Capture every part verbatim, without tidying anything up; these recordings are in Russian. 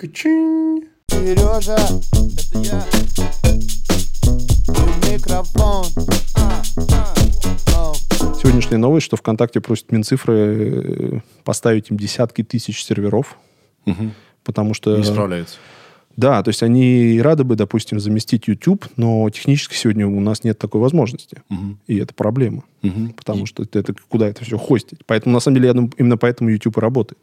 Качинь. Сережа, это я. И микрофон. А, а, а. Сегодняшняя новость, что ВКонтакте просит Минцифры поставить им десятки тысяч серверов. Угу. Потому что... Не справляются. Да, то есть они рады бы, допустим, заместить YouTube, но технически сегодня у нас нет такой возможности. Угу. И это проблема. Угу. Потому что это, куда это все хостить. Поэтому, на самом деле, я думаю, именно поэтому YouTube и работает.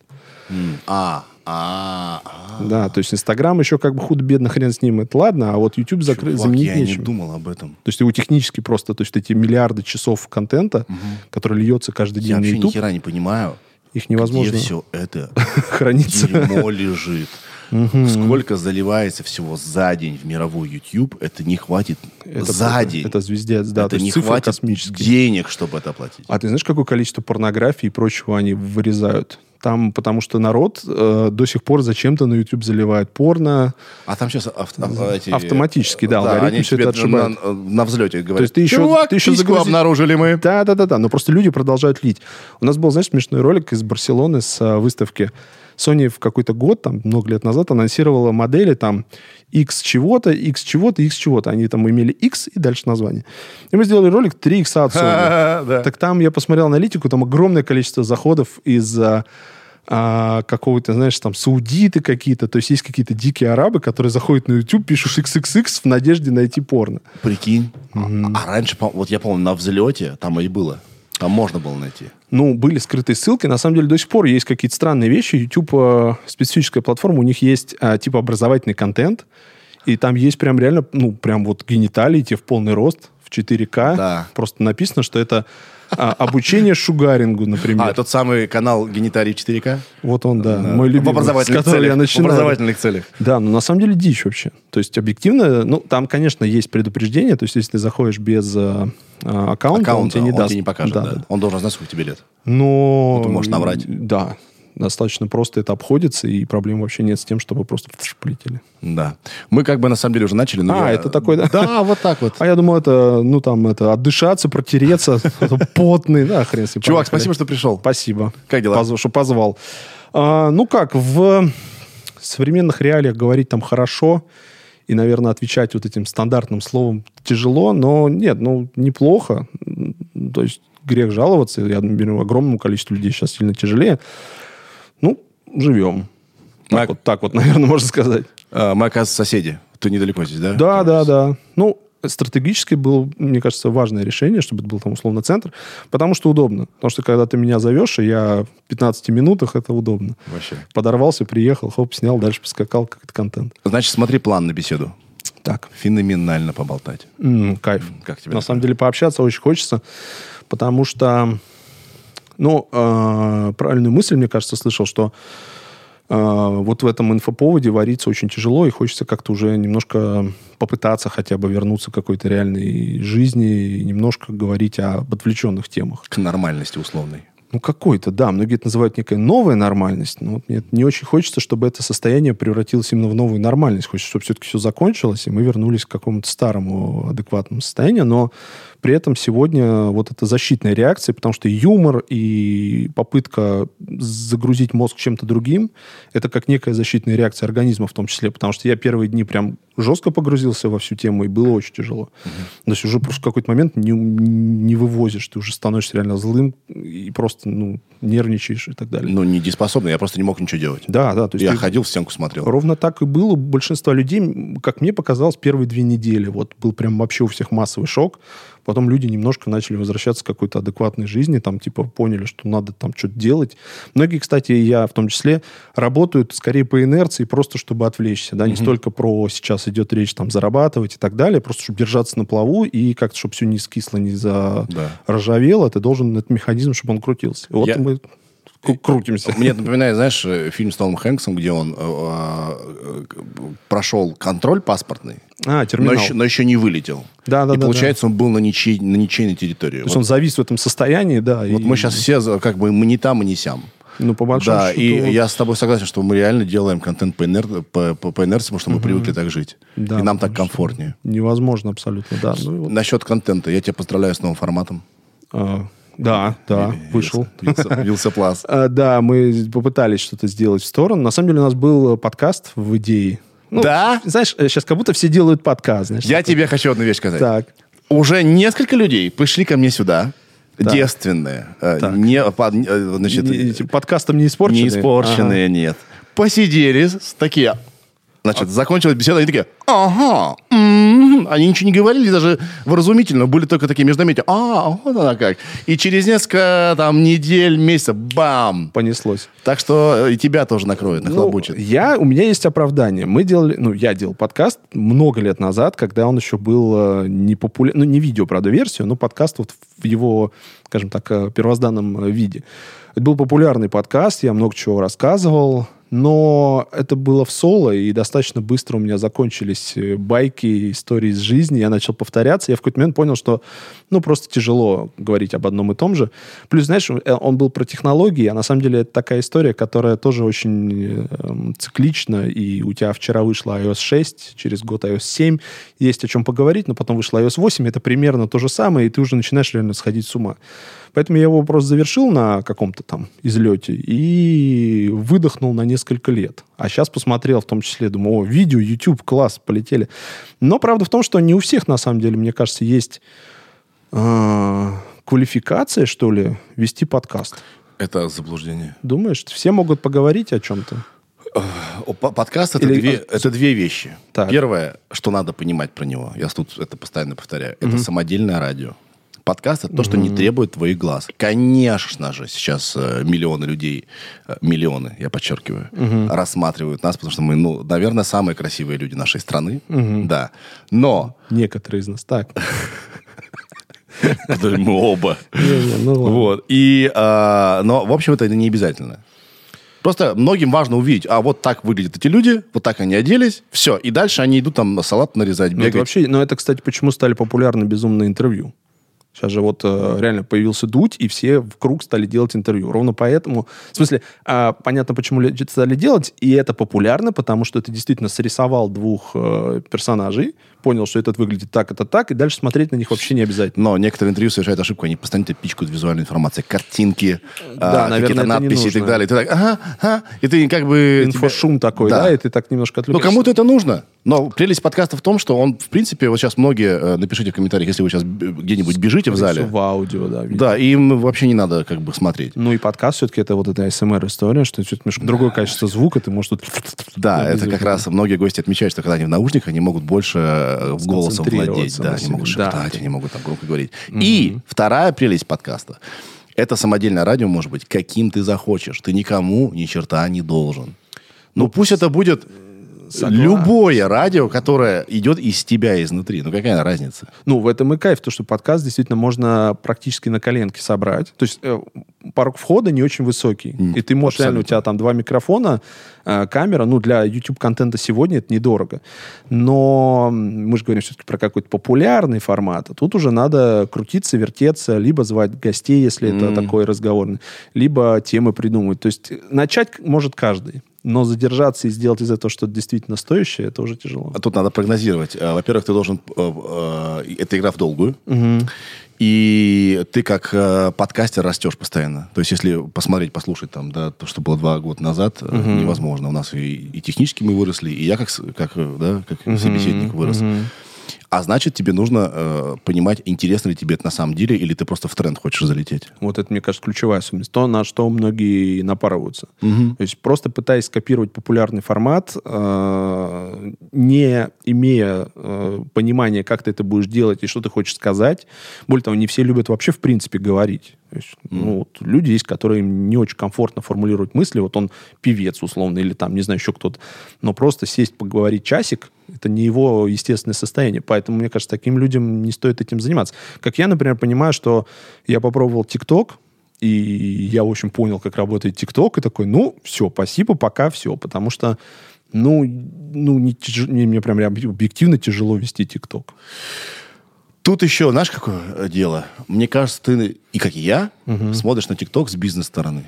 А, а, а. Да, то есть Инстаграм еще как бы худо-бедно, хрен с ним, это ладно, а вот YouTube закры... Чувак, заменить я нечем. не думал об этом. То есть его технически просто, то есть эти миллиарды часов контента, Угу. который льется каждый день Я на вообще ни YouTube, хера не понимаю, их невозможно где все это храниться. дерьмо лежит. Сколько заливается всего за день в мировой YouTube, это не хватит Это, за это, день. это звездец, да, это то есть не цифры хватит космические. денег, чтобы это оплатить. А ты знаешь, какое количество порнографии и прочего они вырезают? Там, потому что народ э, до сих пор зачем-то на YouTube заливает порно. А там сейчас авто, ав, эти, Автоматически, да, да, алгоритм они все тебе это отшибает. на, на взлете говорят. То есть ты еще, Чувак, ты еще письку загрузи- обнаружили мы. Да, да, да, да. Но просто люди продолжают лить. У нас был, знаешь, смешной ролик из Барселоны с а, выставки. Sony в какой-то год, там, много лет назад, анонсировала модели там X чего-то, X чего-то, X чего-то. Они там имели X и дальше название. И мы сделали ролик три икс от Sony. Да. Так там я посмотрел аналитику, там огромное количество заходов из а, а, какого-то, знаешь, там саудиты какие-то. То есть есть какие-то дикие арабы, которые заходят на YouTube, пишут икс икс икс в надежде найти порно. Прикинь. А, а раньше, по- вот я помню, на взлете там и было. Там можно было найти. Ну, были скрытые ссылки. На самом деле, до сих пор есть какие-то странные вещи. YouTube э, специфическая платформа. У них есть э, типа образовательный контент. И там есть прям реально, ну, прям вот гениталии, те в полный рост, в четыре ка. Да. Просто написано, что это а, обучение шугарингу, например. А, тот самый канал Гениталий четыре ка? Вот он, да, Да. мой любимый, В образовательных с которого целях. я начинал. В образовательных целях. Да, но на самом деле дичь вообще. То есть объективно, ну, там, конечно, есть предупреждение. То есть если ты заходишь без э, аккаунта, он Аккаунт тебе не он даст. тебе не покажет, Да, да. да. Он должен знать, сколько тебе лет. Но... Ну, ты можешь наврать. Да. Достаточно просто это обходится, и проблем вообще нет с тем, чтобы просто полетели. Да. Мы как бы на самом деле уже начали. Но А, я- это такой, да? Да, вот так вот. А я думал, это, ну, там, это, отдышаться, протереться, это потный, да, хрен с ним. Чувак, поехали. спасибо, что пришел. Спасибо. Как дела? Позв- что позвал. А, ну, как, в современных реалиях говорить там хорошо и, наверное, отвечать вот этим стандартным словом тяжело, но нет, ну, неплохо. То есть грех жаловаться. Я думаю, огромному количеству людей сейчас сильно тяжелее. Ну, живем. Так, Мак- вот, так вот, наверное, можно сказать. А, мы, оказывается, соседи. Ты недалеко здесь, да? Да, да, да. Ну, стратегически было, мне кажется, важное решение, чтобы это был там условно центр, потому что удобно. Потому что когда ты меня зовешь, и я в пятнадцати минутах, это удобно. Вообще. Подорвался, приехал, хоп, снял, дальше поскакал, как это контент. Значит, смотри план на беседу. Так, Феноменально поболтать. м, кайф. Как тебе На такое? самом деле пообщаться очень хочется, потому что, ну, э, правильную мысль, мне кажется, слышал, что э, вот в этом инфоповоде вариться очень тяжело, и хочется как-то уже немножко попытаться хотя бы вернуться к какой-то реальной жизни и немножко говорить об отвлеченных темах. К нормальности условной. Ну, какой-то, да. Многие это называют некая новая нормальность. Но вот мне не очень хочется, чтобы это состояние превратилось именно в новую нормальность. Хочется, чтобы все-таки все закончилось, и мы вернулись к какому-то старому адекватному состоянию. Но при этом сегодня вот эта защитная реакция, потому что и юмор, и попытка загрузить мозг чем-то другим, это как некая защитная реакция организма в том числе. Потому что я первые дни прям жестко погрузился во всю тему, и было очень тяжело. Uh-huh. То есть уже просто в какой-то момент не, не вывозишь, ты уже становишься реально злым и просто ну, нервничаешь и так далее. Ну, недееспособный, я просто не мог ничего делать. Да, да. То есть Я ты- ходил, в стенку смотрел. Ровно так и было. У большинства людей, как мне показалось, первые две недели. Вот был прям вообще у всех массовый шок. Потом люди немножко начали возвращаться к какой-то адекватной жизни. Там типа поняли, что надо там что-то делать. Многие, кстати, и я в том числе, работают скорее по инерции, просто чтобы отвлечься. Да? Не Мгм. столько про сейчас идет речь там зарабатывать и так далее. Просто чтобы держаться на плаву и как-то, чтобы все не скисло, не заржавело. Да. Ты должен этот механизм, чтобы он крутился. И вот Я- мы кру- крутимся. Мне это напоминает, знаешь, э, фильм с Томом Хэнксом, где он э, э, прошел контроль паспортный, А, но терминал. еще, но еще не вылетел. Да, да, и да, получается, он был на, ничей, на ничейной территории. То есть Вот, он завис в этом состоянии, да. вот и- мы сейчас все за- как бы мы не там и не сям. Ну, по большому Да, счету... и я с тобой согласен, что мы реально делаем контент по, инер- по, по- по инерции, потому что мы привыкли так жить. Да, и нам так потому что комфортнее. Невозможно абсолютно, да. Ну, и вот, Насчет контента. Я тебя поздравляю с новым форматом. а, Да, да, Вился- вышел. Вился, Вился Плас. А, Да, мы попытались что-то сделать в сторону. На самом деле у нас был подкаст в идее. Ну, Да? Знаешь, сейчас как будто все делают подкаст. Знаешь, Я такой. тебе хочу одну вещь сказать. Так. Уже несколько людей пришли ко мне сюда, Так. девственные, э, Так. не, по- э, значит, Не- эти подкастом не испорченные? не испорченные, нет. Посидели, с- такие, значит, закончилась беседа, они такие, ага, м-м-м». Они ничего не говорили, даже выразумительно, были только такие междометия, а, вот она как. И через несколько там недель, месяцев, бам! Понеслось. Так что и тебя тоже накроет, нахлобучит. Ну, я, у меня есть оправдание. Мы делали, ну, я делал подкаст много лет назад, когда он еще был э, не популярный, ну, не видео, правда, версию, но подкаст вот в его, скажем так, э, первозданном э, виде. Это был популярный подкаст, я много чего рассказывал, но это было в соло, и достаточно быстро у меня закончились э, байки, истории из жизни, я начал повторяться, я в какой-то момент понял, что, ну, просто тяжело говорить об одном и том же. Плюс, знаешь, э, он был про технологии, а на самом деле это такая история, которая тоже очень э, циклична, и у тебя вчера вышла ай о эс шесть, через год ай о эс семь, есть о чем поговорить, но потом вышла ай о эс восемь, это примерно то же самое, и ты уже начинаешь реально сходить с ума. Поэтому я его просто завершил на каком-то там излете и выдохнул на несколько лет. А сейчас посмотрел, в том числе, думаю, о, видео, YouTube, класс, полетели. Но правда в том, что не у всех, на самом деле, мне кажется, есть э, квалификация, что ли, вести подкаст. Это заблуждение. Думаешь, все могут поговорить о чем-то? О, по- Подкаст это, Или- две, это две вещи. Так. Первое, что надо понимать про него, я тут это постоянно повторяю, это самодельное радио. Подкаст это то, что не требует твоих глаз. Конечно же, сейчас э, миллионы людей, э, миллионы, я подчеркиваю, рассматривают нас, потому что мы, ну, наверное, самые красивые люди нашей страны. Да. Но Некоторые из нас. Так. мы оба. Не-не, ну ладно. Вот. И, а, но, в общем, это не обязательно. Просто многим важно увидеть, а вот так выглядят эти люди, вот так они оделись, все. И дальше они идут там салат нарезать, Ну, это бегать. вообще, но это, кстати, почему стали популярны безумные интервью. Сейчас же вот э, реально появился Дудь, и все в круг стали делать интервью. Ровно поэтому... В смысле, э, понятно, почему люди стали делать, и это популярно, потому что ты действительно срисовал двух э, персонажей, понял, что этот выглядит так, это так, и дальше смотреть на них вообще не обязательно. Но некоторые интервью совершают ошибку, они постоянно тебя пичкают визуальной информацией, картинки, Да, а, наверное, какие-то это не надписи и нужно. так далее. И ты так, ага, ага, и ты как бы... Инфошум тебя- такой, да. и ты так немножко Ну, отвлекаешься. кому-то это нужно. Но прелесть подкаста в том, что он, в принципе, вот сейчас многие, э, напишите в комментариях, если вы сейчас б- где-нибудь бежите в зале. В аудио, да. видимо. Да, им вообще не надо как бы смотреть. Ну и подкаст все-таки это вот эта эй эс эм ар-история, что чуть немножко другое качество звука, ты можешь тут... Да, это как раз многие гости отмечают, что когда они в наушниках, они могут больше э, в голосом владеть. Сконцентрироваться Да, на они себе. могут Да. шептать, они могут там громко говорить. И вторая прелесть подкаста. Это самодельное радио может быть каким ты захочешь. Ты никому ни черта не должен. Ну, пусть это будет Согласен. любое радио, которое идет из тебя изнутри. Ну, какая разница? Ну, в этом и кайф, то, что подкаст действительно можно практически на коленке собрать. То есть э, порог входа не очень высокий. М, И ты можешь, реально, у абсолютно. тебя там два микрофона, э, камера. Ну, для YouTube-контента сегодня это недорого. Но мы же говорим все-таки про какой-то популярный формат. А тут уже надо крутиться, вертеться, либо звать гостей, если это М. такой разговорный, либо темы придумывать. То есть начать может каждый. Но задержаться и сделать из этого что-то действительно стоящее, это уже тяжело. А тут надо прогнозировать. Э, Во-первых, ты должен... э, э, Это игра в долгую. И ты как э, подкастер растешь постоянно. То есть, если посмотреть, послушать там, да, то, что было два года назад, э, невозможно. У нас и, и технически мы выросли, и я как, с- как, э, да, как собеседник вырос. А значит, тебе нужно э, понимать, интересно ли тебе это на самом деле, или ты просто в тренд хочешь залететь. Вот это, мне кажется, ключевая особенность. То, на что многие напарываются. То есть просто пытаясь скопировать популярный формат, э, не имея э, понимания, как ты это будешь делать и что ты хочешь сказать. Более того, не все любят вообще в принципе говорить. То есть, ну, вот люди есть, которые им не очень комфортно формулируют мысли. Вот он певец, условно, или там, не знаю, еще кто-то. Но просто сесть, поговорить часик, это не его естественное состояние. Поэтому, мне кажется, таким людям не стоит этим заниматься. Как я, например, понимаю, что я попробовал ТикТок, и я, в общем, понял, как работает ТикТок, и такой, ну, все, спасибо, пока все. Потому что, ну, ну не тяж... не, мне прям объективно тяжело вести ТикТок. Тут еще, знаешь, какое дело? Мне кажется, ты, и как и я, смотришь на ТикТок с бизнес-стороны.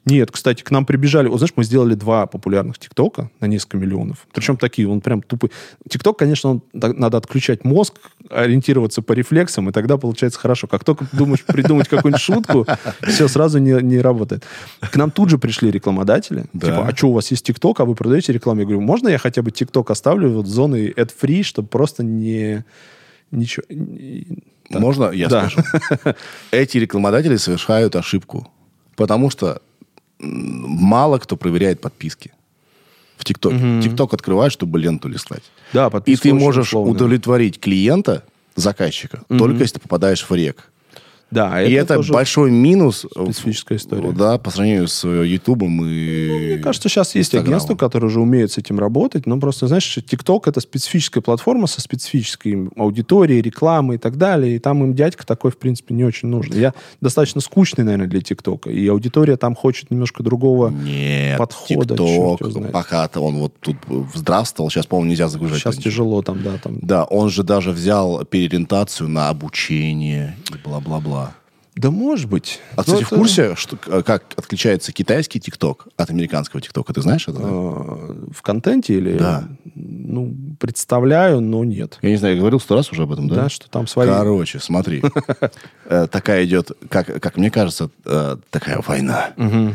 Нет, кстати, к нам прибежали... Вот знаешь, мы сделали два популярных ТикТока на несколько миллионов. Причем такие, он прям тупый. ТикТок, конечно, он, надо отключать мозг, ориентироваться по рефлексам, и тогда получается хорошо. Как только думаешь придумать какую-нибудь шутку, все сразу не, не работает. К нам тут же пришли рекламодатели. Да. Типа, а что, у вас есть ТикТок, а вы продаете рекламу? Я говорю, можно я хотя бы ТикТок оставлю вот зоной ad-free, чтобы просто не... Ничего... Так. Можно я да. скажу? Эти рекламодатели совершают ошибку. Потому что мало кто проверяет подписки в ТикТоке. Mm-hmm. ТикТок открываешь, чтобы ленту листать. Да, и ты можешь условно. удовлетворить клиента, заказчика, mm-hmm. только если ты попадаешь в рек. Да, и это, это большой минус специфическая история. Да, по сравнению с Ютубом и ну, мне кажется, сейчас есть агентства, которые уже умеют с этим работать, но просто, знаешь, ТикТок — это специфическая платформа со специфической аудиторией, рекламой и так далее, и там им дядька такой, в принципе, не очень нужен. Я достаточно скучный, наверное, для ТикТока, и аудитория там хочет немножко другого Нет, подхода. ТикТок, пока-то он вот тут здравствовал, сейчас, по-моему, нельзя загружать. Сейчас тяжело там, да. Там. Да, он же даже взял переориентацию на обучение и бла-бла-бла. Да, может быть. А, кстати, это... в курсе, что, как отличается китайский ТикТок от американского ТикТока? Ты знаешь это? Да? В контенте или... Да. Ну, представляю, но нет. Я не знаю, я говорил сто раз уже об этом, да? Да, что там свои... Короче, смотри. Такая идет, как мне кажется, такая война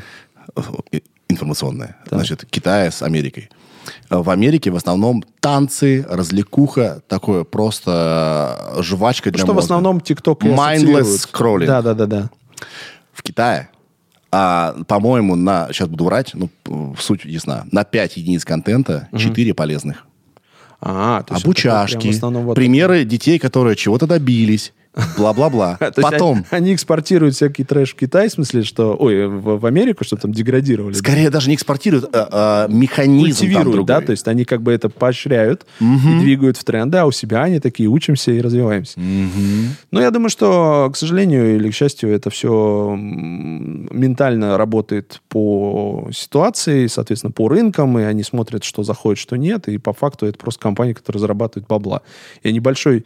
информационная. Значит, Китая с Америкой. В Америке в основном танцы, развлекуха, такое просто жвачка для что мозга. Что в основном ТикТок и Mindless scrolling. Да, да, да, да. В Китае, а, по-моему, на, сейчас буду врать, ну, суть ясна, на пять единиц контента угу. четыре полезных. А, то есть обучашки, вот примеры детей, которые чего-то добились. Бла-бла-бла. Потом... Они, они экспортируют всякий трэш в Китай, в смысле, что... Ой, в, в Америку, чтобы там деградировали. Скорее да? даже не экспортируют, а, а механизм там другой. Да, то есть они как бы это поощряют угу. и двигают в тренды, а у себя они такие учимся и развиваемся. Угу. Но я думаю, что, к сожалению или к счастью, это все ментально работает по ситуации, соответственно, по рынкам, и они смотрят, что заходит, что нет, и по факту это просто компании, которые зарабатывают бабла. Я небольшой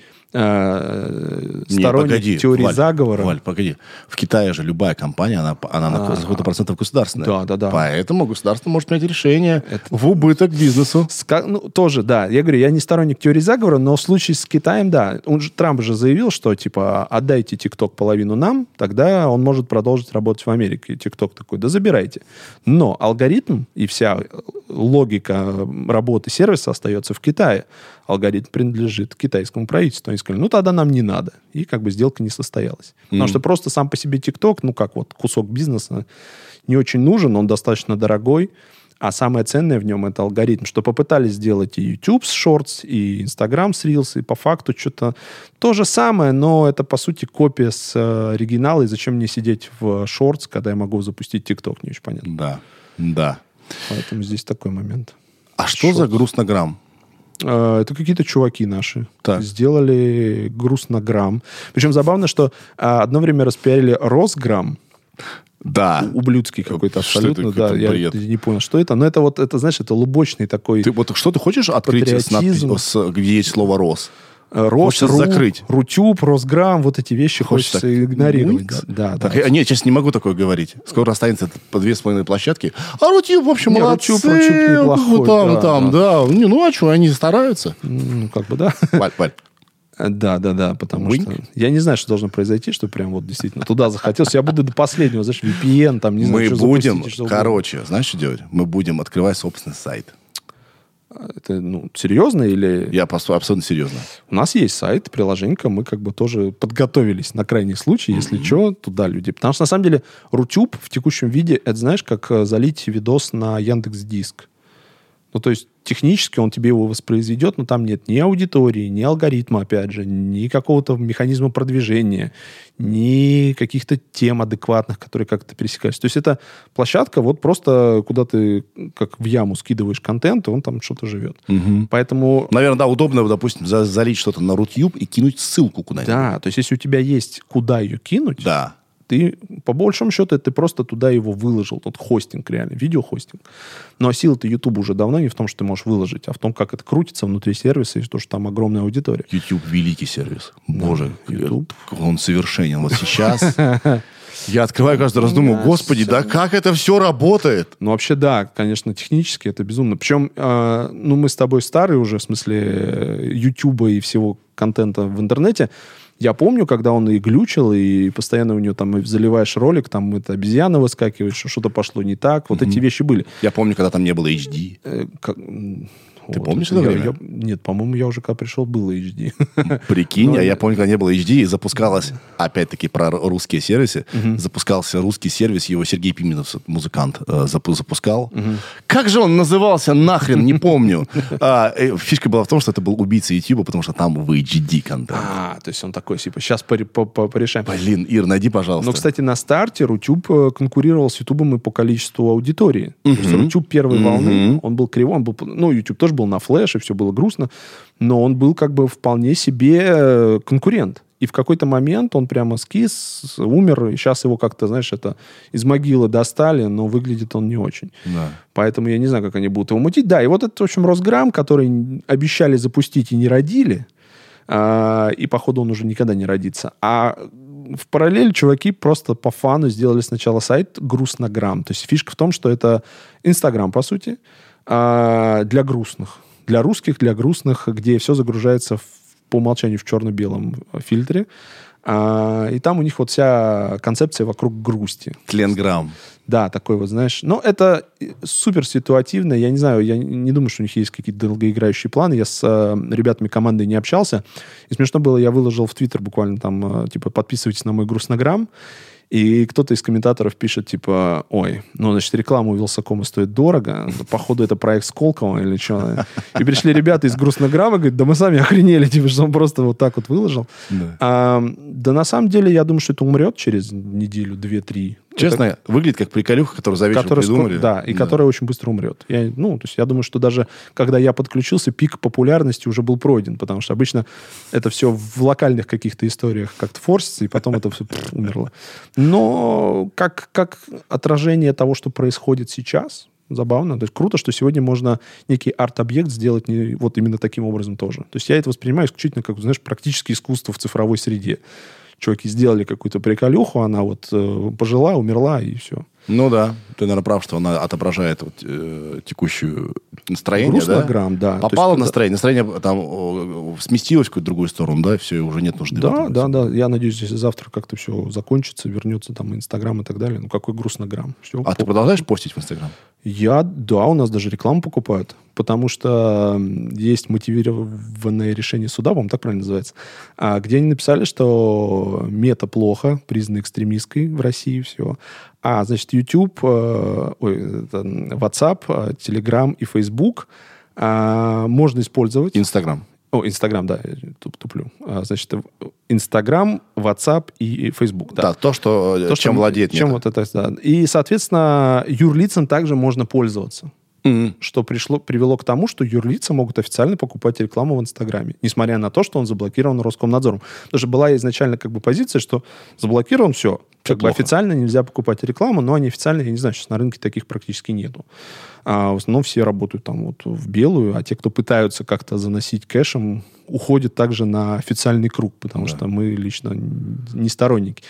э, сторонник погоди, теории Валь, заговора. Валь, погоди. В Китае же любая компания, она, она на А-а-а. сколько-то процентов государственная. Да, да, да. Поэтому государство может принять решение это... в убыток бизнесу. Ска... Ну, тоже, да. Я говорю, я не сторонник теории заговора, но в случае с Китаем, да. Он же, Трамп же заявил, что, типа, отдайте ТикТок половину нам, тогда он может продолжить работать в Америке. И ТикТок такой, да забирайте. Но алгоритм и вся логика работы сервиса остается в Китае. Алгоритм принадлежит китайскому правительству. Они сказали, ну, тогда нам не надо. И как бы сделка не состоялась. Mm. Потому что просто сам по себе ТикТок, ну, как вот кусок бизнеса, не очень нужен, он достаточно дорогой. А самое ценное в нем — это алгоритм. Что попытались сделать и YouTube с Shorts, и Instagram с Reels, и по факту что-то то же самое, но это, по сути, копия с оригинала. И зачем мне сидеть в Shorts, когда я могу запустить TikTok? Не очень понятно. Да, да. Поэтому здесь такой момент. А что Shorts. За грустнограмм? Это какие-то чуваки наши. Так. Сделали грустнограмм. Причем забавно, что одно время распиарили Росграмм. Да. Ублюдский какой-то абсолютно. Что это? Да, я бред. не понял, что это. Но это вот, это, знаешь, это лубочный такой. Ты вот что ты хочешь открыть, с надпись, с, где есть слово «Рос»? Рос, Ру, закрыть. Рутюб, Росграмм, вот эти вещи хочется, хочется игнорировать. Да, да, так, да. Я, нет, сейчас не могу такое говорить. Скоро останется по две с половиной площадки. А Рутюб, в общем, не, молодцы. Рутюб, Рутюб неплохой. Там, да, там, да. да. Не, ну, а что, они стараются? Ну, как бы, да. Валь, Валь. Да, да, да, потому Wink. что я не знаю, что должно произойти, что прям вот действительно туда захотелось. Я буду до последнего, знаешь, ви пи эн, там, не знаю, Мы что будем, запустить, что короче, угодно. Знаешь, что делать? Мы будем открывать собственный сайт. Это, ну, серьезно или... Я абсолютно серьезно. У нас есть сайт, приложенька, мы как бы тоже подготовились на крайний случай, mm-hmm. если что, туда люди. Потому что, на самом деле, Рутюб в текущем виде, это, знаешь, как залить видос на Яндекс.Диск. Ну, то есть, технически он тебе его воспроизведет, но там нет ни аудитории, ни алгоритма, опять же, ни какого-то механизма продвижения, ни каких-то тем адекватных, которые как-то пересекаются. То есть, это площадка вот просто, куда ты как в яму скидываешь контент, и он там что-то живет. Угу. Поэтому... Наверное, да, удобно, допустим, залить что-то на Рутюб и кинуть ссылку куда-нибудь. Да, то есть, если у тебя есть куда ее кинуть... Да. Ты, по большому счету, ты просто туда его выложил. Тот хостинг реально, видеохостинг. Но сила-то YouTube уже давно не в том, что ты можешь выложить, а в том, как это крутится внутри сервиса, и то, что там огромная аудитория. YouTube — великий сервис. Да, Боже, YouTube. он совершенен. Вот сейчас... Я открываю каждый раз, думаю, Да, господи, всё. да как это все работает? Ну, вообще, да, конечно, технически это безумно. Причем, э, ну, мы с тобой старые уже, в смысле, Ютуба и всего контента в интернете. Я помню, когда он и глючил, и постоянно у него там и заливаешь ролик, там это обезьяна выскакивает, что что-то пошло не так. Вот эти вещи были. Я помню, когда там не было эйч ди. Э, как- м, Ты вот, помнишь я- это время? я- Нет, по-моему, я уже когда пришел, было эйч ди. Прикинь, Ну, а я э, помню, когда не было эйч ди, и запускалось, опять-таки, про р- русские сервисы, запускался русский сервис, его Сергей Пименов, музыкант, э, запу- запускал. Как же он назывался, нахрен, не помню. А, э, Фишка была в том, что это был убийца Ютуба, потому что там в эйч ди контент. А, то есть он такой, типа, сейчас порешаем. Блин, Ир, найди, пожалуйста. Но, кстати, на старте Рутюб э, конкурировал с Ютубом и по количеству аудитории. То есть Рутюб первой волны, он был кривой, он был, ну, Ютуб тоже был на флеше, все было грустно, но он был как бы вполне себе э, конкурент. И в какой-то момент он прямо скис, умер, и сейчас его как-то, знаешь, это из могилы достали, но выглядит он не очень. Да. Поэтому я не знаю, как они будут его мутить. Да, и вот этот, в общем, Росграм, который обещали запустить и не родили, а, и, походу, он уже никогда не родится. А в параллель чуваки просто по фану сделали сначала сайт «Грустнограмм». То есть фишка в том, что это Инстаграм, по сути, а, для грустных. Для русских, для грустных, где все загружается в, по умолчанию в черно-белом фильтре. А, и там у них вот вся концепция вокруг грусти. Тленграм. Да, такой вот, знаешь. Но это супер ситуативно. Я не знаю, я не думаю, что у них есть какие-то долгоиграющие планы. Я с э, ребятами команды не общался. И смешно было, я выложил в Твиттер буквально там, э, типа, подписывайтесь на мой грустнограмм. И кто-то из комментаторов пишет, типа, ой, ну, значит, реклама у Вилсакома стоит дорого. Походу, это проект Сколково или что. И пришли ребята из грустнограмма, говорят, да мы сами охренели, типа, что он просто вот так вот выложил. Да. А, да на самом деле, я думаю, что это умрет через неделю, две, три. Честно, Это- выглядит как приколюха, которую за вечер который придумали. скоро- да, и которая очень быстро умрет. Я, ну, то есть я думаю, что даже когда я подключился, пик популярности уже был пройден, потому что обычно это все в локальных каких-то историях как-то форсится, и потом это все умерло. Но как, как отражение того, что происходит сейчас, забавно. То есть круто, что сегодня можно некий арт-объект сделать не, вот именно таким образом тоже. То есть я это воспринимаю исключительно как, знаешь, практическое искусство в цифровой среде. Чуваки сделали какую-то приколюху, она вот э, пожила, умерла, и все. Ну да, ты, наверное, прав, что она отображает вот, э, текущую настроение, да? Грустнограмм, да. То Попало в есть, настроение, настроение там о, сместилось в какую-то другую сторону, да, и все, уже нет нужды. в Да, этом. да, да. Я надеюсь, если завтра как-то все закончится, вернется там Инстаграм и так далее. Ну, какой грустнограмм. Все. А ты продолжаешь постить в Инстаграм? Я, да, у нас даже рекламу покупают, потому что м, есть мотивированное решение суда, по-моему, так правильно называется, а, где они написали, что мета плохо, признана экстремистской в России, все. А, значит, YouTube, э, ой, это, WhatsApp, э, Telegram и Facebook а, можно использовать. Инстаграм. О, Инстаграм, да, я туп- туплю. А, значит, Инстаграм, WhatsApp и Facebook. Да, Да. то, что, То, чем что- владеет чем Мета. вот это, да. И, соответственно, юрлицам также можно пользоваться. Мгм. Что пришло, привело к тому, что юрлица могут официально покупать рекламу в Инстаграме, несмотря на то, что он заблокирован Роскомнадзором. Потому что была изначально как бы позиция, что заблокирован, все. Как бы плохо. официально нельзя покупать рекламу, но неофициально, я не знаю, сейчас на рынке таких практически нету. А в основном все работают там вот в белую, а те, кто пытаются как-то заносить кэшем, уходят также на официальный круг, потому Да. что мы лично не сторонники.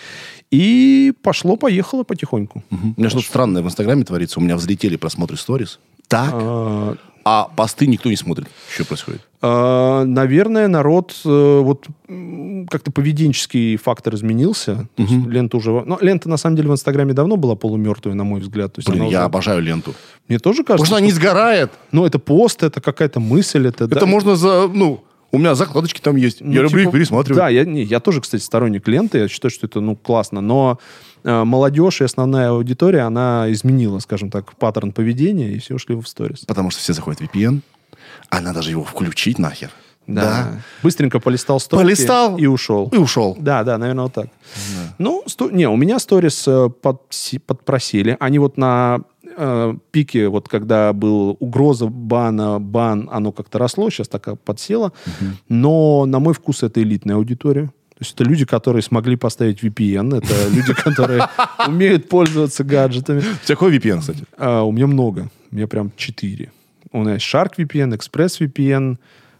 И пошло-поехало потихоньку. Мгм. У меня что-то странное в Инстаграме творится. У меня взлетели просмотры сторис. Так. А, А посты никто не смотрит. Что происходит? А, наверное, народ э, вот м, как-то поведенческий фактор изменился. То есть лента уже, ну, лента на самом деле в Инстаграме давно была полумертвая, на мой взгляд. То есть Блин, она я уже- обожаю ленту. Мне тоже кажется, Потому что она не сгорает. ну это пост, это какая-то мысль, это, Это да, можно за... Ну, у меня закладочки там есть. ну, Я люблю типа, их пересматривать. Да, я, не, я тоже, кстати, сторонник ленты. Я считаю, что это ну классно, но э, молодежь и основная аудитория, она изменила, скажем так, паттерн поведения и все ушли в сторис. Потому что все заходят в ви пи эн, а надо же его включить нахер. Да. Быстренько полистал сторис Полистал. и ушел. И ушел. Да, да, наверное, вот так. Ну, сто... не, у меня сторис э, подси- подпросили. Они вот на э, пике, вот когда был угроза бана, бан, оно как-то росло, сейчас так подсело. Но, на мой вкус, это элитная аудитория. То есть это люди, которые смогли поставить ви пи эн. Это люди, которые умеют пользоваться гаджетами. У тебя какой ви пи эн, кстати? А, у меня много. У меня прям четыре. У меня есть Shark ви пи эн, Express ви пи эн,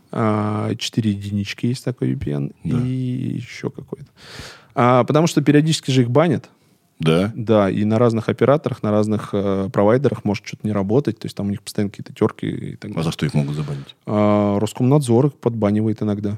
а, четыре единички есть такой ви пи эн, Да. и еще какой-то. А, потому что периодически же их банят. Да? Да, и на разных операторах, на разных э, провайдерах может что-то не работать. То есть там у них постоянно какие-то терки и так далее. А за что их могут забанить? А, Роскомнадзор их подбанивает иногда.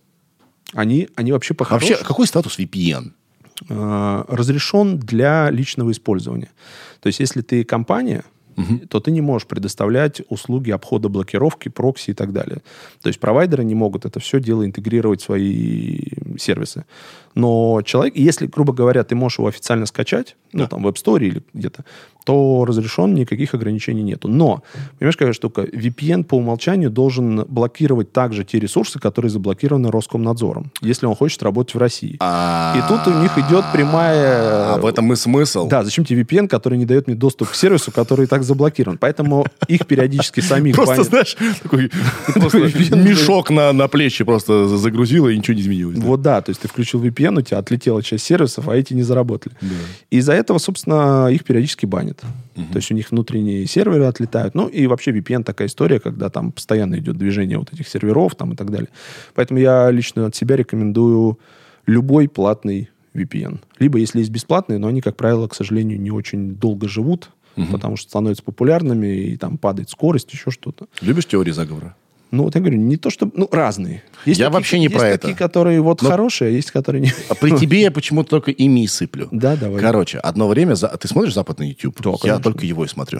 Они, они вообще по-хорошему... Вообще, какой статус ви пи эн? э, разрешен для личного использования. То есть если ты компания, Угу. то ты не можешь предоставлять услуги обхода блокировки, прокси и так далее. То есть провайдеры не могут это все дело интегрировать в свои сервисы. Но человек, если, грубо говоря, ты можешь его официально скачать, Да. ну, там, в App Store или где-то, то разрешен, никаких ограничений нету. Но, понимаешь, какая штука? ви пи эн по умолчанию должен блокировать также те ресурсы, которые заблокированы Роскомнадзором, если он хочет работать в России. И тут у них идет прямая... А в этом и смысл. Да, зачем тебе ви пи эн, который не дает мне доступ к сервису, который и так заблокирован? Поэтому их периодически самих Просто, банят. знаешь, такой просто мешок на, на плечи просто загрузило, и ничего не изменилось. да. Вот да, то есть ты включил ви пи эн, у тебя отлетела часть сервисов, а эти не заработали. И из-за этого, собственно, их периодически банят. То есть у них внутренние серверы отлетают. Ну и вообще ви пи эн такая история, когда там постоянно идет движение вот этих серверов там и так далее. Поэтому я лично от себя рекомендую любой платный ви пи эн. Либо, если есть бесплатные, но они, как правило, к сожалению, не очень долго живут, Мгм. потому что становятся популярными, и там падает скорость, еще что-то. Любишь теории заговора? Ну, вот я говорю, не то, что... Ну, разные. Есть Я такие- вообще не есть про такие, это. которые вот Но- хорошие, а есть, которые не... А при тебе я почему-то только ими и сыплю. Да, давай. Короче, одно время... за- Ты смотришь западный YouTube? Да, Я конечно. только его и смотрю.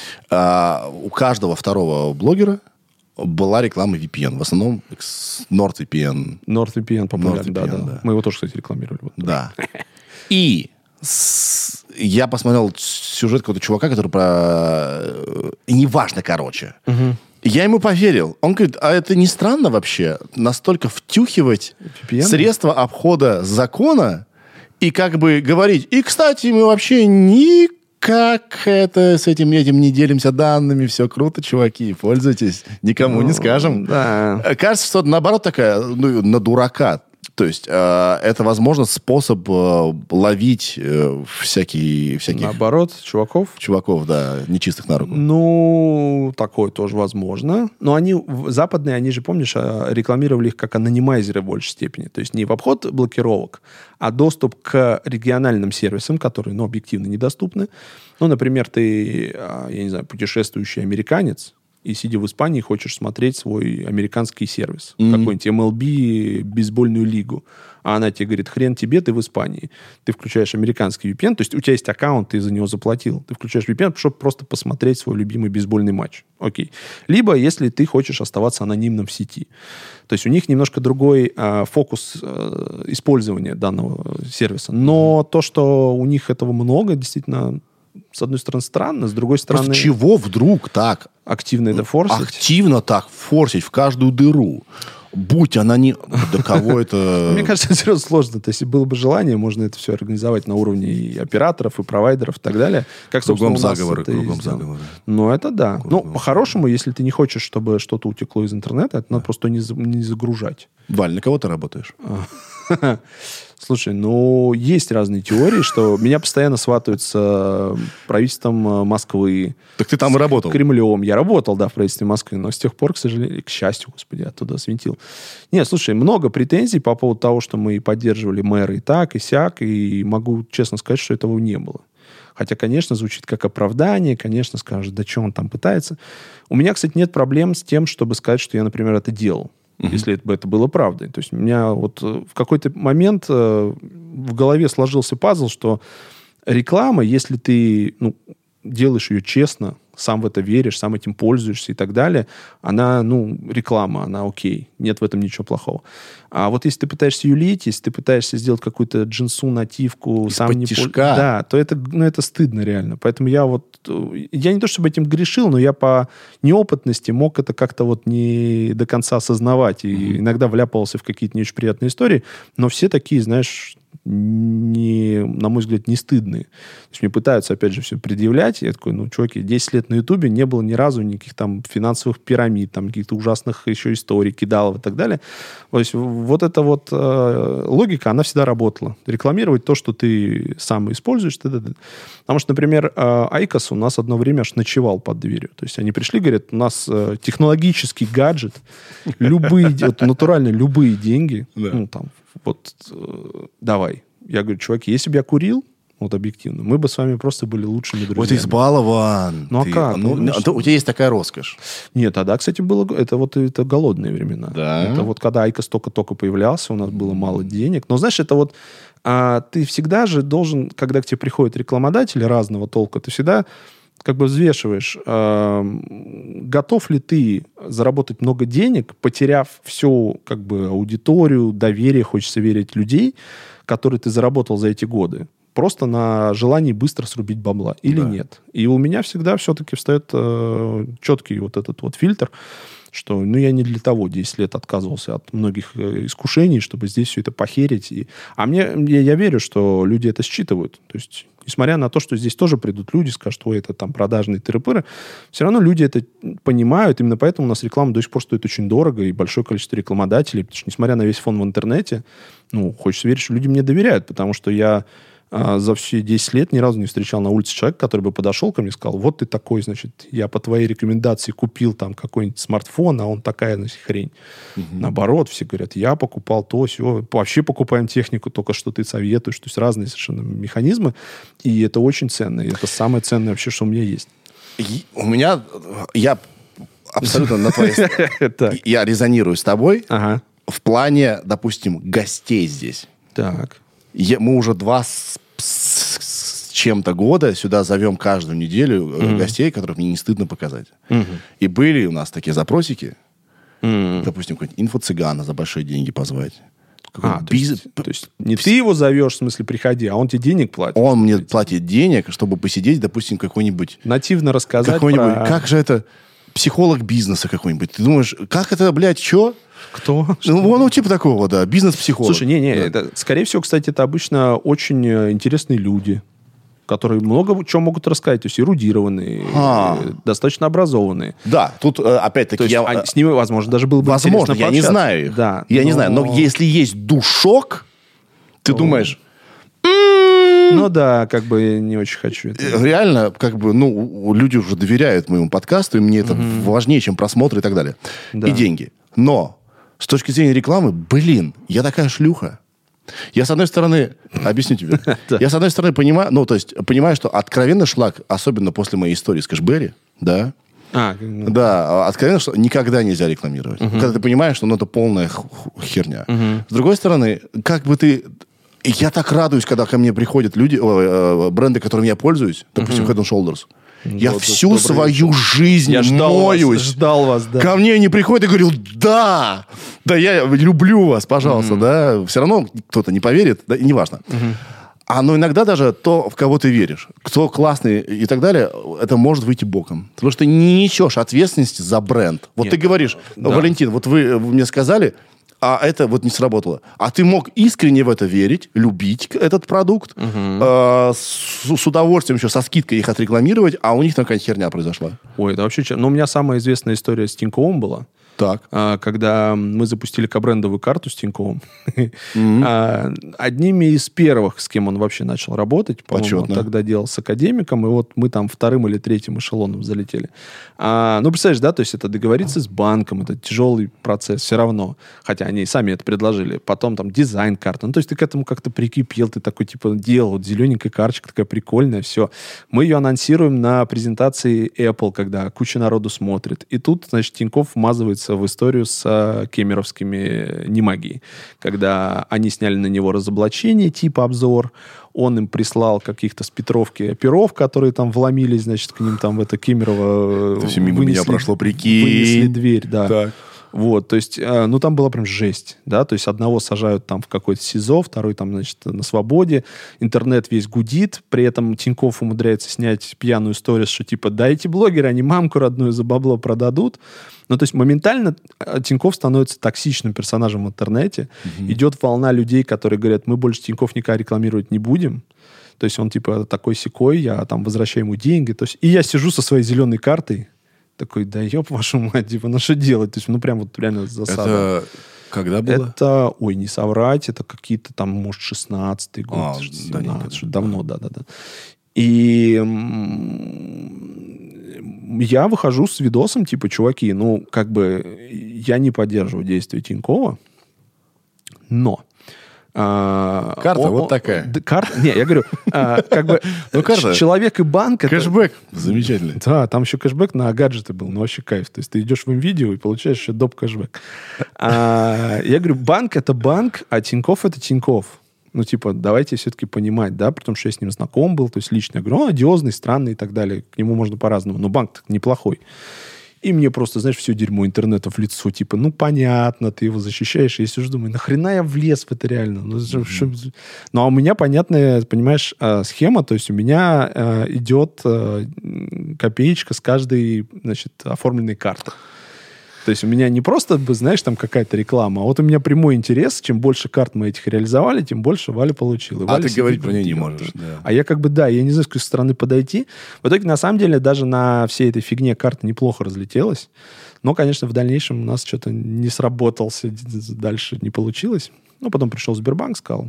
А, у каждого второго блогера была реклама ви пи эн. В основном экс- NordVPN. NordVPN популярен, NordVPN, да, да, да. Мы его тоже, кстати, рекламировали. Вот. Да. И с- я посмотрел сюжет какого-то чувака, который про... э, Неважно, короче. Я ему поверил. Он говорит, а это не странно вообще настолько втюхивать ви пи эн? средства обхода закона и как бы говорить, и, кстати, мы вообще никак это, с этим этим не делимся данными, все круто, чуваки, пользуйтесь, никому не скажем. Да. Э, Кажется, что наоборот такая, ну, на дурака. То есть э, это, возможно, способ э, ловить э, всякие, всяких Наоборот, чуваков. чуваков, да, нечистых на руку. Ну, такое тоже возможно. Но они, в- западные, они же, помнишь, а, рекламировали их как анонимайзеры в большей степени. То есть не в обход блокировок, а доступ к региональным сервисам, которые, ну, объективно недоступны. Ну, например, ты, а, я не знаю, путешествующий американец, и, сидя в Испании, хочешь смотреть свой американский сервис. Мгм. Какой-нибудь эм эл би, бейсбольную лигу. А она тебе говорит, хрен тебе, ты в Испании. Ты включаешь американский ви пи эн, то есть у тебя есть аккаунт, ты за него заплатил. Ты включаешь ви пи эн, чтобы просто посмотреть свой любимый бейсбольный матч. Окей. Либо, если ты хочешь оставаться анонимным в сети. То есть у них немножко другой а, фокус а, использования данного сервиса. Но то, что у них этого много, действительно, с одной стороны, странно, с другой стороны, Просто чего вдруг так активно это форсить. активно так форсить в каждую дыру? Будь она не... Да кого это... Мне кажется, это серьезно сложно. То есть, если было бы желание, можно это все организовать на уровне и операторов, и провайдеров, и так далее. Как, собственно, Кругом у нас заговоры, это и кругом сделано. заговоры. Ну, это да. Кругом Ну, по-хорошему, если ты не хочешь, чтобы что-то утекло из интернета, это надо просто не, за- не загружать. Валь, на кого ты работаешь? Слушай, ну, есть разные теории, что меня постоянно сватают с э, правительством э, Москвы, Так ты там и работал. Кремлем. Я работал, да, в правительстве Москвы, но с тех пор, к сожалению, к счастью, господи, оттуда свинтил. Нет, слушай, много претензий по поводу того, что мы поддерживали мэра и так, и сяк, и могу честно сказать, что этого не было. Хотя, конечно, звучит как оправдание, конечно, скажут, да что он там пытается. У меня, кстати, нет проблем с тем, чтобы сказать, что я, например, это делал. Uh-huh. Если это бы это было правдой. То есть у меня вот э, в какой-то момент э, в голове сложился пазл, что реклама, если ты ну, делаешь ее честно, сам в это веришь, сам этим пользуешься и так далее, она, ну, реклама, она окей, нет в этом ничего плохого. А вот если ты пытаешься юлить, если ты пытаешься сделать какую-то джинсу, нативку, Из-под сам не тишка. пользуешься, да, то это, ну, это стыдно реально. Поэтому я вот, э, я не то чтобы этим грешил, но я по неопытности мог это как-то вот не до конца осознавать. И mm-hmm. иногда вляпывался в какие-то не очень приятные истории, но все такие, знаешь, не, на мой взгляд, не стыдные. То есть мне пытаются, опять же, все предъявлять. Я такой, ну, чуваки, десять лет на Ютубе не было ни разу никаких там финансовых пирамид, там каких-то ужасных еще историй, кидалов и так далее. То есть вот эта вот э, логика, она всегда работала. Рекламировать то, что ты сам используешь. Т-т-т. Потому что, например, э, Айкос у нас одно время аж ночевал под дверью. То есть они пришли, говорят, у нас э, технологический гаджет, любые, вот, натурально любые деньги, ну, там, вот, э, давай. Я говорю, чуваки, если бы я курил, вот объективно, мы бы с вами просто были лучшими друзьями. Вот избалован. Ну, а ты. как? Ну, Ну, а то у тебя есть такая роскошь. Нет, тогда, кстати, было... Это вот это голодные времена. Да. Это вот когда Айкос только-только появлялся, у нас было мало денег. Но, знаешь, это вот... А, ты всегда же должен, когда к тебе приходят рекламодатели разного толка, ты всегда как бы взвешиваешь, а, готов ли ты заработать много денег, потеряв всю как бы аудиторию, доверие, хочется верить, людей, которые ты заработал за эти годы. Просто на желании быстро срубить бабла. Или Да. нет. И у меня всегда все-таки встает э, четкий вот этот вот фильтр, что ну, я не для того десять лет отказывался от многих э, искушений, чтобы здесь все это похерить. И... А мне, я, я верю, что люди это считывают. То есть, несмотря на то, что здесь тоже придут люди, скажут, ой, это там продажные тыры-пыры, все равно люди это понимают. Именно поэтому у нас реклама до сих пор стоит очень дорого, и большое количество рекламодателей. Потому что, несмотря на весь фон в интернете, ну, хочется верить, что люди мне доверяют, потому что я... за все десять лет ни разу не встречал на улице человека, который бы подошел ко мне и сказал, вот ты такой, значит, я по твоей рекомендации купил там какой-нибудь смартфон, а он такая, значит, хрень. Угу. Наоборот, все говорят, я покупал то, сё. Вообще покупаем технику, только что ты советуешь. То есть разные совершенно механизмы. И это очень ценно. И это самое ценное вообще, что у меня есть. И у меня... Я абсолютно на твоей... Я резонирую с тобой в плане, допустим, гостей здесь. Так. Мы уже два с, с, с чем-то года сюда зовем каждую неделю mm-hmm. гостей, которых мне не стыдно показать. Mm-hmm. И были у нас такие запросики, mm-hmm. допустим, какой-нибудь инфо-цыгана за большие деньги позвать. А, биз... то, есть, то есть не ты его зовешь, в смысле, приходи, а он тебе денег платит? Он мне платит денег, чтобы посидеть, допустим, какой-нибудь... Нативно рассказать какой-нибудь, про... Как же это? Психолог бизнеса какой-нибудь. Ты думаешь, как это, блядь, что? Кто? Ну, ну, типа такого, да, бизнес-психолог. Слушай, не-не, да. это, скорее всего, кстати, это обычно очень интересные люди, которые много чего могут рассказать, то есть эрудированные, а. достаточно образованные. Да, тут опять-таки... Я... Они, с ними, возможно, даже было бы возможно, интересно я пообщаться. не знаю их. Да, я но... не знаю, но если есть душок, ты то... думаешь... Ну да, как бы не очень хочу это. Реально, как бы, ну, люди уже доверяют моему подкасту, и мне это mm-hmm. важнее, чем просмотры и так далее. Да. И деньги. Но с точки зрения рекламы, блин, я такая шлюха. Я, с одной стороны, объясню тебе, я, с одной стороны, понимаю, ну, то есть, понимаю, что откровенный шлак, особенно после моей истории с Кэшберри, да, а, ну... да, откровенно, что никогда нельзя рекламировать. Uh-huh. Когда ты понимаешь, что ну, это полная херня. Uh-huh. С другой стороны, как бы ты... Я так радуюсь, когда ко мне приходят люди, о, бренды, которыми я пользуюсь, допустим, uh-huh. Head and Shoulders. Я вот, всю свою вечер. жизнь я ждал моюсь. Вас, ждал вас, да. Ко мне они приходят и говорят, да, да, я люблю вас, пожалуйста, uh-huh. да. Все равно кто-то не поверит, да, и неважно. Uh-huh. А но иногда даже то, в кого ты веришь, кто классный и так далее, это может выйти боком. Потому что ты не несешь ответственности за бренд. Вот Нет, ты говоришь, да. Валентин, вот вы, вы мне сказали... а это вот не сработало. А ты мог искренне в это верить, любить этот продукт, угу. э, с, с удовольствием еще со скидкой их отрекламировать, а у них там какая-то херня произошла. Ой, это вообще... Ну, у меня самая известная история с Тиньковым была. Так. Когда мы запустили кобрендовую карту с Тиньковым. Mm-hmm. Одними из первых, с кем он вообще начал работать, по-моему, он тогда делал с академиком, и вот мы там вторым или третьим эшелоном залетели. А, ну, представляешь, да, то есть это договориться с банком, это тяжелый процесс все равно, хотя они сами это предложили. Потом там дизайн карты. Ну, то есть ты к этому как-то прикипел, ты такой, типа, делал, вот зелененькая карточка такая прикольная, все. Мы ее анонсируем на презентации Apple, когда куча народу смотрит. И тут, значит, Тинькофф вмазывается в историю с а, кемеровскими немагией, когда они сняли на него разоблачение, типа обзор, он им прислал каких-то с Петровки оперов, которые там вломились, значит, к ним там в это Кемерово... Это все мимо вынесли, меня прошло, прикинь. Вынесли дверь, да. Так. Вот, то есть, э, ну, там была прям жесть, да, то есть одного сажают там в какое-то СИЗО, второй там, значит, на свободе, интернет весь гудит, при этом Тинькофф умудряется снять пьяную историю, что типа, да, эти блогеры, они мамку родную за бабло продадут. Ну, то есть моментально Тинькофф становится токсичным персонажем в интернете, mm-hmm. идет волна людей, которые говорят, мы больше Тинькофф никогда рекламировать не будем. То есть он типа такой-сякой, я там возвращаю ему деньги, то есть, и я сижу со своей зеленой картой, такой, да ёб вашу мать, типа, ну что делать? То есть, ну прям вот реально засада. Это когда было? Это, ой, не соврать, это какие-то там, может, шестнадцатый год, а, семнадцатый, что давно, да-да-да. И я выхожу с видосом, типа, чуваки, ну, как бы, я не поддерживаю действия Тинькова, но А, Карта о- вот о- такая. д- карта? Не, я говорю, а, как бы Ну, карта. ч- человек и банк... это- Кэшбэк. Замечательно. Да, там еще кэшбэк на гаджеты был, ну вообще кайф. То есть ты идешь в МВидео и получаешь еще доп. Кэшбэк. А, я говорю, банк — это банк, а Тинькофф — это Тинькофф. Ну, типа, давайте все-таки понимать, да, потому что я с ним знаком был, то есть лично. Я говорю, он одиозный, странный и так далее. К нему можно по-разному, но банк-то неплохой. И мне просто, знаешь, все дерьмо интернета в лицо. Типа, ну, понятно, ты его защищаешь. Я сижу, думаю, нахрена я влез в это реально? Ну, mm-hmm. что... ну а у меня понятная, понимаешь, схема. То есть у меня э, идет э, копеечка с каждой, значит, оформленной карты. То есть у меня не просто, знаешь, там какая-то реклама, а вот у меня прямой интерес. Чем больше карт мы этих реализовали, тем больше Валя получила. И А Валя ты сидит, говорить про нее не вот, можешь. Да. А я как бы, да, я не знаю, с какой стороны подойти. В итоге, на самом деле, даже на всей этой фигне карта неплохо разлетелась. Но, конечно, в дальнейшем у нас что-то не сработался, дальше не получилось. Ну, потом пришел Сбербанк, сказал,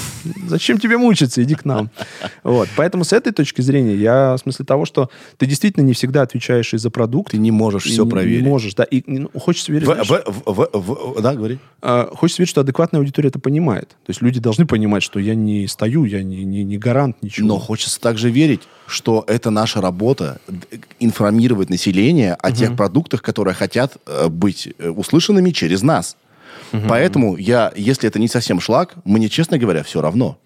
зачем тебе мучиться, иди к нам. Вот. Поэтому с этой точки зрения я в смысле того, что ты действительно не всегда отвечаешь и за продукт. Ты не можешь все не, проверить. Не можешь, да. И ну, хочется верить, В, знаешь, в, в, в, в, да, говори. э, хочется верить, что адекватная аудитория это понимает. То есть люди должны понимать, что я не стою, я не, не, не гарант ничего. Но хочется также верить, что это наша работа информировать население о угу. тех продуктах, которые хотят э, быть услышанными через нас. Угу. Поэтому я, если это не совсем шлак, мне, честно говоря, все равно.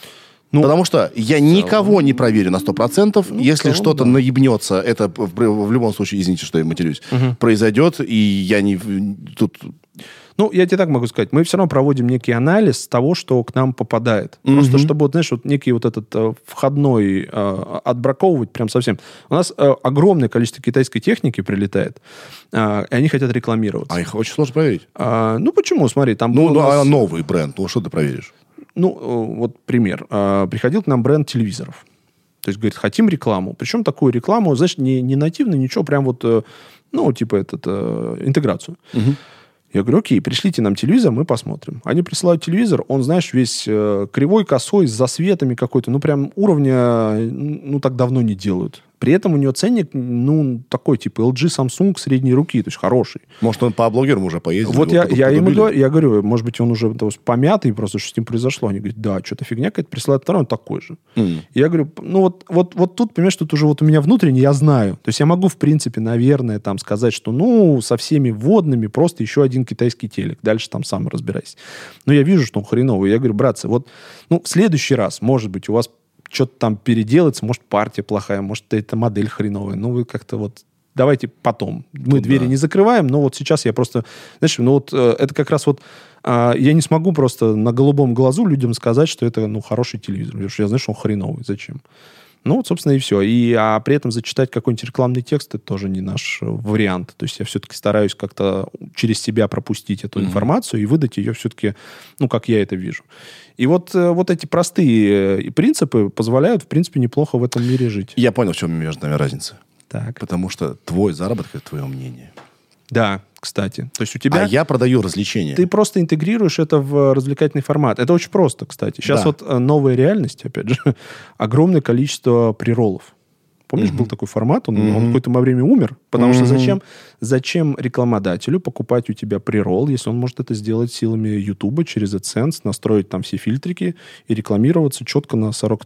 Ну, потому что я никого целом... не проверю на сто процентов. Ну, если целом, что-то да. наебнется, это в, в любом случае, извините, что я матерюсь, угу. произойдет, и я не... Тут... Ну, я тебе так могу сказать. Мы все равно проводим некий анализ того, что к нам попадает. Mm-hmm. Просто чтобы, вот, знаешь, вот некий вот этот э, входной э, отбраковывать прям совсем. У нас э, огромное количество китайской техники прилетает, э, и они хотят рекламироваться. А их очень сложно проверить. А, ну, почему? Смотри, там... Ну, нас... а новый бренд, ну, что ты проверишь? Ну, э, вот пример. Э, приходил к нам бренд телевизоров. То есть, говорит, хотим рекламу. Причем такую рекламу, знаешь, не, не нативную, ничего, прям вот, э, ну, типа, этот, э, интеграцию. Mm-hmm. Я говорю, окей, пришлите нам телевизор, мы посмотрим. Они присылают телевизор, он, знаешь, весь э, кривой, косой, с засветами какой-то. Ну, прям уровня, ну, так давно не делают. При этом у него ценник, ну, такой, типа эл джи, Samsung средней руки, то есть хороший. Может, он по блогерам уже поездил? Вот я, я ему говорю, я говорю, может быть, он уже то есть, помятый, просто что с ним произошло. Они говорят, да, что-то фигня какая-то, присылают второй, он такой же. Mm. Я говорю, ну, вот, вот, вот тут, понимаешь, тут уже вот у меня внутренне, я знаю. То есть я могу, в принципе, наверное, там сказать, что, ну, со всеми вводными просто еще один китайский телек. Дальше там сам разбирайся. Но я вижу, что он хреновый. Я говорю, братцы, вот, ну, в следующий раз, может быть, у вас что-то там переделается, может, партия плохая, может, эта модель хреновая. Ну, вы как-то вот... Давайте потом. Мы ну, двери да. не закрываем, но вот сейчас я просто... Знаешь, ну вот э, это как раз вот... Э, я не смогу просто на голубом глазу людям сказать, что это, ну, хороший телевизор. Потому что я знаю, что он хреновый. Зачем? Ну, вот, собственно, и все. И, а при этом зачитать какой-нибудь рекламный текст, это тоже не наш вариант. То есть я все-таки стараюсь как-то через себя пропустить эту mm-hmm. информацию и выдать ее все-таки, ну, как я это вижу. И вот, вот эти простые принципы позволяют, в принципе, неплохо в этом мире жить. Я понял, в чем между нами разница. Так. Потому что твой заработок – это твое мнение. Да, кстати. То есть у тебя... А я продаю развлечения. Ты просто интегрируешь это в развлекательный формат. Это очень просто, кстати. Сейчас да. вот новая реальность, опять же, огромное количество прероллов. Помнишь, mm-hmm. был такой формат, он, mm-hmm. он в какое-то время умер, потому mm-hmm. что зачем, зачем рекламодателю покупать у тебя преролл, если он может это сделать силами Ютуба через AdSense, настроить там все фильтрики и рекламироваться четко на сорок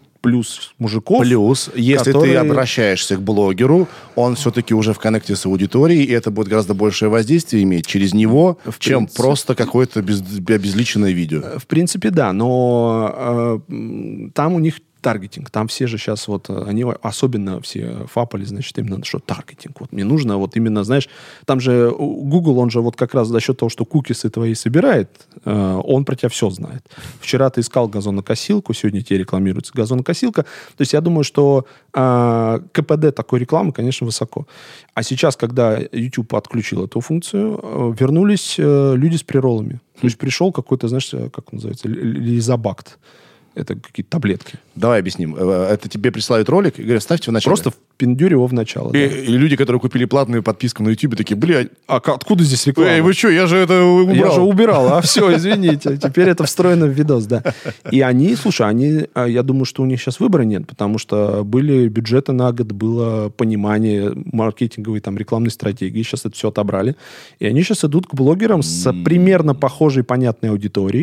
плюс мужиков. Плюс, если которые... ты обращаешься к блогеру, он все-таки уже в коннекте с аудиторией, и это будет гораздо большее воздействие иметь через него, в чем принципе... просто какое-то без... обезличенное видео. В принципе, да, но э, там у них таргетинг. Там все же сейчас вот, они особенно все фапали, значит, именно что таргетинг. Вот мне нужно вот именно, знаешь, там же Google, он же вот как раз за счет того, что кукисы твои собирает, э, он про тебя все знает. Вчера ты искал газонокосилку, сегодня тебе рекламируется газонокосилка. То есть я думаю, что э, КПД такой рекламы, конечно, высоко. А сейчас, когда YouTube отключил эту функцию, э, вернулись э, люди с прероллами. То есть пришел какой-то, знаешь, как он называется, лизобакт. Это какие-то таблетки. Давай объясним. Это тебе присылают ролик и говорят, ставьте в начало. Просто впендюрь его в начало. И, да. и люди, которые купили платную подписку на YouTube, такие, блядь. А откуда здесь реклама? Эй, вы что, я же это убрал. Я же убирал, а все, извините. Теперь это встроено в видос, да. И они, слушай, они, я думаю, что у них сейчас выбора нет, потому что были бюджеты на год, было понимание маркетинговой, там, рекламной стратегии. Сейчас это все отобрали. И они сейчас идут к блогерам с примерно похожей, понятной аудиторией.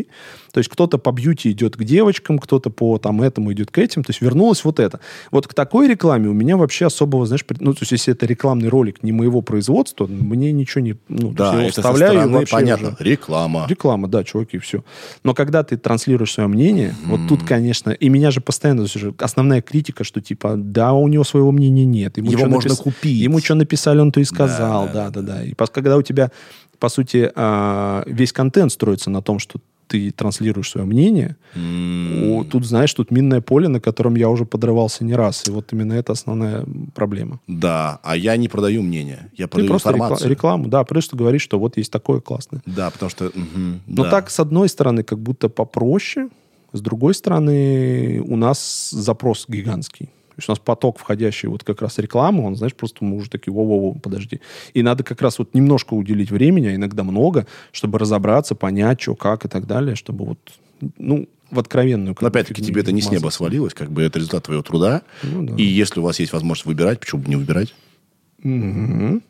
То есть кто-то по бьюти идет к девочкам, кто-то по там этому идет к этим. То есть вернулось вот это. Вот к такой рекламе у меня вообще особого, знаешь, ну, то есть если это рекламный ролик не моего производства, мне ничего не... Ну, Да, я его это вставляю, со стороны, вообще понятно, уже... реклама. Реклама, да, чуваки, все. Но когда ты транслируешь свое мнение, mm. вот тут, конечно... И меня же постоянно... Основная критика, что типа, да, у него своего мнения нет. Ему Его можно напис... купить. Ему что написали, он то и сказал. Да, да, да, да. да. да. И когда у тебя, по сути, весь контент строится на том, что ты транслируешь свое мнение, Mm. тут, знаешь, тут минное поле, на котором я уже подрывался не раз. И вот именно это основная проблема. Да, а я не продаю мнение. Я Ты продаю просто информацию. рекла- рекламу, да, просто говоришь, что вот есть такое классное. Да, потому что... мгм, Но да. так, с одной стороны, как будто попроще, с другой стороны, у нас запрос гигантский. То есть у нас поток входящий вот как раз рекламы, он, знаешь, просто мы уже такие, воу-воу, подожди. И надо как раз вот немножко уделить времени, а иногда много, чтобы разобраться, понять, что, как и так далее, чтобы вот, ну, в откровенную... Но опять-таки тебе это не с неба свалилось, как бы это результат твоего труда. Ну, да. И если у вас есть возможность выбирать, почему бы не выбирать? Угу.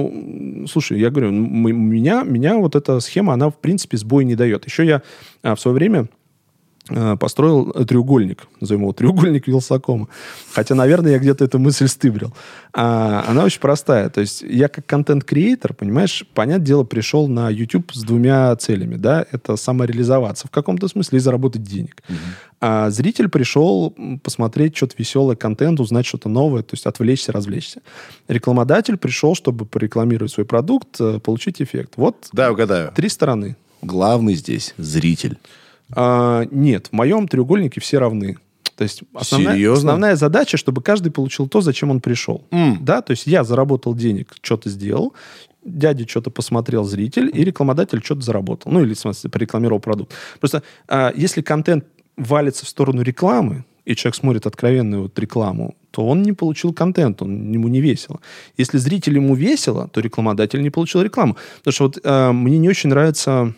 Ну, слушай, я говорю, м- меня, меня вот эта схема, она, в принципе, сбой не дает. Еще я а, в свое время а, построил треугольник, назовем его треугольник Вилсакома. Хотя, наверное, я где-то эту мысль стыбрил. А, она очень простая. То есть я как контент-креатор, понимаешь, понятное дело, пришел на YouTube с двумя целями. Да? Это самореализоваться в каком-то смысле и заработать денег. Угу. А зритель пришел посмотреть что-то веселое, контент, узнать что-то новое, то есть отвлечься, развлечься. Рекламодатель пришел, чтобы порекламировать свой продукт, получить эффект. Вот Да, угадаю. три стороны. Главный здесь зритель. А, нет, в моем треугольнике все равны. То есть основная, Серьезно? основная задача, чтобы каждый получил то, зачем он пришел. Mm. Да, то есть я заработал денег, что-то сделал, дядя что-то посмотрел, зритель, и рекламодатель что-то заработал. Ну, или, в смысле, порекламировал продукт. Просто а, если контент валится в сторону рекламы, и человек смотрит откровенную вот рекламу, то он не получил контент, он, ему не весело. Если зритель ему весело, то рекламодатель не получил рекламу. Потому что вот э, мне не очень нравится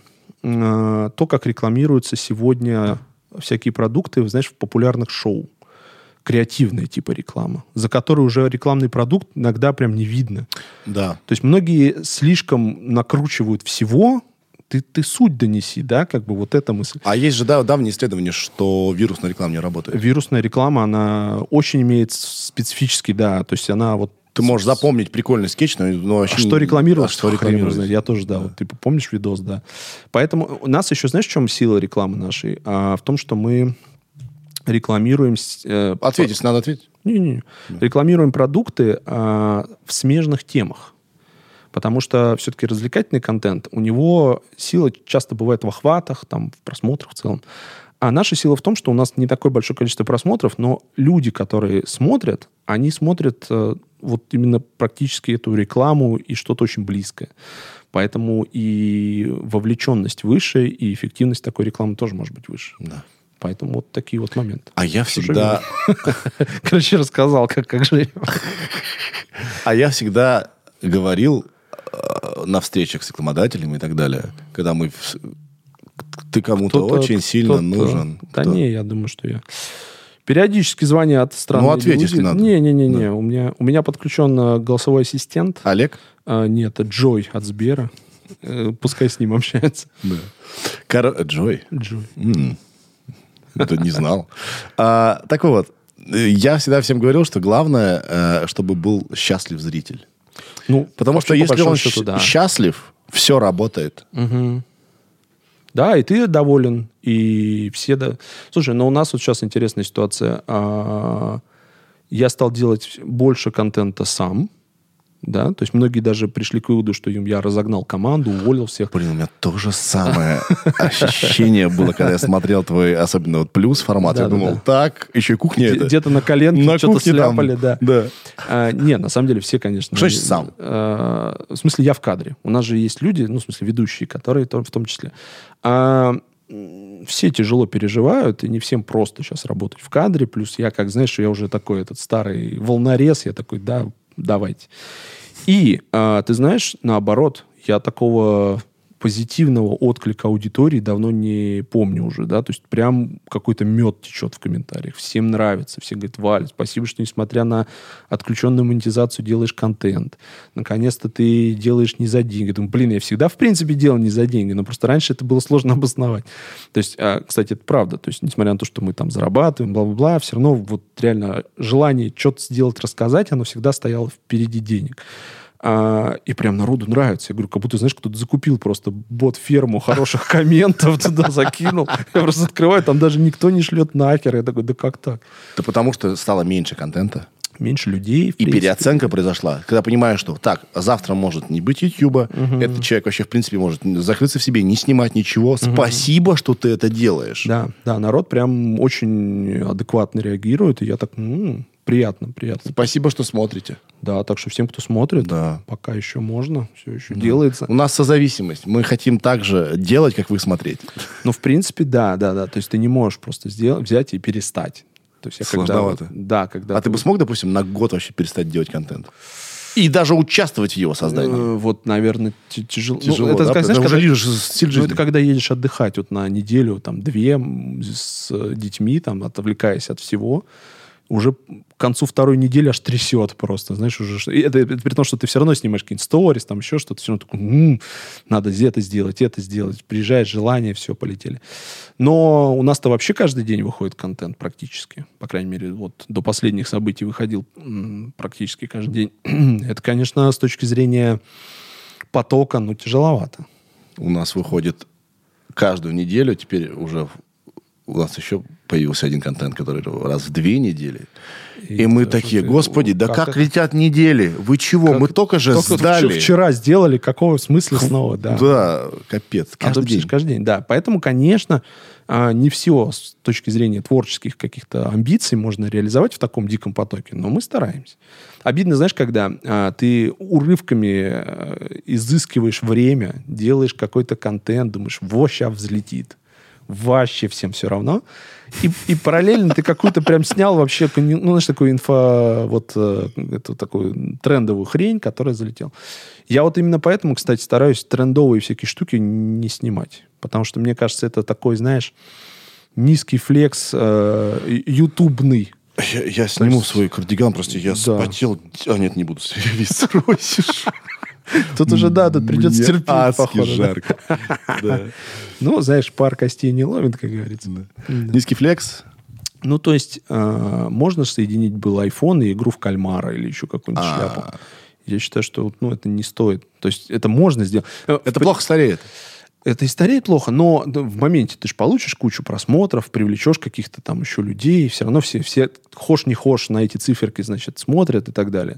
э, то, как рекламируются сегодня всякие продукты, знаешь, в популярных шоу. Креативная типа реклама, за которой уже рекламный продукт иногда прям не видно. Да. То есть многие слишком накручивают всего. Ты, ты суть донеси, да, как бы вот эта мысль. А есть же да, давнее исследование, что вирусная реклама не работает. Вирусная реклама, она очень имеет специфический, да, то есть она вот... Ты можешь запомнить прикольный скетч, но, но вообще... А что рекламировать? А что рекламировать? Я тоже, да, да. Вот, ты помнишь видос, да. Поэтому у нас еще, знаешь, в чем сила рекламы нашей? А, в том, что мы рекламируем... Э, Ответь, если надо ответить. Не-не-не. Да. Рекламируем продукты а, в смежных темах. Потому что все-таки развлекательный контент, у него сила часто бывает в охватах, там, в просмотрах в целом. А наша сила в том, что у нас не такое большое количество просмотров, но люди, которые смотрят, они смотрят э, вот именно практически эту рекламу и что-то очень близкое. Поэтому и вовлеченность выше, и эффективность такой рекламы тоже может быть выше. Да. Поэтому вот такие вот моменты. А я всегда... Короче, рассказал, как, как живем. А я всегда говорил на встречах с рекламодателями и так далее, когда мы... Ты кому-то Кто-то, очень сильно кто-то... нужен. Да Кто? не, я думаю, что я... Периодически звонят странные Ну, ответь, люди. если надо. Не-не-не, Да. у меня, у меня подключен э, голосовой ассистент. Олег? А, нет, это Джой от Сбера. Э, пускай с ним общается. Да. Кор... Джой? Джой. М-м. Это не знал. А, так вот, я всегда всем говорил, что главное, э, чтобы был счастлив зритель. Ну, Потому что по если большому он счету, щ- да. счастлив, все работает. Мгм. Да, и ты доволен, и все... Да... Слушай, но у нас вот сейчас интересная ситуация. А, Я стал делать больше контента сам. Да, то есть многие даже пришли к выводу, что я разогнал команду, уволил всех. Блин, у меня то же самое ощущение было, когда я смотрел твой, особенно вот плюс формат. Я Да, да, думал, да. так, еще и кухня это. Где-то на коленке На что-то кухне там. сляпали, да. Да. А, нет, на самом деле все, конечно. Что значит сам? А, в смысле, я в кадре. У нас же есть люди, ну, в смысле, ведущие, которые то- в том числе. А, м, все тяжело переживают, и не всем просто сейчас работать в кадре. Плюс я, как знаешь, я уже такой этот старый волнорез, я такой, да, давайте. И, а, ты знаешь, наоборот, я такого позитивного отклика аудитории давно не помню уже, да, то есть прям какой-то мед течет в комментариях. Всем нравится, все говорят: Валя, спасибо, что несмотря на отключенную монетизацию делаешь контент. Наконец-то ты делаешь не за деньги. Думаю, блин, я всегда, в принципе, делал не за деньги, но просто раньше это было сложно обосновать. То есть, а, кстати, это правда, то есть, несмотря на то, что мы там зарабатываем, бла-бла-бла, все равно вот реально желание что-то сделать, рассказать, оно всегда стояло впереди денег. А, и прям народу нравится. Я говорю, как будто, знаешь, кто-то закупил просто бот-ферму хороших комментов, туда закинул. Я просто открываю, там даже никто не шлет нахер. Я такой, да как так? Это потому, что стало меньше контента. Меньше людей. И переоценка произошла. Когда понимаешь, что так, завтра может не быть Ютьюба, угу. Этот человек вообще, в принципе, может закрыться в себе, не снимать ничего. Угу. Спасибо, что ты это делаешь. Да, да, народ прям очень адекватно реагирует. И я так... М-м, приятно, приятно. Спасибо, что смотрите. Да, так что всем, кто смотрит, да. Пока еще можно, все еще да. делается. У нас созависимость. Мы хотим так же делать, как вы смотреть. Ну, в принципе, да, да, да. То есть ты не можешь просто сделать, взять и перестать. То есть я Сложновато. Когда, да, когда а ты бы смог, допустим, на год вообще перестать делать контент? И даже участвовать в его создании? Вот, наверное, тяжело. Тяжело, ну, это, да? как, знаешь, это когда, уже лишь стиль жизни. Ну, это когда едешь отдыхать вот на неделю, там, две, с детьми, там, отвлекаясь от всего. Уже к концу второй недели аж трясет просто, знаешь, уже... И это, это при том, что ты все равно снимаешь какие-нибудь сторис, там еще что-то, все равно такой, м-м, надо это сделать, это сделать. Приезжает желание, все, полетели. Но у нас-то вообще каждый день выходит контент практически. По крайней мере, вот до последних событий выходил м, практически каждый день. Это, конечно, с точки зрения потока, ну, тяжеловато. У нас выходит каждую неделю, теперь уже... У нас еще появился один контент, который раз в две недели. И, и мы такие, ты, господи, да как, как летят недели? Вы чего? Как, мы только же только сдали. Вчера сделали, какого смысла снова? Да, да капец. Каждый, а день. каждый день. Да, поэтому, конечно, не все с точки зрения творческих каких-то амбиций можно реализовать в таком диком потоке, но мы стараемся. Обидно, знаешь, когда а, ты урывками а, изыскиваешь время, делаешь какой-то контент, думаешь, во, ща взлетит. Вообще всем все равно. И, и параллельно ты какую-то прям снял вообще, ну, знаешь, такую инфо, вот эту такую трендовую хрень, которая залетела. Я вот именно поэтому, кстати, стараюсь трендовые всякие штуки не снимать. Потому что, мне кажется, это такой, знаешь, низкий флекс э, ютубный. Я, я сниму есть... свой кардиган, просто я да. спотел. А нет, не буду. Весь сырой сижу. Тут уже, да, тут придется терпеть, походу. жарко. Да. Ну, знаешь, пар костей не ловит, как говорится. Да. Да. Низкий флекс? Ну, то есть, э, можно соединить был iPhone и игру в кальмара или еще какую-нибудь А-а-а. шляпу. Я считаю, что ну, это не стоит. То есть, это можно сделать. Это плохо стареет. Это и стареет плохо, но в моменте ты же получишь кучу просмотров, привлечешь каких-то там еще людей, все равно все, все хошь не хошь на эти циферки, значит, смотрят и так далее.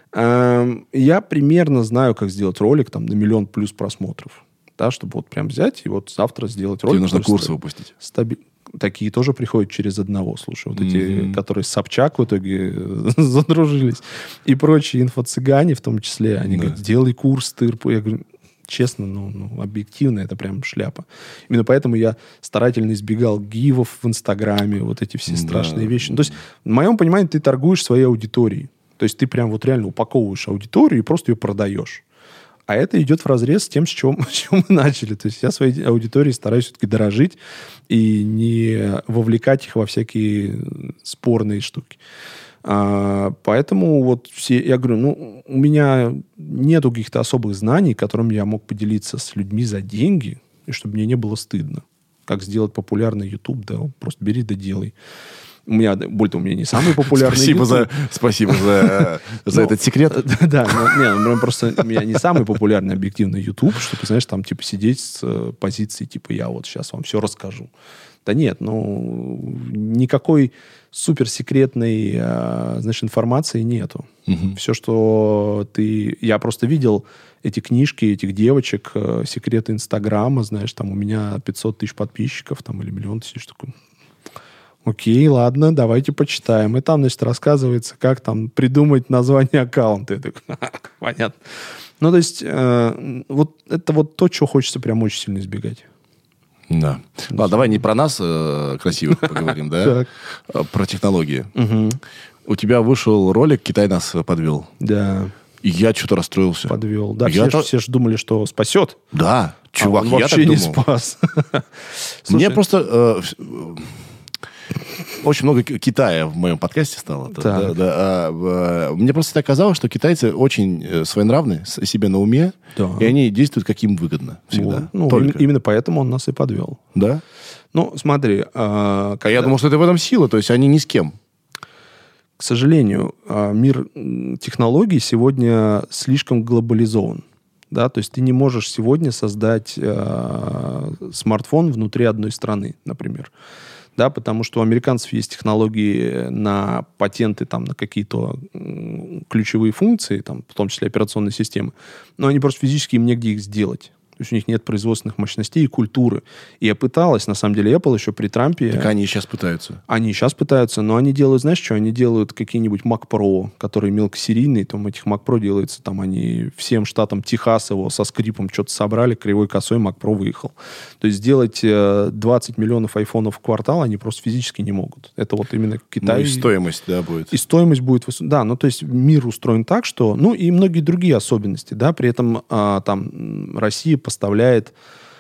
Я примерно знаю, как сделать ролик там, на миллион плюс просмотров. Да, чтобы вот прям взять и вот завтра сделать ролик. Тебе нужно курсы выпустить. Стаби... Такие тоже приходят через одного, слушай. Вот mm-hmm. эти, которые с Собчак в итоге задружились. И прочие инфо-цыгане в том числе. Они да. говорят, сделай курс тырпу. Я говорю, честно, ну, ну, объективно, это прям шляпа. Именно поэтому я старательно избегал гивов в Инстаграме, вот эти все страшные да. вещи. Ну, то есть, в моем понимании, ты торгуешь своей аудиторией. То есть ты прям вот реально упаковываешь аудиторию и просто ее продаешь. А это идет вразрез с тем, с чего, с чего мы начали. То есть я своей аудиторией стараюсь все-таки дорожить и не вовлекать их во всякие спорные штуки. А, поэтому вот все... Я говорю, ну, у меня нету каких-то особых знаний, которыми я мог поделиться с людьми за деньги, и чтобы мне не было стыдно. Как сделать популярный YouTube, да, просто бери да делай. У меня, более того, у меня не самый популярный Спасибо за, спасибо за, за этот секрет. Да, не, просто у меня не самый популярный объективный YouTube, чтобы, знаешь, там, типа, сидеть с позиции, типа, я вот сейчас вам все расскажу. Да нет, ну, никакой суперсекретной, знаешь, информации нету. Все, что ты... Я просто видел эти книжки этих девочек, секреты Инстаграма, знаешь, там у меня пятьсот тысяч подписчиков, там, или миллион тысяч, такой... Окей, ладно, давайте почитаем. И там, значит, рассказывается, как там придумать название аккаунта. Я такой, понятно. Ну, то есть, э, вот это вот то, чего хочется прям очень сильно избегать. Да. Ладно, давай не про нас э, красивых поговорим, да? Про технологии. У тебя вышел ролик «Китай нас подвел». Да. И я что-то расстроился. Подвел. Да, все же думали, что спасет. Да. Чувак, а он я вообще так не думал. спас. Мне Слушай, просто э, вс- э, очень много Ки- Китая в моем подкасте стало. Да, Так. да, да, а, э, мне просто всегда казалось, что китайцы очень э, своенравны, с- себе на уме, Да. и они действуют, как им выгодно всегда. вот, ну, Только. им- именно поэтому он нас и подвел. Да? Ну, смотри, а, А я когда- думал, что это в этом сила, то есть они ни с кем. к сожалению, а, мир м, технологий сегодня слишком глобализован. Да? То есть ты не можешь сегодня создать а, смартфон внутри одной страны, например. Да, потому что у американцев есть технологии на патенты там, на какие-то м, ключевые функции, там, в том числе операционные системы, но они просто физически им негде их сделать. То есть у них нет производственных мощностей и культуры. И я пыталась, на самом деле, Apple еще при Трампе... Так они сейчас пытаются. Они сейчас пытаются, но они делают, знаешь что? Они делают какие-нибудь Mac Pro, которые мелкосерийные, там этих Mac Pro делается, там они всем штатам Техас его со скрипом что-то собрали, кривой косой Mac Pro выехал. То есть сделать э, двадцать миллионов айфонов в квартал они просто физически не могут. Это вот именно Китай. Ну и стоимость, да, будет. И стоимость будет высокая. Да, ну то есть мир устроен так, что... Ну и многие другие особенности, да, при этом а, там м, Россия поставляет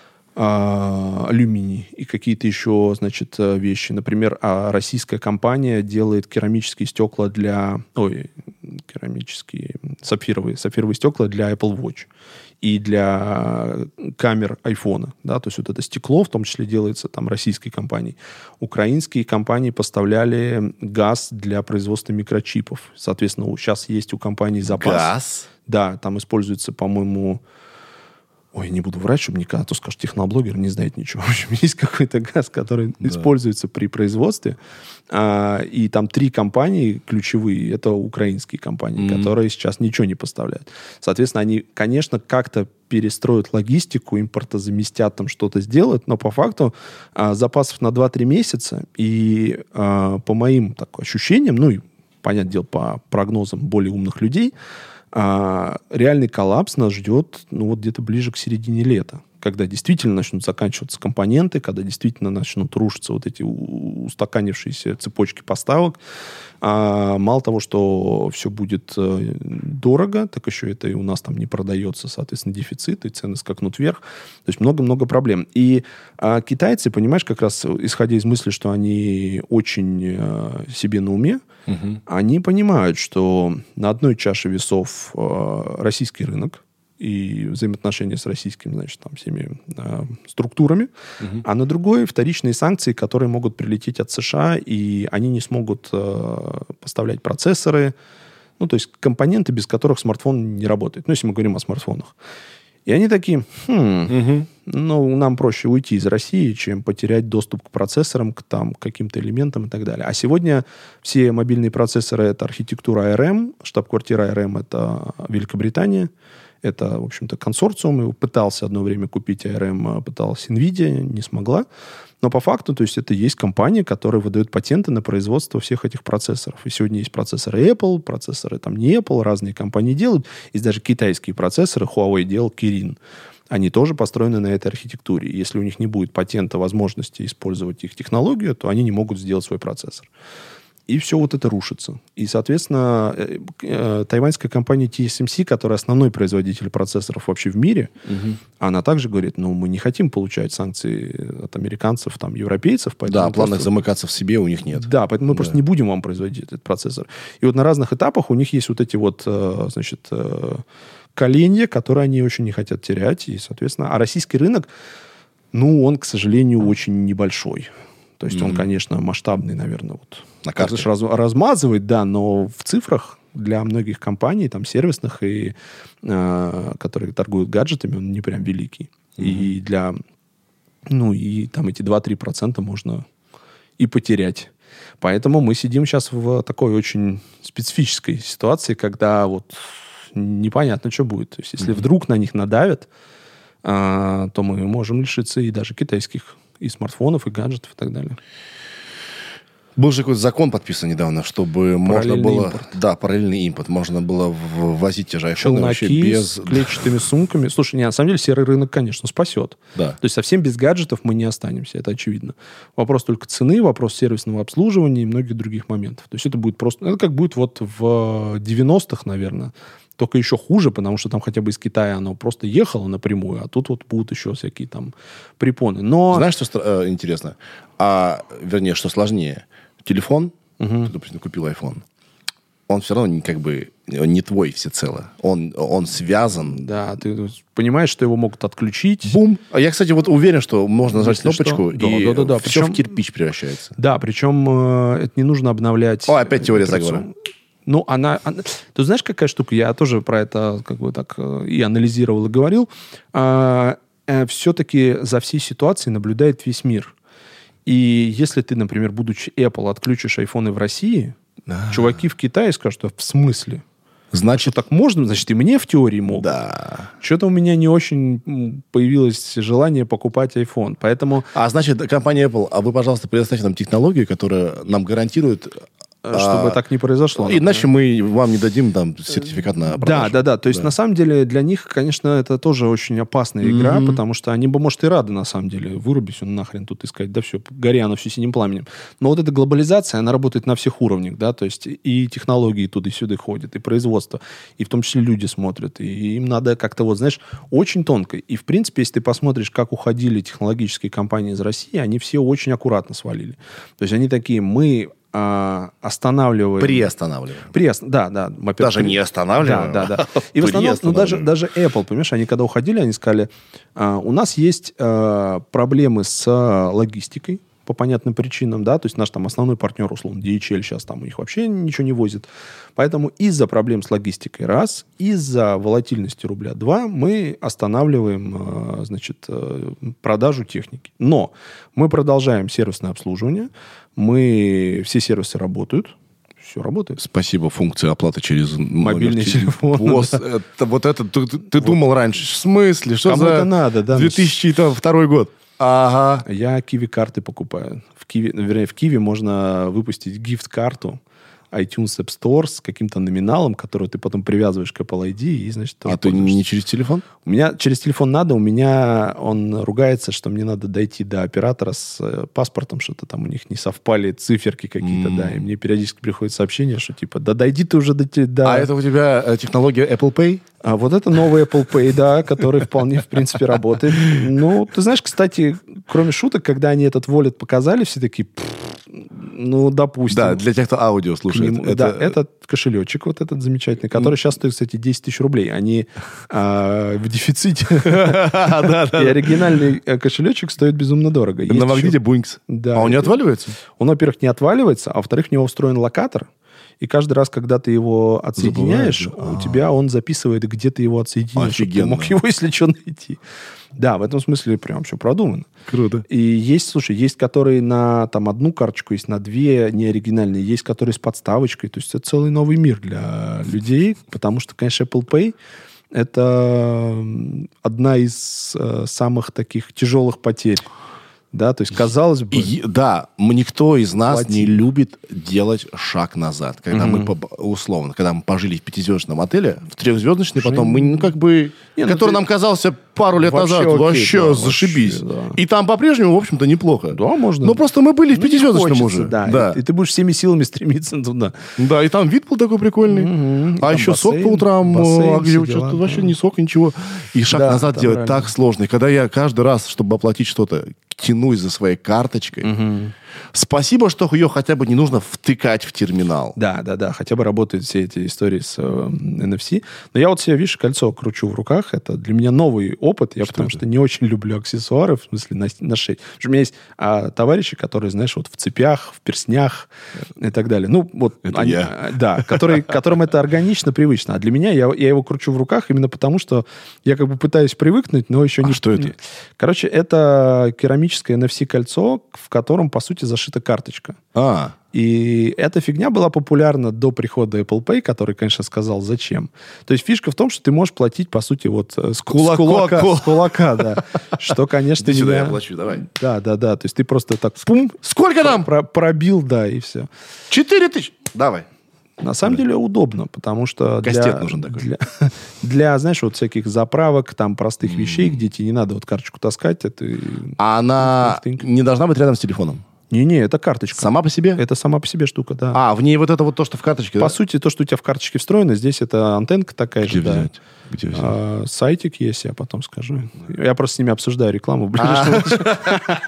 а, алюминий и какие-то еще, значит, э, вещи. Например, а, российская компания делает керамические стекла для... Ой, керамические... Сапфировые, сапфировые стекла для Apple Watch и для камер айфона. Да? То есть вот это стекло в том числе делается там российской компанией. Украинские компании поставляли газ для производства микрочипов. Соответственно, у- сейчас есть у компании запас. Газ? Да, там используется, по-моему... Ой, не буду врать, чтобы никогда, а то скажут, техноблогер не знает ничего. В общем, есть какой-то газ, который Да. используется при производстве. А, и там три компании ключевые, это украинские компании, Мгм. которые сейчас ничего не поставляют. Соответственно, они, конечно, как-то перестроят логистику, импортозаместят, там что-то сделают, но по факту а, запасов на два-три месяца. И а, по моим так, ощущениям, ну и, понятное дело, по прогнозам более умных людей, а, реальный коллапс нас ждет ну, вот где-то ближе к середине лета, когда действительно начнут заканчиваться компоненты, когда действительно начнут рушиться вот эти у- устаканившиеся цепочки поставок. А, мало того, что все будет э, дорого, так еще это и у нас там не продается, соответственно, дефицит, и цены скакнут вверх. То есть много-много проблем. И а, китайцы, понимаешь, как раз исходя из мысли, что они очень э, себе на уме, Мгм. они понимают, что на одной чаше весов э, российский рынок и взаимоотношения с российскими, значит, там, всеми э, структурами, Мгм. а на другой вторичные санкции, которые могут прилететь от США, и они не смогут э, поставлять процессоры, ну, то есть компоненты, без которых смартфон не работает. Ну, если мы говорим о смартфонах. И они такие, хм, Мгм. ну, нам проще уйти из России, чем потерять доступ к процессорам, к там, к каким-то элементам и так далее. А сегодня все мобильные процессоры — это архитектура эй ар эм, штаб-квартира эй ар эм — это Великобритания. Это, в общем-то, консорциум. Его пытался одно время купить эй ар эм, пыталась NVIDIA, не смогла. Но по факту, то есть это есть компания, которая выдает патенты на производство всех этих процессоров. И сегодня есть процессоры Apple, процессоры там не Apple, разные компании делают. Есть даже китайские процессоры, Huawei делал Kirin. Они тоже построены на этой архитектуре. И если у них не будет патента возможности использовать их технологию, то они не могут сделать свой процессор. И все вот это рушится. И, соответственно, э, э, тайваньская компания ти эс эм си, которая основной производитель процессоров вообще в мире, Мгм. она также говорит, ну, мы не хотим получать санкции от американцев, там, европейцев. Поэтому Да, мы планах просто- замыкаться в себе у них нет. Да, поэтому мы Да. просто не будем вам производить этот процессор. И вот на разных этапах у них есть вот эти вот, э, значит, э, коленья, которые они очень не хотят терять. И, соответственно, а российский рынок, ну, он, к сожалению, очень небольшой. То есть он, Мгм. конечно, масштабный, наверное, вот. На карте. Раз- размазывает, да, но в цифрах для многих компаний, там, сервисных, и, э, которые торгуют гаджетами, он не прям великий. И для, ну, и там эти два-три процента можно и потерять. Поэтому мы сидим сейчас в такой очень специфической ситуации, когда вот непонятно, что будет. То есть если вдруг на них надавят, а, то мы можем лишиться и даже китайских и смартфонов, и гаджетов, и так далее. Был же какой-то закон подписан недавно, чтобы можно Параллельный было... импорт. Да, параллельный импорт. Можно было ввозить те же айфоны вообще Челноки без... с клетчатыми сумками. Слушай, не, на самом деле серый рынок, конечно, спасет. Да. То есть совсем без гаджетов мы не останемся, это очевидно. Вопрос только цены, вопрос сервисного обслуживания и многих других моментов. То есть это будет просто... Это как будет вот в девяностых, наверное. только еще хуже, потому что там хотя бы из Китая оно просто ехало напрямую, а тут вот будут еще всякие там препоны. Но... Знаешь, что э, интересно? А, вернее, что сложнее? Телефон, Угу. ты, допустим, купил iPhone, он все равно не, как бы он не твой всецело. Он, он связан. Да, ты понимаешь, что его могут отключить. Бум! А я, кстати, вот уверен, что можно нажать Если кнопочку, что. и Да, да, да, да. все Причем- в кирпич превращается. Да, причем э, это не нужно обновлять. О, опять теория операционную- заговора. Ну, она, она... Ты знаешь, какая штука? Я тоже про это как бы так э, и анализировал, и говорил. А, э, все-таки за всей ситуацией наблюдает весь мир. И если ты, например, будучи Apple, отключишь айфоны в России, А. чуваки в Китае скажут, что в смысле? Что Значит, так можно? Значит, и мне в теории могут. да. Что-то у меня не очень м, появилось желание покупать iPhone. Поэтому, А значит, компания Apple, а вы, пожалуйста, предоставьте нам технологию, которая нам гарантирует... э, чтобы а, так не произошло. Иначе мы вам не дадим там сертификат на Да, продажу. да, да. То есть, Да. на самом деле, для них, конечно, это тоже очень опасная игра, Мгм. потому что они бы, может, и рады, на самом деле, вырубить он нахрен тут и сказать, да все, гори оно все синим пламенем. Но вот эта глобализация, она работает на всех уровнях, да, то есть и технологии туда-сюда ходят, и производство, и в том числе люди смотрят, и им надо как-то, вот, знаешь, очень тонко. И, в принципе, если ты посмотришь, как уходили технологические компании из России, они все очень аккуратно свалили. То есть они такие, мы а, останавливаем... Приостанавливаем. Пресс, да, да. Во-первых, Даже при- не останавливаем. Да, да, да. И в основном, ну, даже, даже Apple, понимаешь, они когда уходили, они сказали, а, у нас есть а, проблемы с а, логистикой по понятным причинам, да, то есть наш там основной партнер, условно, ди эйч эл сейчас там у них вообще ничего не возит. Поэтому из-за проблем с логистикой, раз, из-за волатильности рубля, два, мы останавливаем, а, значит, а, продажу техники. Но мы продолжаем сервисное обслуживание, мы, все сервисы работают, все работает. Спасибо, функция оплаты через Мобильный номер телефон, Босс, это, вот это ты, ты думал раньше. В смысле? Что Кому за это надо, да? две тысячи второй год? Ага. Я киви-карты покупаю. В Киви, вернее, в Киви можно выпустить гифт-карту iTunes App Store с каким-то номиналом, который ты потом привязываешь к Apple ай ди, и, значит, тоже А ты пользуешься. не через телефон? У меня через телефон надо, у меня он ругается, что мне надо дойти до оператора с э, паспортом, что-то там у них не совпали, циферки какие-то, М. да, и мне периодически приходит сообщение, что типа, да дойди ты уже до... те- до... А это у тебя э, технология Apple Pay? А вот это новый Apple Pay, да, который вполне, в принципе, работает. Ну, ты знаешь, кстати, кроме шуток, когда они этот Wallet показали, все такие, «Пф, ну, допустим. Да, для тех, кто аудио К слушает. нему- это- Да, этот кошелечек вот этот замечательный, который сейчас стоит, кстати, десять тысяч рублей. Они а, в дефиците. И оригинальный э, кошелечек стоит безумно дорого. Есть На магните еще- Буинкс. Да. А он не отваливается? Он, во-первых, не отваливается, а во-вторых, у него устроен локатор. И каждый раз, когда ты его отсоединяешь, Забываешь, у тебя он записывает, где ты его отсоединил, чтобы ты Офигенно. мог его, если что, найти. Да, в этом смысле прям все продумано. Круто. И есть, слушай, есть которые на там, одну карточку, есть на две неоригинальные, есть которые с подставочкой. То есть это целый новый мир для людей, потому что, конечно, Apple Pay — это м, одна из э, самых таких тяжелых потерь. Да, то есть, казалось бы... И, да, м- никто из нас Плати. не любит делать шаг назад. Когда Мгм. мы, по- условно, когда мы пожили в пятизвездочном отеле, в трехзвездочный, Слушай, потом мы, ну, как бы... Не, ну который ты- нам казался пару лет Вообще назад окей, вообще да, зашибись. вообще, да. И там по-прежнему, в общем-то, неплохо. Да, можно. Но просто мы были в Ну, не пятизвездочном хочется, уже. Да, да. И, и ты будешь всеми силами стремиться туда. Да, и там вид был такой прикольный. Мгм. И А там еще сок бассейн, по утрам, бассейн, а где все вот дела, что-то да. вообще не сок, ничего. И шаг Да, назад там делать реально. так сложно. И когда я каждый раз, чтобы оплатить что-то, тянусь за своей карточкой, Мгм. спасибо, что ее хотя бы не нужно втыкать в терминал. Да, да, да. Хотя бы работают все эти истории с э, эн эф си. Но я вот себе, видишь, кольцо кручу в руках. Это для меня новый опыт. Я Что потому это? что не очень люблю аксессуары, в смысле на, на шее. Потому что у меня есть а, товарищи, которые, знаешь, вот в цепях, в перстнях и так далее. Ну, вот Это они, я. а, да, которые, которым это органично, привычно. А для меня я, я его кручу в руках именно потому, что я как бы пытаюсь привыкнуть, но еще А не... что это? не- Короче, это керамическое эн эф си-кольцо, в котором, по сути, зашита карточка. А, И эта фигня была популярна до прихода Apple Pay, который, конечно, сказал, зачем. То есть фишка в том, что ты можешь платить, по сути, вот э, с, Кулака- с кулака, кул- с кулака, да. Что, конечно, иди сюда, меня- я плачу, давай. Да, да, да. То есть ты просто так пум, Сколько там? про- пробил, да, и все. Четыре тысячи. Давай. На самом деле удобно, потому что для, Кастет нужен такой. Для, для, знаешь, вот всяких заправок, там, простых вещей, где тебе не надо вот карточку таскать, это... А она Пустынько. не должна быть рядом с телефоном? Не-не, это карточка. Сама по себе? Это сама по себе штука, да. А, в ней вот это вот то, что в карточке, По да? сути, то, что у тебя в карточке встроено, здесь это антенка такая Где же, да. взять? Где взять? А, сайтик есть, я потом скажу. Я просто с ними обсуждаю рекламу. в ближайшем будущем.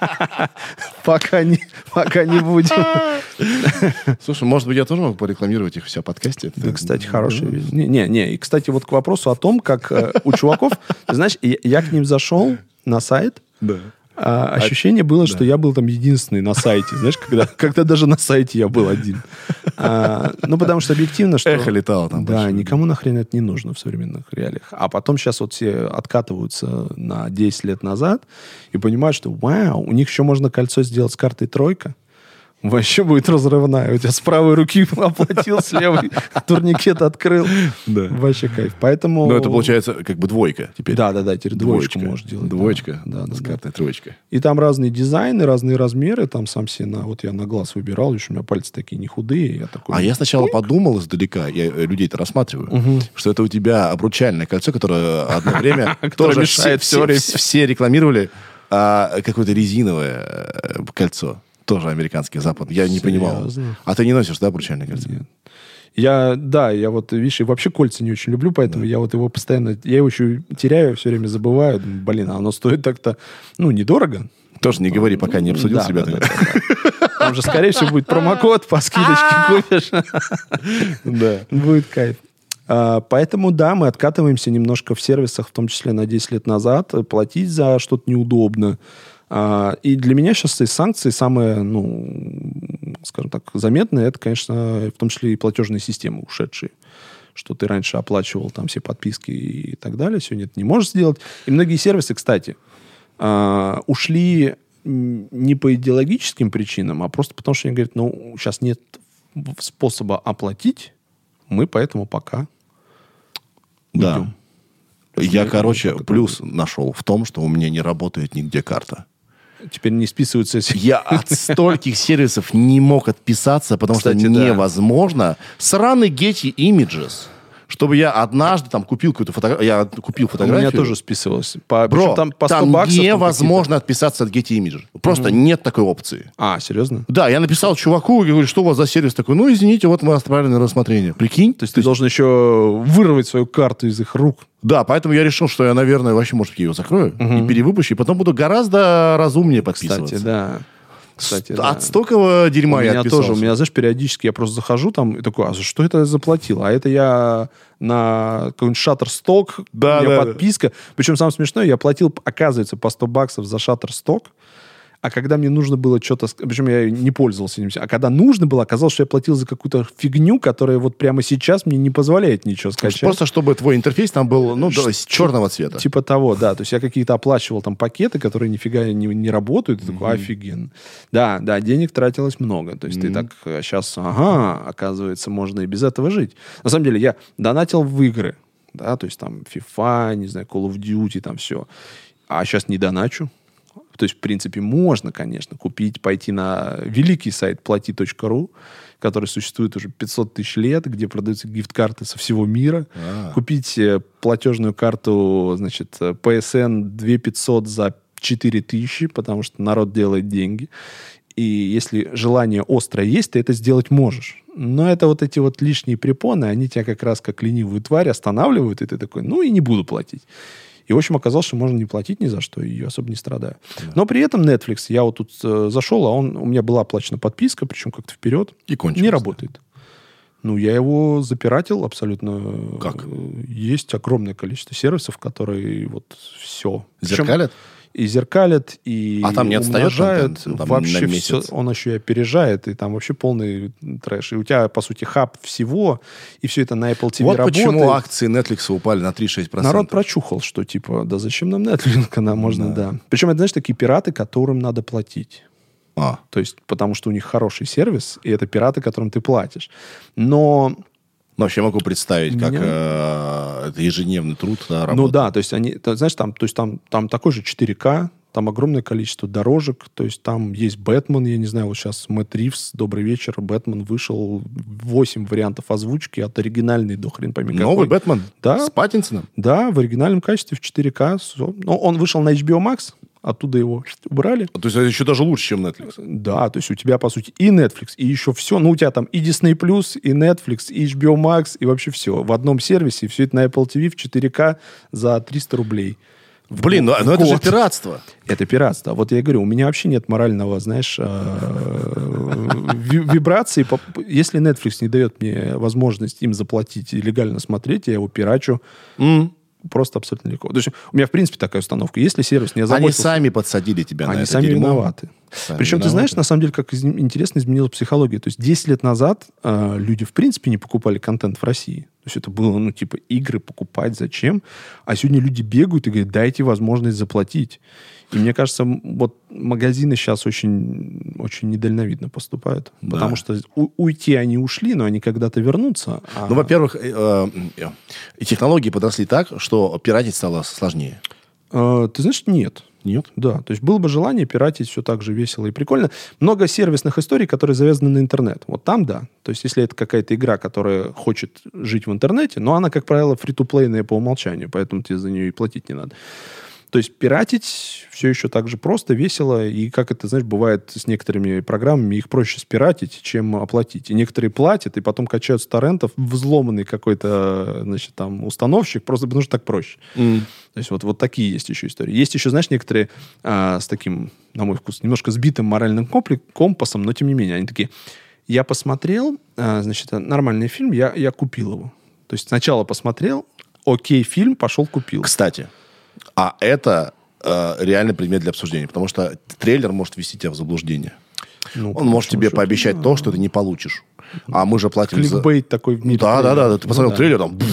Пока не пока не будем. Слушай, может быть, я тоже могу порекламировать их у себя в подкасте? Да, кстати, хороший. Не, не, не. И, кстати, вот к вопросу о том, как э, у чуваков... Ты знаешь, я, я к ним зашел на сайт, Да. а ощущение было, что я был там единственный на сайте. Знаешь, когда, когда даже на сайте я был один. А, ну, потому что объективно, что... Эхо летало там. Да, большое. никому нахрен это не нужно в современных реалиях. А потом сейчас вот все откатываются на десять лет назад и понимают, что вау, у них еще можно кольцо сделать с картой тройка. Вообще будет разрывная. У тебя с правой руки оплатил, с левой турникет открыл. Да. Вообще кайф. Поэтому... Ну, это получается как бы двойка теперь. Да, да, да, теперь двоечку Двоечка. можешь делать. Двоечка Да, да, с да. картой троечка. И там разные дизайны, разные размеры. Там сам себе на... Вот я на глаз выбирал, еще у меня пальцы такие не худые. Я такой... А я сначала подумал издалека, я э, людей-то рассматриваю, что это у тебя обручальное кольцо, которое одно время Которое тоже мешает все всё время. все- все рекламировали, а какое-то резиновое э, кольцо. Тоже американский запад. Я не понимал. Серьезно? А ты не носишь, да, обручальное кольцо? Нет. Я, да, я вот, видишь, и вообще кольца не очень люблю, поэтому я вот его постоянно, я его еще теряю, все время забываю. Думаю, блин, а оно стоит так-то, ну, недорого. Тоже не говори, пока не обсудил Да, с ребятами. да, да, да. Там же, скорее всего, будет промокод, по скидочке купишь. Да. Будет кайф. А, Поэтому, да, мы откатываемся немножко в сервисах, в том числе на десять лет назад. Платить за что-то неудобно. А, И для меня сейчас из санкций самое, ну, скажем так, заметное, это, конечно, в том числе и платежные системы ушедшие. Что ты раньше оплачивал там все подписки и так далее. Сегодня это не можешь сделать. И многие сервисы, кстати, а, ушли м, не по идеологическим причинам, а просто потому, что они говорят, ну, сейчас нет в- способа оплатить, мы поэтому пока Да. уйдем. Я, Ну, короче, как это плюс нашел в том, что у меня не работает нигде карта. Теперь не списываются эти... Я от стольких сервисов не мог отписаться, потому Кстати, что да. невозможно. Сраный Getty Images. Чтобы я однажды там купил какую-то фотографию. Я купил У фотографию. меня тоже списывалось. По, Бро, причем там по сто там баксов. там невозможно отписаться от Getty Images. Просто нет такой опции. какие-то- А, серьезно? Да, я написал чуваку, я говорю, что у вас за сервис такой? Ну, извините, вот мы отправили на рассмотрение. Прикинь? То есть ты должен еще вырвать свою карту из их рук. Да, поэтому я решил, что я, наверное, вообще, может, я ее закрою и перевыпущу, и потом буду гораздо разумнее подписываться. Кстати, да. Кстати, да. От столького дерьма У я меня отписался. тоже, у меня, знаешь, периодически я просто захожу там и такой, а за что это я заплатил? А это я на какой-нибудь Shutterstock, Да, у меня да, подписка. Причем самое смешное, я платил, оказывается, по сто баксов за Shutterstock, а когда мне нужно было что-то... ск- Причем я не пользовался ним. А когда нужно было, оказалось, что я платил за какую-то фигню, которая вот прямо сейчас мне не позволяет ничего скачать. Просто чтобы твой интерфейс там был, ну, да, Ш- черного цвета. Типа того, да. То есть я какие-то оплачивал там пакеты, которые нифига не, не работают. И такой, офигенно. Да, да, денег тратилось много. То есть ты так сейчас, ага, оказывается, можно и без этого жить. На самом деле я донатил в игры. Да, то есть там FIFA, не знаю, Call of Duty, там все. А сейчас не доначу. То есть, в принципе, можно, конечно, купить, пойти на великий сайт плати точка ру, который существует уже пятьсот тысяч лет, где продаются гифт-карты со всего мира. А. Купить э, платежную карту, значит, э, пи эс эн две тысячи пятьсот за четыре тысячи, потому что народ делает деньги. И если желание острое есть, ты это сделать можешь. Но это вот эти вот лишние препоны, они тебя как раз как ленивую тварь останавливают, и ты такой, ну и не буду платить. И, в общем, оказалось, что можно не платить ни за что, и я особо не страдаю. Да. Но при этом Netflix, я вот тут э, зашел, а он, у меня была оплачена подписка, причем как-то вперед. И кончилось. Не работает. Ну, я его запиратил абсолютно. Как? Есть огромное количество сервисов, которые вот все. Зеркалят? И зеркалят, и А там не отстает умножают. контент, там, вообще на все, месяц? он еще и опережает, и там вообще полный трэш. И у тебя, по сути, хаб всего, и все это на Apple ти ви Вот работает. почему акции Netflix упали на три-шесть процентов. Народ прочухал, что типа, да зачем нам Netflix, нам можно, да. да. Причем это, знаешь, такие пираты, которым надо платить. А. То есть, потому что у них хороший сервис, и это пираты, которым ты платишь. Но... Ну, вообще могу представить, Меня... как э, это ежедневный труд, да, работа. Ну да, то есть они, ты знаешь, там, то есть там, там такой же четыре ка, там огромное количество дорожек, то есть там есть Бэтмен, я не знаю, вот сейчас Мэтт Ривз, добрый вечер, Бэтмен вышел, восемь вариантов озвучки, от оригинальной до хрен пойми какой. Новый Бэтмен? Да. С Паттинсоном? Да, в оригинальном качестве в четыре ка. Ну, он вышел на эйч би о Max, оттуда его убрали. То есть это еще даже лучше, чем Netflix. Да, то есть у тебя, по сути, и Netflix, и еще все. Ну, у тебя там и Disney+, и Netflix, и эйч би о Max, и вообще все. В одном сервисе, и все это на Apple ти ви в четыре ка за триста рублей. Блин, ну, ну это же пиратство. Это пиратство. Вот я говорю, у меня вообще нет морального, знаешь, вибрации. Если Netflix не дает мне возможность им заплатить и легально смотреть, я его пирачу. Просто абсолютно легко. То есть у меня, в принципе, такая установка. Если сервис не озаботился... Они сами подсадили тебя на Они это сами дерьмо. виноваты. Сами Причем, виноваты. ты знаешь, на самом деле, как из- интересно изменилась психология. То есть десять лет назад э, люди, в принципе, не покупали контент в России. То есть это было, ну, типа, игры покупать зачем? А сегодня люди бегают и говорят, дайте возможность заплатить. И мне кажется, вот магазины сейчас очень, очень недальновидно поступают. Да. Потому что у- уйти они ушли, но они когда-то вернутся. А... Ну, во-первых, э, э, и технологии подросли так, что пиратить стало сложнее. Э, ты знаешь, нет. Нет? Да, то есть было бы желание пиратить все так же весело и прикольно. Много сервисных историй, которые завязаны на интернет. Вот там да. То есть если это какая-то игра, которая хочет жить в интернете, но она, как правило, фри-то-плейная по умолчанию, поэтому тебе за нее и платить не надо. То есть пиратить все еще так же просто, весело. И как это, знаешь, бывает с некоторыми программами, их проще спиратить, чем оплатить. И некоторые платят, и потом качают с торрентов взломанный какой-то, значит, там, установщик, просто потому что так проще. Mm. То есть вот, вот такие есть еще истории. Есть еще, знаешь, некоторые а, с таким, на мой вкус, немножко сбитым моральным компли- компасом, но тем не менее, они такие, я посмотрел, а, значит, нормальный фильм, я, я купил его. То есть сначала посмотрел, окей, фильм, пошел, купил. Кстати, а это э, реальный предмет для обсуждения, потому что трейлер может ввести тебя в заблуждение. Ну, Он может тебе что-то, пообещать да. то, что ты не получишь. А мы же платим за... Кликбейт такой в мире. Да, да, да, да. Ты посмотрел Ну, да. трейлер, там...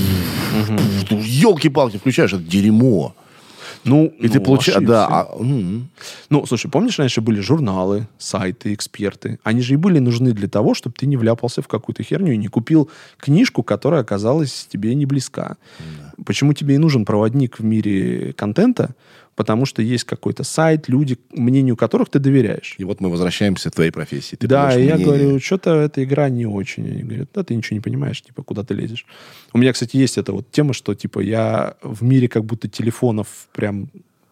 Елки-палки, включаешь, это дерьмо. Ну, И ты ну, получаешь... ошибся. Да, а, м. Ну, слушай, помнишь, раньше были журналы, сайты, эксперты? Они же и были нужны для того, чтобы ты не вляпался в какую-то херню и не купил книжку, которая оказалась тебе не близка. Да. Почему тебе и нужен проводник в мире контента? Потому что есть какой-то сайт, люди, мнению которых ты доверяешь. И вот мы возвращаемся к твоей профессии. Ты Да, и я мнение. говорю, что-то эта игра не очень. Они говорят, да, ты ничего не понимаешь, типа, куда ты лезешь. У меня, кстати, есть эта вот тема, что, типа, я в мире как будто телефонов прям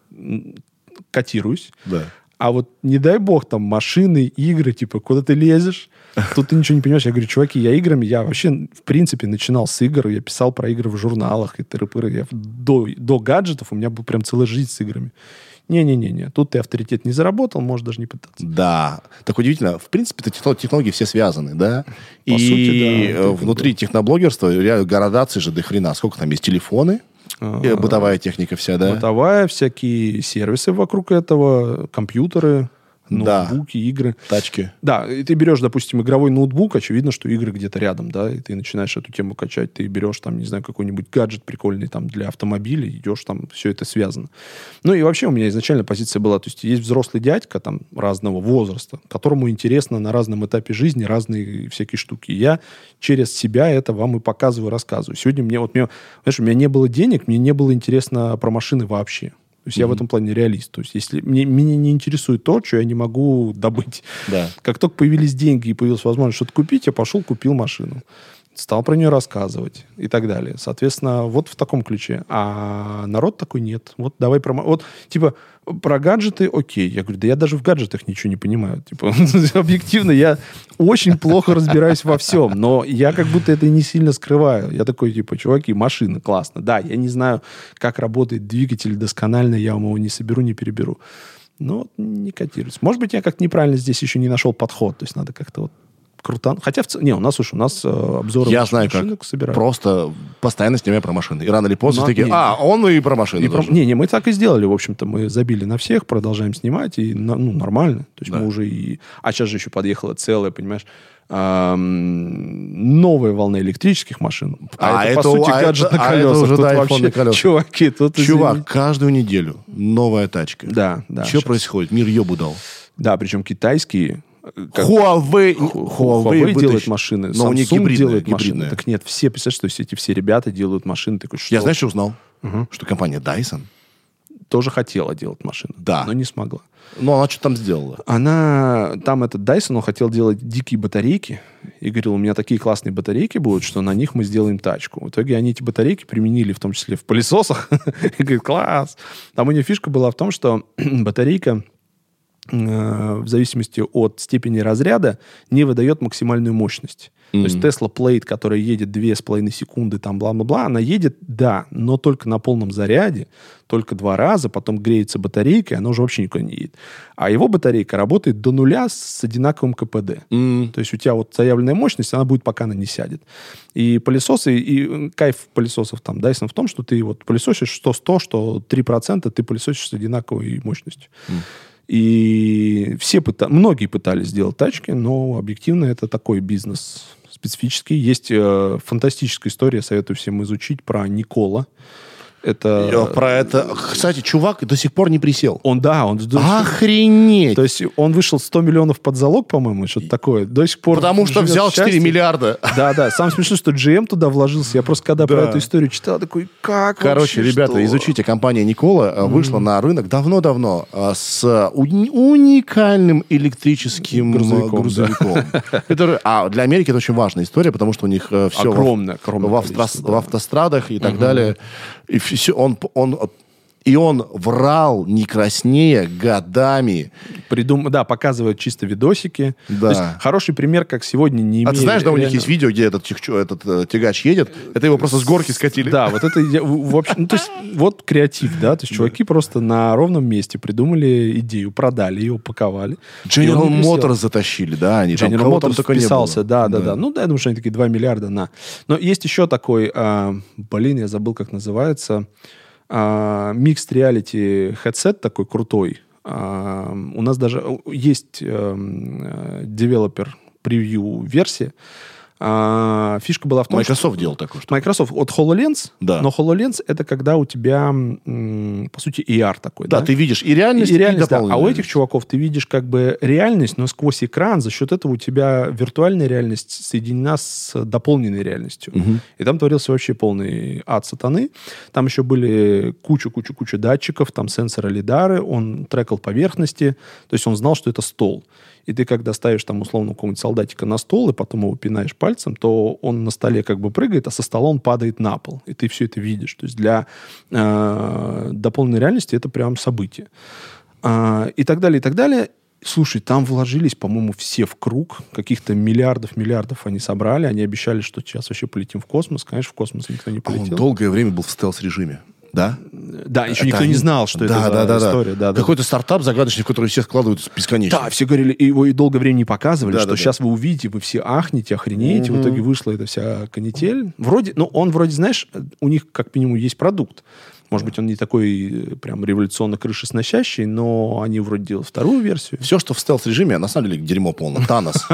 м, котируюсь. Да. А вот не дай бог там машины, игры, типа, куда ты лезешь, тут ты ничего не понимаешь. Я говорю, чуваки, я играми, я вообще, в принципе, начинал с игр, я писал про игры в журналах и тыры-пыры. Я до, до гаджетов у меня был прям целая жизнь с играми. Не-не-не, тут ты авторитет не заработал, можешь даже не пытаться. Да. Так удивительно. В принципе, технологии все связаны, да? По и сути, да. э, внутри техноблогерства реально градации же до хрена. Сколько там есть? Телефоны, э, бытовая техника вся, да? Бытовая, всякие сервисы вокруг этого, компьютеры, Да. ноутбуки, игры. Тачки. Да, и ты берешь, допустим, игровой ноутбук, очевидно, что игры где-то рядом, да, и ты начинаешь эту тему качать, ты берешь там, не знаю, какой-нибудь гаджет прикольный там для автомобиля, идешь там, все это связано. Ну и вообще у меня изначально позиция была, то есть есть взрослый дядька там разного возраста, которому интересно на разном этапе жизни разные всякие штуки. И я через себя это вам и показываю, рассказываю. Сегодня мне, вот, мне, знаешь, у меня не было денег, мне не было интересно про машины вообще. То есть mm-hmm. я в этом плане реалист. То есть если мне, меня не интересует то, что я не могу добыть. Да. Как только появились деньги и появилась возможность что-то купить, я пошел, купил машину. Стал про нее рассказывать и так далее. Соответственно, вот в таком ключе. А народ такой нет. Вот давай про... Вот, типа, про гаджеты окей. Я говорю, да я даже в гаджетах ничего не понимаю. Типа, объективно, я очень плохо разбираюсь во всем. Но я как будто это не сильно скрываю. Я такой, типа, чуваки, машина, классно. Да, я не знаю, как работает двигатель досконально. Я вам его не соберу, не переберу. Но не котируется. Может быть, я как-то неправильно здесь еще не нашел подход. То есть надо как-то вот круто. Хотя, в ц... не, у нас, слушай, у нас э, обзоры Я знаю, машинок как. собирают. Просто постоянно снимаю про машины. И рано или поздно Но- все такие, не, а, он и про машины И про- тоже. Не, не, мы так и сделали, в общем-то. Мы забили на всех, продолжаем снимать, и на- ну, нормально. То есть Да. мы уже и... А сейчас же еще подъехала целая, понимаешь, ам, новая волна электрических машин. А, А это, это- по сути, а гаджет это- на а это колесах. уже, Тут да, iPhone вообще, на колесах. чуваки, тут... Чувак, извините. каждую неделю новая тачка. Да, да. Что щас. происходит? Мир ебу дал. Да, причем китайские... как- Huawei, Huawei вытащ- делает машины, Но у них Samsung гибридная, делает машины. гибридная. Так нет, все, представляешь, что все эти все ребята делают машины. Такой, что? Я, знаешь, что узнал? Мгм. Что компания Dyson тоже хотела делать машину, Да. но не смогла. Ну, она что там сделала? Она, там этот Dyson, он хотел делать дикие батарейки и говорил, у меня такие классные батарейки будут, что на них мы сделаем тачку. В итоге они эти батарейки применили, в том числе в пылесосах. И говорит, класс. Там у нее фишка была в том, что батарейка э, в зависимости от степени разряда не выдает максимальную мощность. Mm-hmm. То есть Tesla Plate, которая едет две с половиной секунды, там бла-бла-бла, она едет, да, но только на полном заряде, только два раза, потом греется батарейка, и она уже вообще никуда не едет. А его батарейка работает до нуля с одинаковым КПД. Mm-hmm. То есть у тебя вот заявленная мощность, она будет, пока она не сядет. И пылесосы, и кайф пылесосов там, Dyson в том, что ты вот пылесосишь что сто, что три процента, ты пылесосишь с одинаковой мощностью. Mm-hmm. И все пыта... многие пытались сделать тачки, но объективно это такой бизнес специфический. Есть э, фантастическая история, советую всем изучить, про Никола. Это... Я про это... Кстати, чувак до сих пор не присел. Он, да, он... Охренеть! То есть он вышел сто миллионов под залог, по-моему, что-то такое. До сих пор Потому что взял четыре миллиарда. Да, да. Самое смешное, что джи эм туда вложился. Я просто когда да. про эту историю читал, такой, как Короче, вообще, ребята, что? изучите. Компания Никола mm. вышла на рынок давно-давно с уни- уникальным электрическим грузовиком. грузовиком да. который... А для Америки это очень важная история, потому что у них все огромное, в, огромное в, автос... да. в автострадах и так mm-hmm. далее. И все, он, он, и он врал, не краснея, годами. Придум... Да, показывают чисто видосики. Да. То есть хороший пример, как сегодня не имеет... А ты знаешь, да, у реально... них есть видео, где этот, этот э, тягач едет, это его просто с горки скатили. Да, вот это... В общем, ну, то есть, вот креатив, да, то есть чуваки просто на ровном месте придумали идею, продали ее, упаковали. General Motors затащили, да, они General там Motors вписался, да, да, да, да. Ну, да, я думаю, что они такие два миллиарда на... Но есть еще такой, а, блин, я забыл, как называется... Mixed Reality headset такой крутой. Uh, у нас даже есть uh, девелопер превью-версия. Uh, фишка была в том, Microsoft что... делал такую штуку. Microsoft от HoloLens. Да. Но HoloLens — это когда у тебя, м, по сути, эй ар такой. Да, да, ты видишь и реальность, и, реальность, и да. А у реальность. этих чуваков ты видишь как бы реальность, но сквозь экран. За счет этого у тебя виртуальная реальность соединена с дополненной реальностью. Угу. И там творился вообще полный ад сатаны. Там еще были кучу-кучу-кучу датчиков, там сенсоры, лидары. Он трекал поверхности. То есть он знал, что это стол. И ты, когда ставишь там условно какого-нибудь солдатика на стол и потом его пинаешь пальцем, то он на столе как бы прыгает, а со стола он падает на пол. И ты все это видишь. То есть для э, дополненной реальности это прям событие. Э, и так далее, и так далее. Слушай, там вложились, по-моему, все в круг. Каких-то миллиардов-миллиардов они собрали. Они обещали, что сейчас вообще полетим в космос. Конечно, в космос никто не полетел. А он долгое время был в стелс-режиме. Да? Да, еще это никто они... не знал, что да, это да, за да, история. Да, Какой-то да. стартап загадочный, в который все складывают бесконечно. Да, все говорили, и его и долгое время не показывали, да, что да, сейчас да. вы увидите, вы все ахнете, охренеете. Mm-hmm. В итоге вышла эта вся канитель. Вроде, ну, он вроде, знаешь, у них как минимум есть продукт. Может быть, он не такой прям революционно крышесносящий, но они вроде делают вторую версию. Все, что в стелс-режиме, на самом деле дерьмо полное. Танос.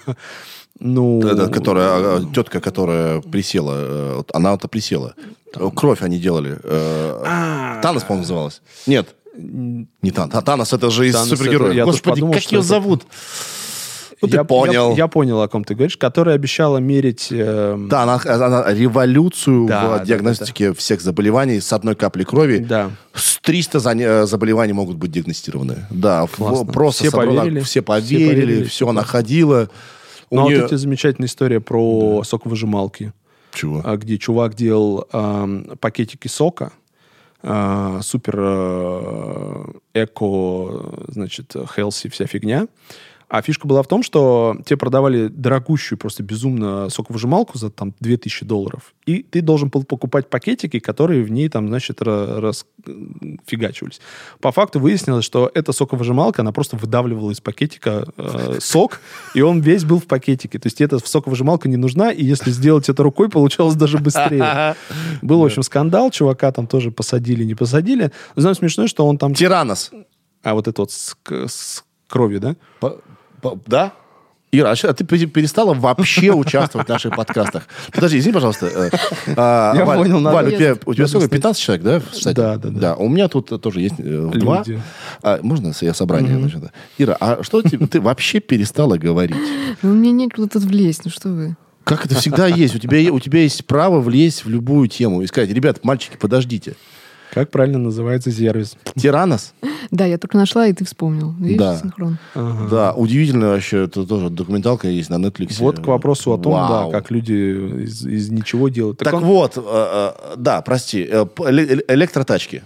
Ну... Которая, тетка, которая присела, она-то присела. Кровь они делали. Танос, по-моему, называлась. Нет, не Танос. А Танос это же из супергероев. Господи, как ее зовут? Ну, ты я, понял. Я, я понял, о ком ты говоришь, которая обещала мерить... Э... Да, она, она революцию да, в диагностике да, да, да. всех заболеваний с одной каплей крови. Да. С триста за... заболеваний могут быть диагностированы. Да, в... просто все собрала... поверили. Все поверили, все, поверили, все она ходила. Ну, нее... а вот эта замечательная история про да. соковыжималки. Чего? Где чувак делал э, пакетики сока, э, супер э, эко, значит, healthy вся фигня. А фишка была в том, что тебе продавали дорогущую, просто безумно соковыжималку за там две тысячи долларов. И ты должен был покупать пакетики, которые в ней там, значит, расфигачивались. По факту выяснилось, что эта соковыжималка, она просто выдавливала из пакетика э, сок, и он весь был в пакетике. То есть эта соковыжималка не нужна, и если сделать это рукой, получалось даже быстрее. Был, в общем, скандал. Чувака там тоже посадили, не посадили. Но самое смешное, что он там... Тиранос. А вот это вот с, с кровью, да? Да? Ира, а ты перестала вообще участвовать в наших подкастах? Подожди, извини, пожалуйста. Я понял, надо... Валь, у тебя сколько? пятнадцать человек, да, в штате? Да, да, да. У меня тут тоже есть два. Можно я собрание? Ира, а что ты вообще перестала говорить? У меня некуда тут влезть, ну что вы? Как это всегда есть? У тебя, у тебя есть право влезть в любую тему и сказать, ребят, мальчики, подождите. Как правильно называется сервис? Тиранос? Да, я только нашла, и ты вспомнил. Видишь, Да. синхрон. Ага. Да, удивительно вообще. Это тоже документалка есть на Netflix. Вот к вопросу о том, Вау. да, как люди из, из ничего делают. Так он- вот, э, э, да, прости, э, п- эле- электротачки.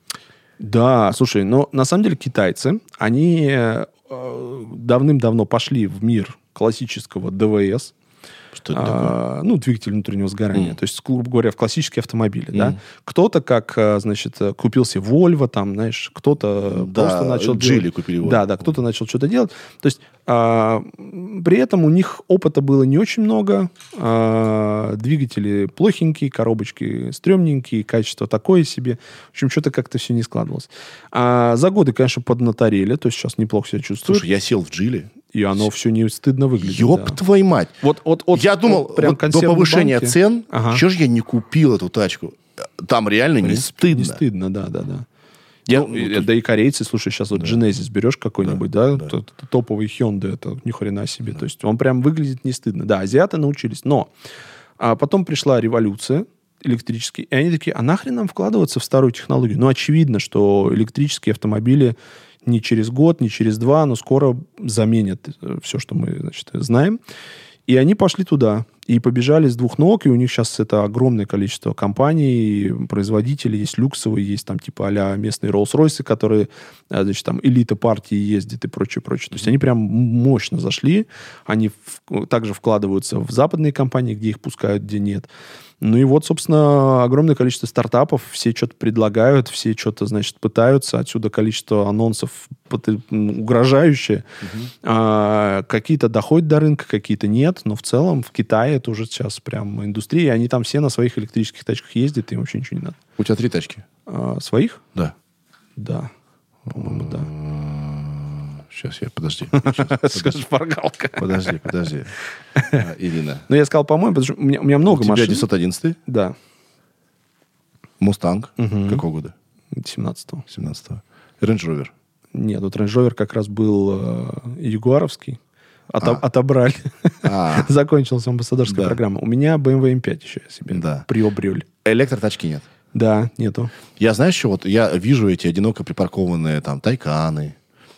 Да, слушай, но на самом деле китайцы, они э, давным-давно пошли в мир классического ДВС, Что это такое? а, ну, двигатель внутреннего сгорания. Мгм. То есть, грубо говоря, в классические автомобили, да. Мгм. Кто-то, как, а, значит, э, купил себе Volvo, там, знаешь, кто-то Да, просто начал Geely делать- купили Volvo. Да, да, кто-то начал что-то делать. То есть, а, м, при этом у них опыта было не очень много. А, двигатели плохенькие, коробочки стрёмненькие, качество такое себе. В общем, что-то как-то все не складывалось. А за годы, конечно, поднаторели, то есть сейчас неплохо себя чувствуют. Слушай, я сел в Geely. И оно все не стыдно выглядит. Ёб да. твою мать. Вот, вот, вот, я думал, вот прям вот до консервные повышения банки. цен, Ага. что же я не купил эту тачку? Там реально В не принципе, стыдно. Не стыдно, да, да, да. Я- Ну, и- да и корейцы, слушай, сейчас вот Genesis берешь какой-нибудь, да, да. т- т- топовый Hyundai, это ни хрена себе. То есть он прям выглядит не стыдно. Да, азиаты научились. Но а потом пришла революция электрические, и они такие, а нахрен нам вкладываться в старую технологию? Ну, очевидно, что электрические автомобили не через год, не через два, но скоро заменят все, что мы, значит, знаем. И они пошли туда. И побежали с двух ног, и у них сейчас это огромное количество компаний, производителей, есть люксовые, есть там типа а-ля местные Rolls-Royce, которые, а, значит, там элита партии ездит и прочее, прочее. То есть они прям мощно зашли, они в- также вкладываются в западные компании, где их пускают, где нет. Ну и вот, собственно, огромное количество стартапов, все что-то предлагают, все что-то, значит, пытаются, отсюда количество анонсов пот- м, угрожающее. А, какие-то доходят до рынка, какие-то нет, но в целом в Китае это уже сейчас прям индустрия, и они там все на своих электрических тачках ездят, им вообще ничего не надо. У тебя три тачки? А, своих? Да. Да. По-моему, да. Сейчас я, подожди. Скажешь, шпаргалка. Подожди, подожди. А, Ирина. Ну, я сказал, по-моему, потому что у меня, у меня У много тебя машин. девятьсот одиннадцать? Да, Мустанг? Мгм. Какого года? семнадцатого. семнадцатого. Рейндж Ровер. Нет, вот Range Rover как раз был э, ягуаровский. Ото- А. Отобрали. А, Закончилась амбассадорская Да. программа. У меня бэ эм вэ эм пять еще я себе Да. приобрел. электротачки нет. Да, нету. Я, знаешь, что вот я вижу эти одиноко припаркованные там Тайканы,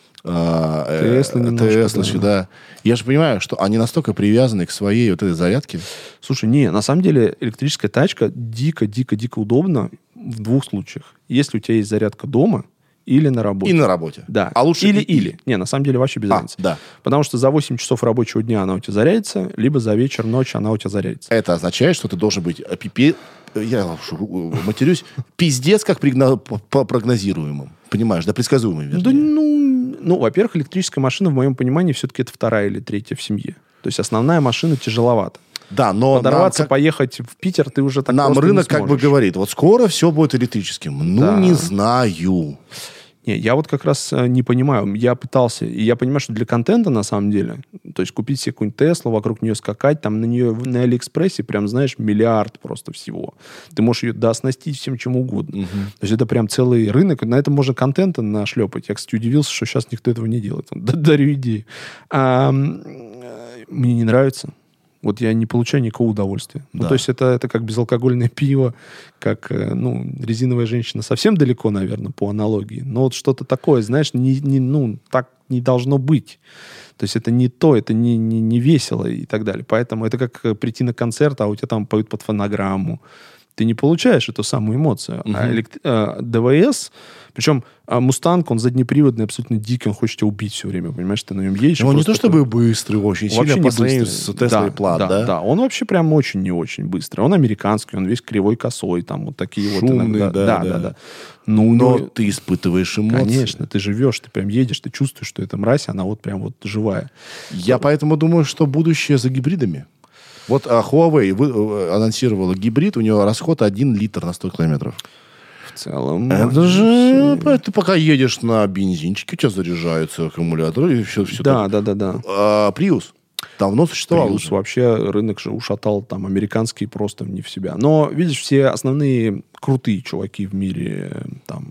а, э, Теслы немножко, Теслы, да. да. Я же понимаю, что они настолько привязаны к своей вот этой зарядке. Слушай, не, на самом деле электрическая тачка дико-дико-дико удобна в двух случаях. Если у тебя есть зарядка дома или на работе. И на работе. Да. А лучше или-или. Не, на самом деле вообще без А, разницы. да. Потому что за восемь часов рабочего дня она у тебя зарядится, либо за вечер, ночь она у тебя зарядится. Это означает, что ты должен быть э, пипе... Я шу- матерюсь. Пиздец, как пригна- по- по прогнозируемым. Понимаешь, да, предсказуемым, вернее. Да, ну, ну, во-первых, электрическая машина, в моем понимании, все-таки это вторая или третья в семье. То есть основная машина тяжеловата. Да, но нам, Подорваться, как- поехать в Питер ты уже так нам просто рынок не как бы сможешь. говорит, вот скоро все будет электрическим. Ну, Да. не знаю. Не, я вот как раз э, не понимаю. Я пытался, и я понимаю, что для контента, на самом деле, то есть купить себе какую-нибудь Теслу, вокруг нее скакать, там на нее на Алиэкспрессе прям, знаешь, миллиард просто всего. Ты можешь ее дооснастить всем чем угодно. То есть это прям целый рынок. На этом можно контента нашлепать. Я, кстати, удивился, что сейчас никто этого не делает. Д- Дарю идею. А, м, э, мне не нравится. Вот я не получаю никакого удовольствия. Ну, Да. то есть это, это как безалкогольное пиво, как, э, ну, резиновая женщина совсем далеко, наверное, по аналогии. Но вот что-то такое, знаешь, не, не, ну, так не должно быть. То есть это не то, это не, не, не весело и так далее. Поэтому это как э, прийти на концерт, а у тебя там поют под фонограмму. Ты не получаешь эту самую эмоцию. А элект- э, ДВС, причем а, Мустанг, он заднеприводный, абсолютно дикий, он хочет тебя убить все время, понимаешь, ты на нем едешь. и Но он не то просто чтобы быстрый очень вообще сильно не по сравнению быстрый. с Теслой да, Plaid, да, да? да, он вообще прям очень не очень быстрый. Он американский, он весь кривой, косой, там вот такие вот Шумный, иногда. да, да, да. да, да. Ну, Но ну, ты испытываешь эмоции. конечно, ты живешь, ты прям едешь, ты чувствуешь, что эта мразь, она вот прям вот живая. Я поэтому думаю, что будущее за гибридами. Вот а, Huawei вы, э, анонсировала гибрид, у него расход один литр на сто километров. В целом... Это же... Ты пока едешь на бензинчике, у тебя заряжаются аккумуляторы и все, все Да, да, да, да. А, Prius давно существовал. Prius уже. вообще рынок же ушатал там американский просто не в себя. Но, видишь, все основные крутые чуваки в мире там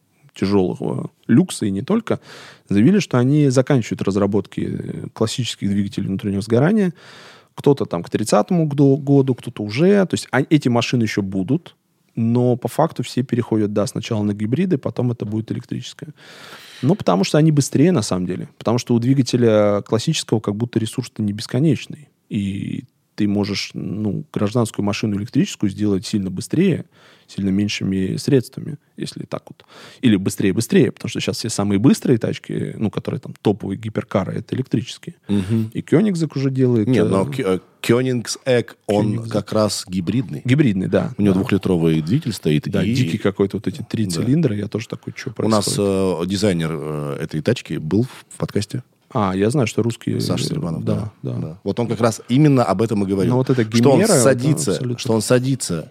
тяжелого люкса и не только, заявили, что они заканчивают разработки классических двигателей внутреннего сгорания. Кто-то там к тридцатому году, кто-то уже. То есть а, эти машины еще будут. но по факту все переходят, да, сначала на гибриды, потом это будет электрическое. Ну, потому что они быстрее, на самом деле. Потому что у двигателя классического как будто ресурс-то не бесконечный. И ты можешь, ну, гражданскую машину электрическую сделать сильно быстрее, сильно меньшими средствами, если так вот. Или быстрее-быстрее, потому что сейчас все самые быстрые тачки, ну, которые там топовые гиперкары, это электрические. Мгм. И Koenigsegg уже делает... Нет, э, но Ко- Koenigsegg, он Koenigsegg. как раз гибридный. Гибридный, да. У него да. двухлитровый двигатель стоит. Да, и дикий какой-то, вот эти три Да. цилиндра, я тоже такой, что У нас происходит? э, дизайнер э, этой тачки был в подкасте. А, я знаю, что русские... Саша Стрельбанов, да, да, да. да. Вот он как раз именно об этом и говорил. Ну, вот это что он Гимера, да, садится, абсолютно. что он садится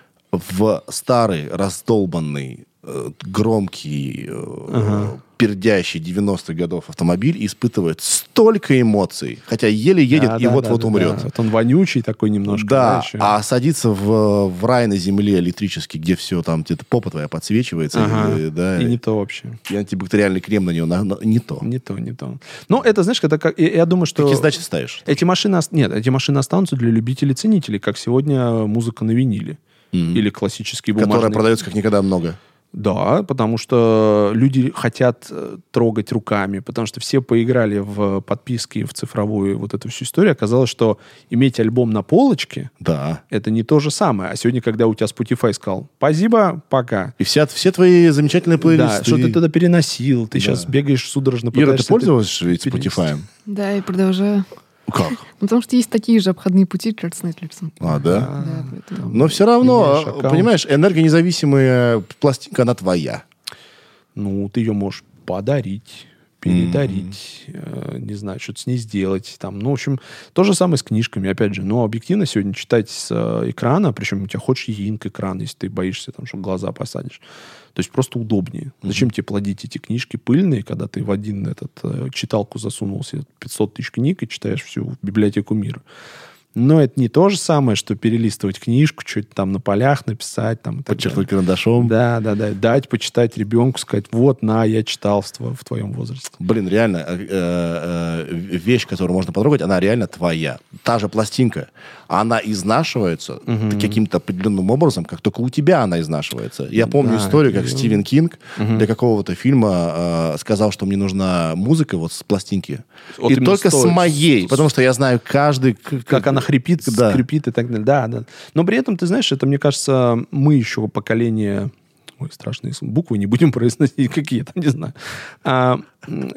в старый, раздолбанный, э, громкий, э, Ага. пердящий девяностых годов автомобиль и испытывает столько эмоций, хотя еле едет Да, и да, вот-вот да, да, умрет. да. Вот он вонючий такой немножко. Да, еще. а садиться в, в рай на земле электрический, где все там, где-то попа твоя подсвечивается, Ага. и, да, И не то вообще. и антибактериальный крем на него, на- на- не то. Не то, не то. Ну, это, знаешь, это как... Я, я думаю, что... Какие задачи ставишь? Эти машины... ос- Нет, эти машины останутся для любителей-ценителей, как сегодня музыка на виниле. Мгм. Или классические бумажные. Которая продается как никогда много. Да, потому что люди хотят э, трогать руками, потому что все поиграли в подписки, в цифровую вот эту всю историю. Оказалось, что иметь альбом на полочке Да. это не то же самое. А сегодня, когда у тебя Spotify сказал «Спасибо, пока», И все, все твои замечательные плейлисты. да, что ты туда переносил, ты Да. сейчас бегаешь судорожно, Ира, ты пытаешься... пользовалась ведь перенести. Spotify? Да, и продолжаю. Как? Ну, потому что есть такие же обходные пути как с Netflix. А, да? Да, поэтому... Но все равно, меняешь аккаунт. понимаешь, энергонезависимая пластинка, она твоя. Ну, ты ее можешь подарить, передарить, э, не знаю, что-то с ней сделать. Там. Ну, в общем, то же самое с книжками, опять же. Но объективно сегодня читать с э, экрана, причем у тебя хочешь ink экран, если ты боишься, там, что глаза посадишь. То есть просто удобнее. Зачем тебе плодить эти книжки пыльные, когда ты в один этот э, читалку засунул себе пятьсот тысяч книг и читаешь всю библиотеку мира. Но это не то же самое, что перелистывать книжку, что-то там на полях написать. Там, и так Подчеркнуть далее. карандашом. Да, да, да. Дать почитать ребенку, сказать, вот, на, я читал в, тво- в твоем возрасте. Блин, реально, э, э, вещь, которую можно потрогать, она реально твоя. Та же пластинка, она изнашивается каким-то определенным образом, как только у тебя она изнашивается. Я помню Да, историю, как и- Стивен Кинг для какого-то фильма э, сказал, что мне нужна музыка вот с пластинки. Вот и именно только с с той- моей, с- потому что я знаю каждый... к- Как она хрипит, Да. скрипит и так далее. Да, да. Но при этом, ты знаешь, это, мне кажется, мы еще поколение... Ой, страшные буквы не будем произносить, какие там, не знаю. А, м,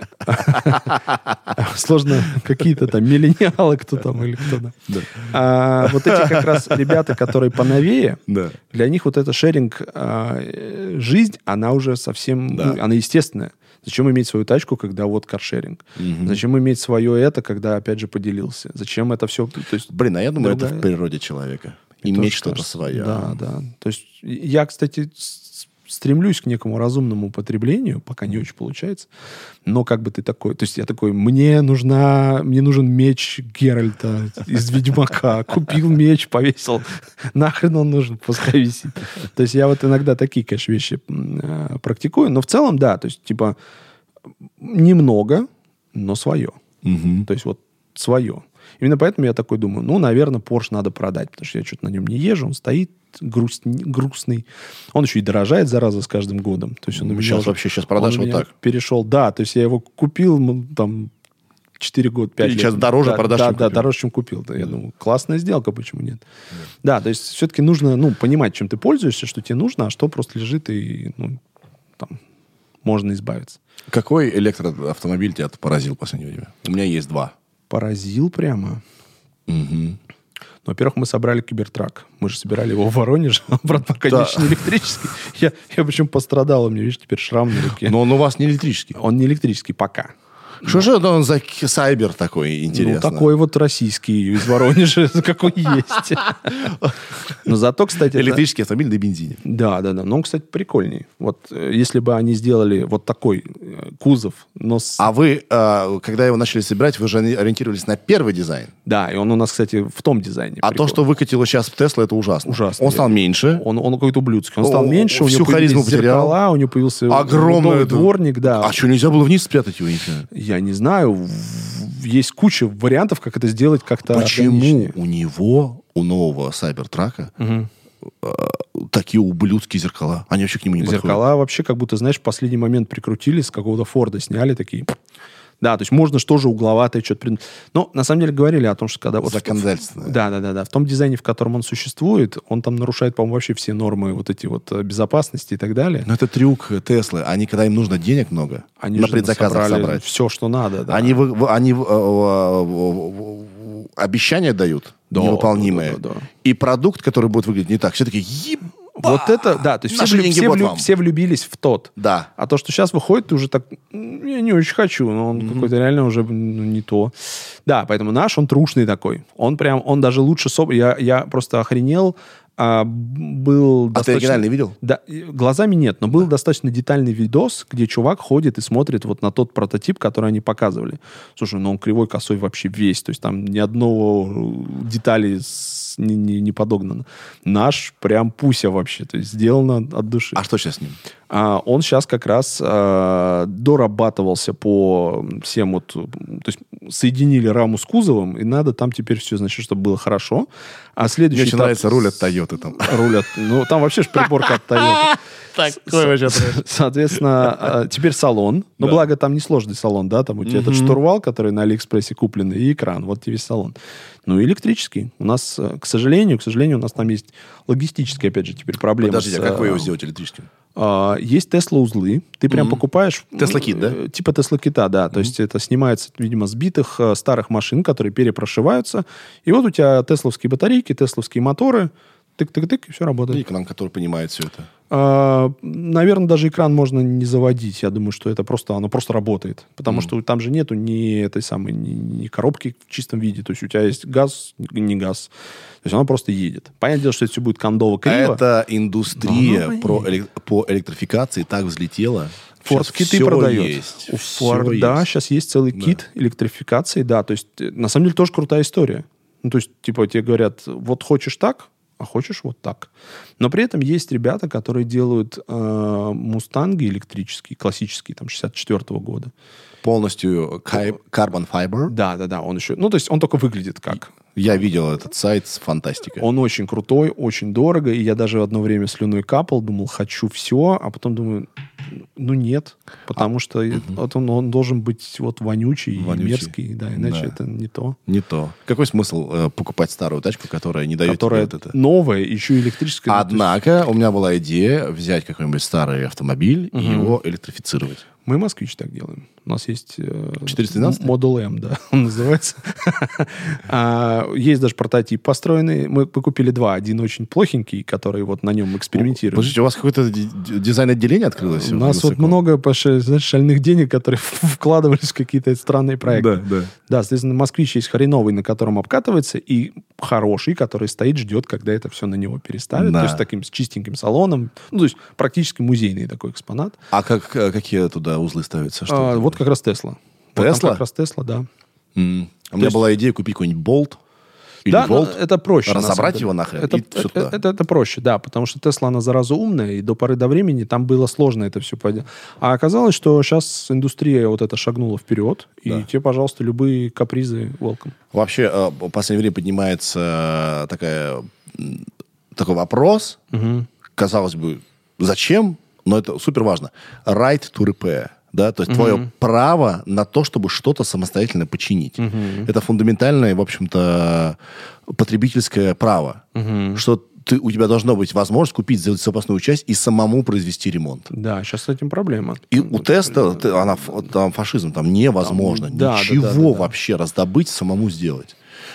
Сложно, какие-то там миллениалы, кто там или кто там. А, Вот эти как раз ребята, которые поновее, Да. для них вот эта шеринг а, э, жизнь, она уже совсем, Да. ну, она естественная. Зачем иметь свою тачку, когда вот каршеринг? Мгм. Зачем иметь свое это, когда, опять же, поделился? Зачем это все? То есть, Блин, а я думаю, это Другая- в природе человека. мне Иметь тоже что-то кажется. свое. Да, да. То есть я, кстати, с- стремлюсь к некому разумному употреблению, пока не очень получается. Но как бы ты такой... То есть я такой, мне нужна... Мне нужен меч Геральта из Ведьмака. Купил меч, повесил. Нахрен он нужен, пускай висит. То есть я вот иногда такие, конечно, вещи м, э, практикую. Но в целом, да, то есть типа немного, но свое. Мгм. То есть вот свое. Именно поэтому я такой думаю, ну, наверное, Porsche надо продать, потому что я что-то на нем не езжу, он стоит груст- грустный. Он еще и дорожает, зараза, с каждым годом. То есть он у меня Сейчас уже- вообще, сейчас продашь он у вот меня так. перешел, да, то есть я его купил ну, там четыре года, пять И лет. сейчас дороже да, продашь, да, чем да, купил. дороже, чем купил. Да, я думаю, классная сделка, почему нет? Да, то есть все-таки нужно, ну, понимать, чем ты пользуешься, что тебе нужно, а что просто лежит и, ну, там, можно избавиться. Какой электроавтомобиль тебя поразил в последнее время? У меня есть два. Поразил прямо. Мгм. Ну, во-первых, мы собрали Кибертрак. Мы же собирали его в Воронеже. Он, правда, пока Да. еще не электрический. Я, я причем пострадал. У меня, видишь, теперь шрам на руке. Но он у вас не электрический. Он не электрический пока. Что же это он за к- сайбер такой, интересно? Ну, такой вот российский из Воронежа, какой есть. Но зато, кстати... это- Электрический автомобиль на бензине. Да, да, да. Но он, кстати, прикольней. Вот э, если бы они сделали вот такой э, кузов, но с... А вы, э, когда его начали собирать, вы же ориентировались на первый дизайн. Да, и он у нас, кстати, в том дизайне. А то, прикольный. что выкатило сейчас в Тесла, это ужасно. Ужасно. Он стал меньше. Он, он какой-то ублюдский. Он стал О, меньше, у всю него появились харизму потерял. зеркала, у него появился Огромный удобный это- дворник, да. А что, нельзя было вниз спрятать его? Я не знаю. Я не знаю. в- в- Есть куча вариантов, как это сделать как-то Почему органичнее. у него, у нового Сайбертрака, Мгм. э, э, такие ублюдские зеркала. Они вообще к нему не подходят. Зеркала вообще как будто, знаешь, в последний момент прикрутили, с какого-то Форда сняли такие. Да, то есть можно же тоже угловатое что-то придумать. Но на самом деле говорили о том, что когда... Вот Законодательство. Да, да, да, да. В том дизайне, в котором он существует, он там нарушает, по-моему, вообще все нормы вот эти вот безопасности и так далее. Но это трюк Теслы. Они, когда им нужно денег много, Они на же предзаказах собрали собрать. все, что надо. Да. Они, вы- вы- они э, э, э, обещания дают Да, невыполнимые. да, да, да. И продукт, который будет выглядеть не так. Все такие, ебать! Вот это, да, то есть все, Наши влю- деньги все, вот влю- вам. все влюбились в тот. Да. А то, что сейчас выходит, ты уже так, «М, я не очень хочу, но он mm-hmm. какой-то реально уже ну, не то. Да, поэтому наш, он трушный такой. Он прям, он даже лучше... Соб... Я, я просто охренел. А, был А ты достаточно... оригинальный видел? Да, и глазами нет, но был достаточно детальный видос, где чувак ходит и смотрит вот на тот прототип, который они показывали. Слушай, ну он кривой, косой вообще весь. То есть там ни одного детали с- не, не, не подогнано. Наш прям пуся вообще. То есть сделано от души. А что сейчас с ним? А, он сейчас как раз а, дорабатывался по всем вот... То есть соединили раму с кузовом, и надо там теперь все, значит, чтобы было хорошо. А следующий Мне очень этап- нравится руль от Тойоты там. Руль от... Ну, там вообще же приборка от Toyota. Такой вообще трэш. Соответственно, а, теперь салон. Но Да. благо там несложный салон, да, там у тебя этот штурвал, который на Алиэкспрессе купленный, и экран. Вот тебе салон. Ну, и электрический. У нас, э, к сожалению, к сожалению, у нас там есть логистические, опять же, теперь проблемы. Подождите, с, а как вы э, его сделаете электрическим? а, Есть Тесла-узлы. Ты прям Мгм. покупаешь... Tesla-кит, да? э, Типа Тесла-кита, да. То есть это снимается, видимо, с битых э, старых машин, которые перепрошиваются. И вот у тебя тесловские батарейки, тесловские моторы. Тык-тык-тык, и все работает. И экран, который понимает все это. А, наверное, даже экран можно не заводить. Я думаю, что это просто, оно просто работает. Потому Мгм. что там же нету ни этой самой, ни, ни коробки в чистом виде. То есть у тебя есть газ, не газ. То есть оно просто едет. Понятное дело, что это все будет кондово криво. Эта индустрия Но оно про элек- по электрификации так взлетела. Форд Сейчас киты всё продает. есть. У Всё Ford, да, есть. сейчас есть целый Да. кит электрификации, да. То есть, э, на самом деле, тоже крутая история. Ну, то есть, типа, тебе говорят, вот хочешь так, а хочешь вот так. Но при этом есть ребята, которые делают э, мустанги электрические, классические, там, шестьдесят четвёртого года. Полностью кай- carbon fiber. Да, да, да, он еще... Ну, то есть, он только выглядит как... Я видел этот сайт, фантастика. Он очень крутой, очень дорого, и я даже одно время слюной капал, думал, хочу все, а потом думаю, ну нет, потому что вот он, он должен быть вот вонючий, Вонючий. и мерзкий, да, иначе Да. это не то. Не то. Какой смысл э, покупать старую тачку, которая не дает Которая тебе вот это? новая, еще и электрическая. ну, то есть Однако у меня была идея взять какой-нибудь старый автомобиль и его электрифицировать. Мы москвич так делаем. У нас есть... э, четыреста двенадцать? Model M, да, он называется. А, Есть даже прототип построенный. Мы купили два. Один очень плохенький, который вот на нем экспериментируем. Подождите, у вас какое-то ди- ди- дизайн-отделение открылось? У в нас вот Высоково? много пош- знаешь, шальных денег, которые вкладывались в какие-то странные проекты. Да, да. Да, соответственно, москвич есть хреновый, на котором обкатывается, и хороший, который стоит, ждет, когда это все на него переставят. Да. То есть таким с чистеньким салоном. Ну, то есть практически музейный такой экспонат. А как, э, какие туда узлы ставятся? Что А, это? вот как раз Тесла. Вот там Тесла? как раз Тесла, да. М. У меня есть- была идея купить какой-нибудь болт или да, но волт, это проще. на разобрать самом деле. его нахрен Это, и всё это, туда. это- это проще, да, потому что Тесла, она зараза умная, и до поры до времени там было сложно это все поделать. А оказалось, что сейчас индустрия вот это шагнула вперед, и Да. те, пожалуйста, любые капризы welcome. Вообще, э, в последнее время поднимается такая, м, такой вопрос. Казалось бы, зачем? Но это супер важно. Right to repair. Да? То есть твое право на то, чтобы что-то самостоятельно починить. Это фундаментальное, в общем-то, потребительское право. Что ты, у тебя должна быть возможность купить за- запасную часть и самому произвести ремонт. Да, сейчас с этим проблема. И у Теста ты- она, ф- там фашизм, там невозможно Там, да, да, ничего да, да, да. вообще раздобыть, самому сделать.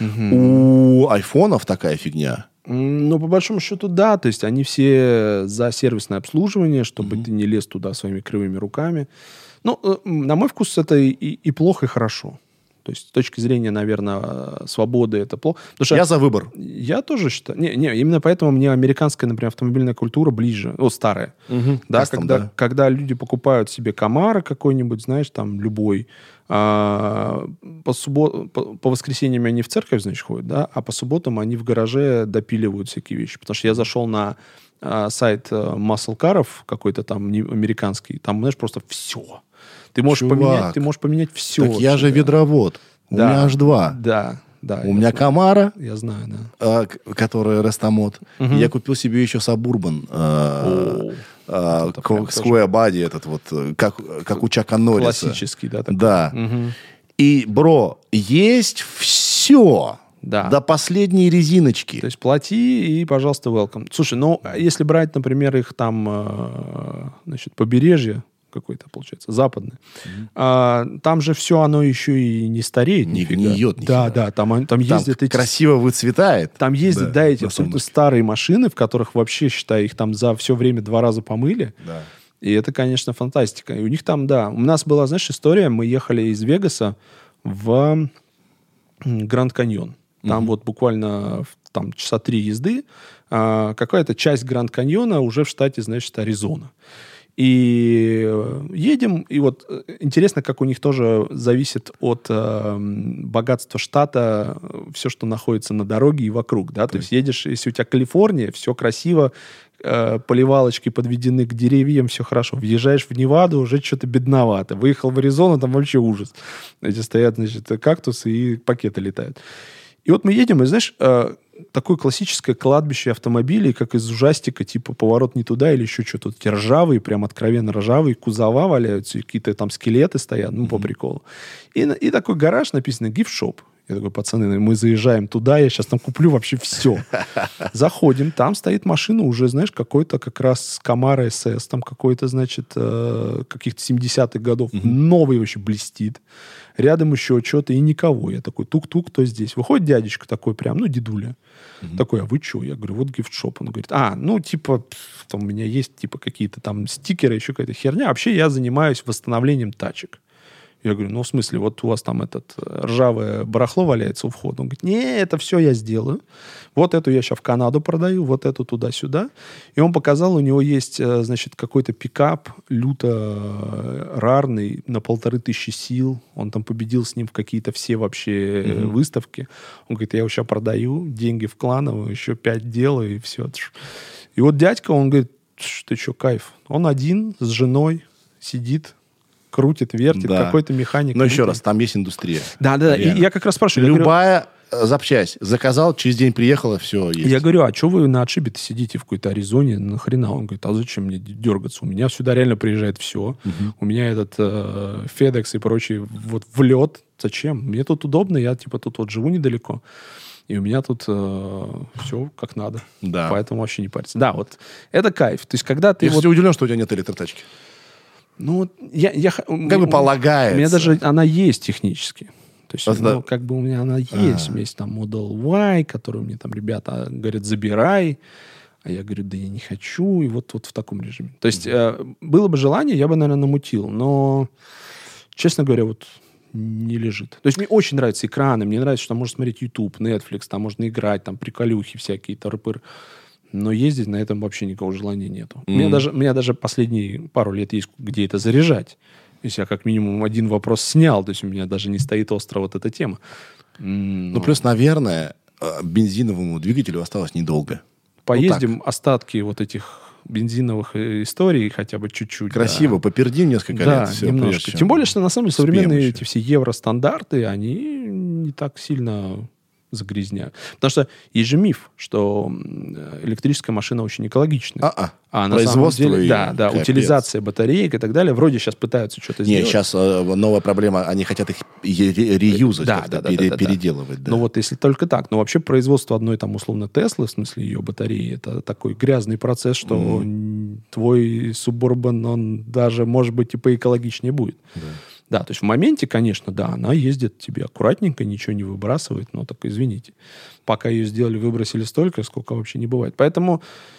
У айфонов такая фигня. М, Ну, по большому счету, да. То есть они все за сервисное обслуживание, чтобы ты не лез туда своими кривыми руками. Ну, э, м, на мой вкус, это и, и- и плохо, и хорошо. То есть с точки зрения, наверное, свободы это плохо. Потому что Я за выбор. я тоже считаю... Не, не, именно поэтому мне американская, например, автомобильная культура ближе. Ну, старая. Да, Custom, когда, да. когда люди покупают себе Камаро какой-нибудь, знаешь, там, любой, а, по, суббо- по, по воскресеньям они в церковь, значит, ходят, да, а по субботам они в гараже допиливают всякие вещи. Потому что я зашел на а, сайт а, Muscle Car'ов какой-то там не- американский, там, знаешь, просто все. Ты можешь, Чувак, поменять, ты можешь поменять все. Так я же ведровод. У Да. меня аж два. Да, да. У я меня знаю. Камара, Я знаю, да. а, к- которая Рестамот. Мгм. И я купил себе еще Сабурбан. О, а, это прям тоже Square Body этот вот, э, как, как у Чака Норриса. классический, да, такой. Да. Мгм. И, бро, есть все. Да. До последней резиночки. То есть плати и, пожалуйста, welcome. Слушай, ну, если брать, например, их там, э, значит, побережье какое-то, получается, западное, а, там же все оно еще и не стареет Не нифига. гниет Да, нифига. да, там, они- там Там ездят эти... красиво выцветает. Там ездят, да, эти на абсолютно солнышке. старые машины, в которых вообще, считай, их там за все время два раза помыли. Да. И это, конечно, фантастика. И у них там, да, у нас была, знаешь, история, мы ехали из Вегаса в м, Гранд Каньон. Там Мгм. вот буквально в- там часа три езды а, какая-то часть Гранд Каньона уже в штате, значит, Аризона. И э, едем, и вот э, интересно, как у них тоже зависит от э, м, богатства штата все, что находится на дороге и вокруг, да, то есть едешь, если у тебя Калифорния, все красиво, э, поливалочки подведены к деревьям, все хорошо, въезжаешь в Неваду, уже что-то бедновато, выехал в Аризону, там вообще ужас, эти стоят, значит, кактусы и пакеты летают. И вот мы едем, и знаешь, э, такое классическое кладбище автомобилей, как из ужастика, типа «Поворот не туда» или еще что-то. Эти ржавые, прям откровенно ржавые, кузова валяются, и какие-то там скелеты стоят, ну, по приколу. И, на- и такой гараж написано «Gift-shop». Я такой, пацаны, мы заезжаем туда, я сейчас там куплю вообще все. Заходим, там стоит машина уже, знаешь, какой-то как раз Камара эс эс, там какой-то, значит, э, каких-то семидесятых годов, новый вообще блестит. Рядом еще что-то и никого. Я такой, тук-тук, кто здесь? Выходит дядечка такой прям, ну, дедуля. Такой, а вы что? Я говорю, вот гифт-шоп. Он говорит, а, ну, типа, пф, там у меня есть, типа, какие-то там стикеры, еще какая-то херня. Вообще я занимаюсь восстановлением тачек. Я говорю, ну, в смысле, вот у вас там этот э, ржавое барахло валяется у входа. Он говорит, не, это все я сделаю. Вот эту я сейчас в Канаду продаю, вот эту туда-сюда. И он показал, у него есть, э, значит, какой-то пикап люто э, рарный на полторы тысячи сил. Он там победил с ним в какие-то все вообще э, выставки. Он говорит, я его сейчас продаю, деньги вкладываю, еще пять делаю, и все. И вот дядька, он говорит, «Тш, ты что, кайф. Он один с женой сидит, крутит, вертит, Да. какой-то механик. Но еще крутит. раз, там есть индустрия. Да, да, и Реально. я как раз спрашиваю. я говорю, Любая э, запчасть. Заказал, через день приехала, все есть. Я говорю, а что вы на отшибе-то сидите в какой-то Аризоне? Нахрена? Он говорит, а зачем мне дергаться? У меня сюда реально приезжает все. У меня этот э, FedEx и прочее вот в лед. Зачем? Мне тут удобно, я типа тут вот живу недалеко. И у меня тут все как надо. Да. Поэтому вообще не париться. Да, вот это кайф. То есть, когда ты Я, вот... кстати, удивлен, что у тебя нет электротачки. Ну, вот я, я, х- у- Как бы у- полагается. У меня даже она есть технически. То есть, Вот ну, это- как бы у меня она есть. У меня есть там Model Y, который мне там ребята говорят, забирай. А я говорю, да я не хочу. И вот, вот в таком режиме. То есть, э, было бы желание, я бы, наверное, намутил. Но, честно говоря, вот не лежит. То есть, мне очень нравятся экраны. Мне нравится, что там можно смотреть YouTube, Netflix, там можно играть, там приколюхи всякие, тыры-пыры. Но ездить на этом вообще никакого желания нету. У, меня даже, у меня даже последние пару лет есть где это заряжать. То есть я как минимум один вопрос снял. То есть у меня даже не стоит остро вот эта тема. М, Ну, но плюс, наверное, э, бензиновому двигателю осталось недолго. поездим, остатки вот этих бензиновых э, историй хотя бы чуть-чуть. Красиво, да. попердим несколько Да, лет. Все, немножко. прежде чем Тем более, что на самом деле успеем современные еще. эти все евростандарты, они не так сильно загрязняют. Потому что есть же миф, что м, электрическая машина очень экологичная. А-а. А на Производство самом деле, ее да, да, капец. утилизация батареек и так далее. Вроде сейчас пытаются что-то Не, сделать. сейчас э, новая проблема, они хотят их е- ре- реюзать, Да, как-то, да, да, пере- да, да, да. переделывать. Да. Ну вот если только так. Но вообще производство одной там условно Теслы, в смысле ее батареи, это такой грязный процесс, что м, твой Субурбан, он даже, может быть, и поэкологичнее будет. Да, то есть в моменте, конечно, да, она ездит тебе аккуратненько, ничего не выбрасывает, но так извините. Пока ее сделали, выбросили столько, сколько вообще не бывает. Поэтому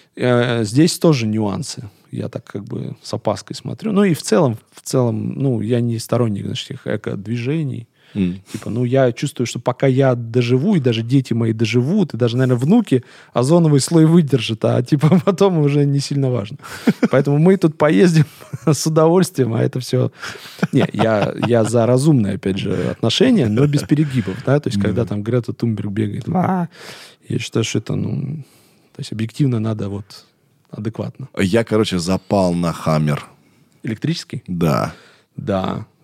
э, здесь тоже нюансы. Я так как бы с опаской смотрю. Ну и в целом, в целом, ну, я не сторонник, значит, этих эко-движений. М. Типа, ну, я чувствую, что пока я доживу, и даже дети мои доживут, и даже, наверное, внуки, озоновый слой выдержит, а типа потом уже не сильно важно. Поэтому мы тут поездим с удовольствием, а это все... Не, я, я за разумное, опять же, отношение, но без перегибов, да, то есть, когда там Грета Тунберг бегает, «А», я считаю, что это, ну... То есть, объективно надо вот адекватно. Я, короче, запал на Хаммер. Электрический? Да. Да.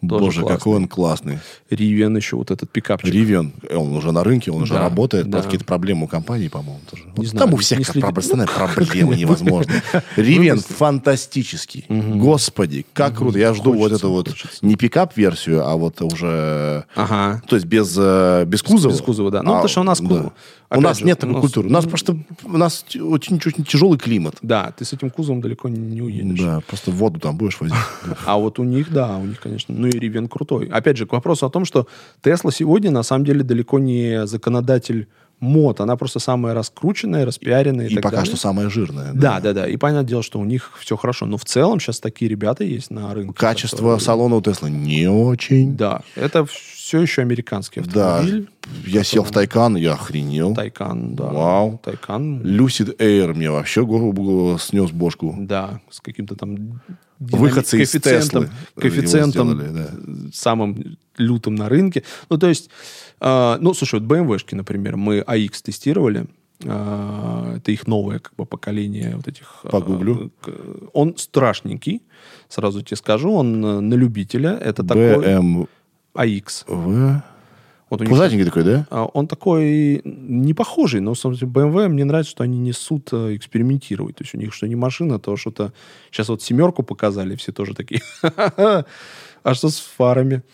Тоже Боже, классный. какой он классный. Ривен еще, вот этот пикапчик. Ривен, он уже на рынке, он уже Да, работает. да. Просто какие-то проблемы у компании, по-моему, тоже. Не Вот знаю, там у не- всех не как следи- проб- постоянно проблемы невозможные. Ривен фантастический. Господи, как круто. Я жду вот Хочется, эту вот хочется. не пикап-версию, а вот уже... Ага. То есть без, э, без кузова. Без кузова, да. Ну, А, потому что у нас да. кузов. У Опять нас же, нет у такой нас- культуры. У нас просто у нас т- очень, очень тяжелый климат. Да, ты с этим кузовом далеко не, не уедешь. Да, просто воду там будешь возить. А вот у них, да, у них, конечно, ну и Ривен крутой. Опять же, к вопросу о том, что Тесла сегодня на самом деле далеко не законодатель мод, она просто самая раскрученная, распиаренная и, И так пока далее. что самое жирное. Да, да, да. И понятное дело, что у них все хорошо. Но в целом сейчас такие ребята есть на рынке. Качество которые- салона у Теслы не очень. Да, это все еще американский Да. автомобиль. Я сел в Тайкан, я охренел. Тайкан, да. Вау. Тайкан, Lucid Air мне вообще го- го- снес бошку. да, с каким-то там динами- Выходцы из коэффициентом, Теслы коэффициентом его сделали, самым лютым на рынке. Ну, то есть, э, ну, слушай, вот бэ эм вэ-шки, например, мы эй икс тестировали. Э, это их новое как бы поколение вот этих... э, Погуглю. к- Он страшненький, сразу тебе скажу, он э, на любителя. Это такой бэ эм эй икс. вэ. Вот у них Пузатенький такой, да? А, Он такой не похожий, но, собственно, бэ эм вэ, мне нравится, что они несут э, экспериментировать. То есть у них что не машина, то что-то... Сейчас вот семерку показали, все тоже такие. А что с фарами?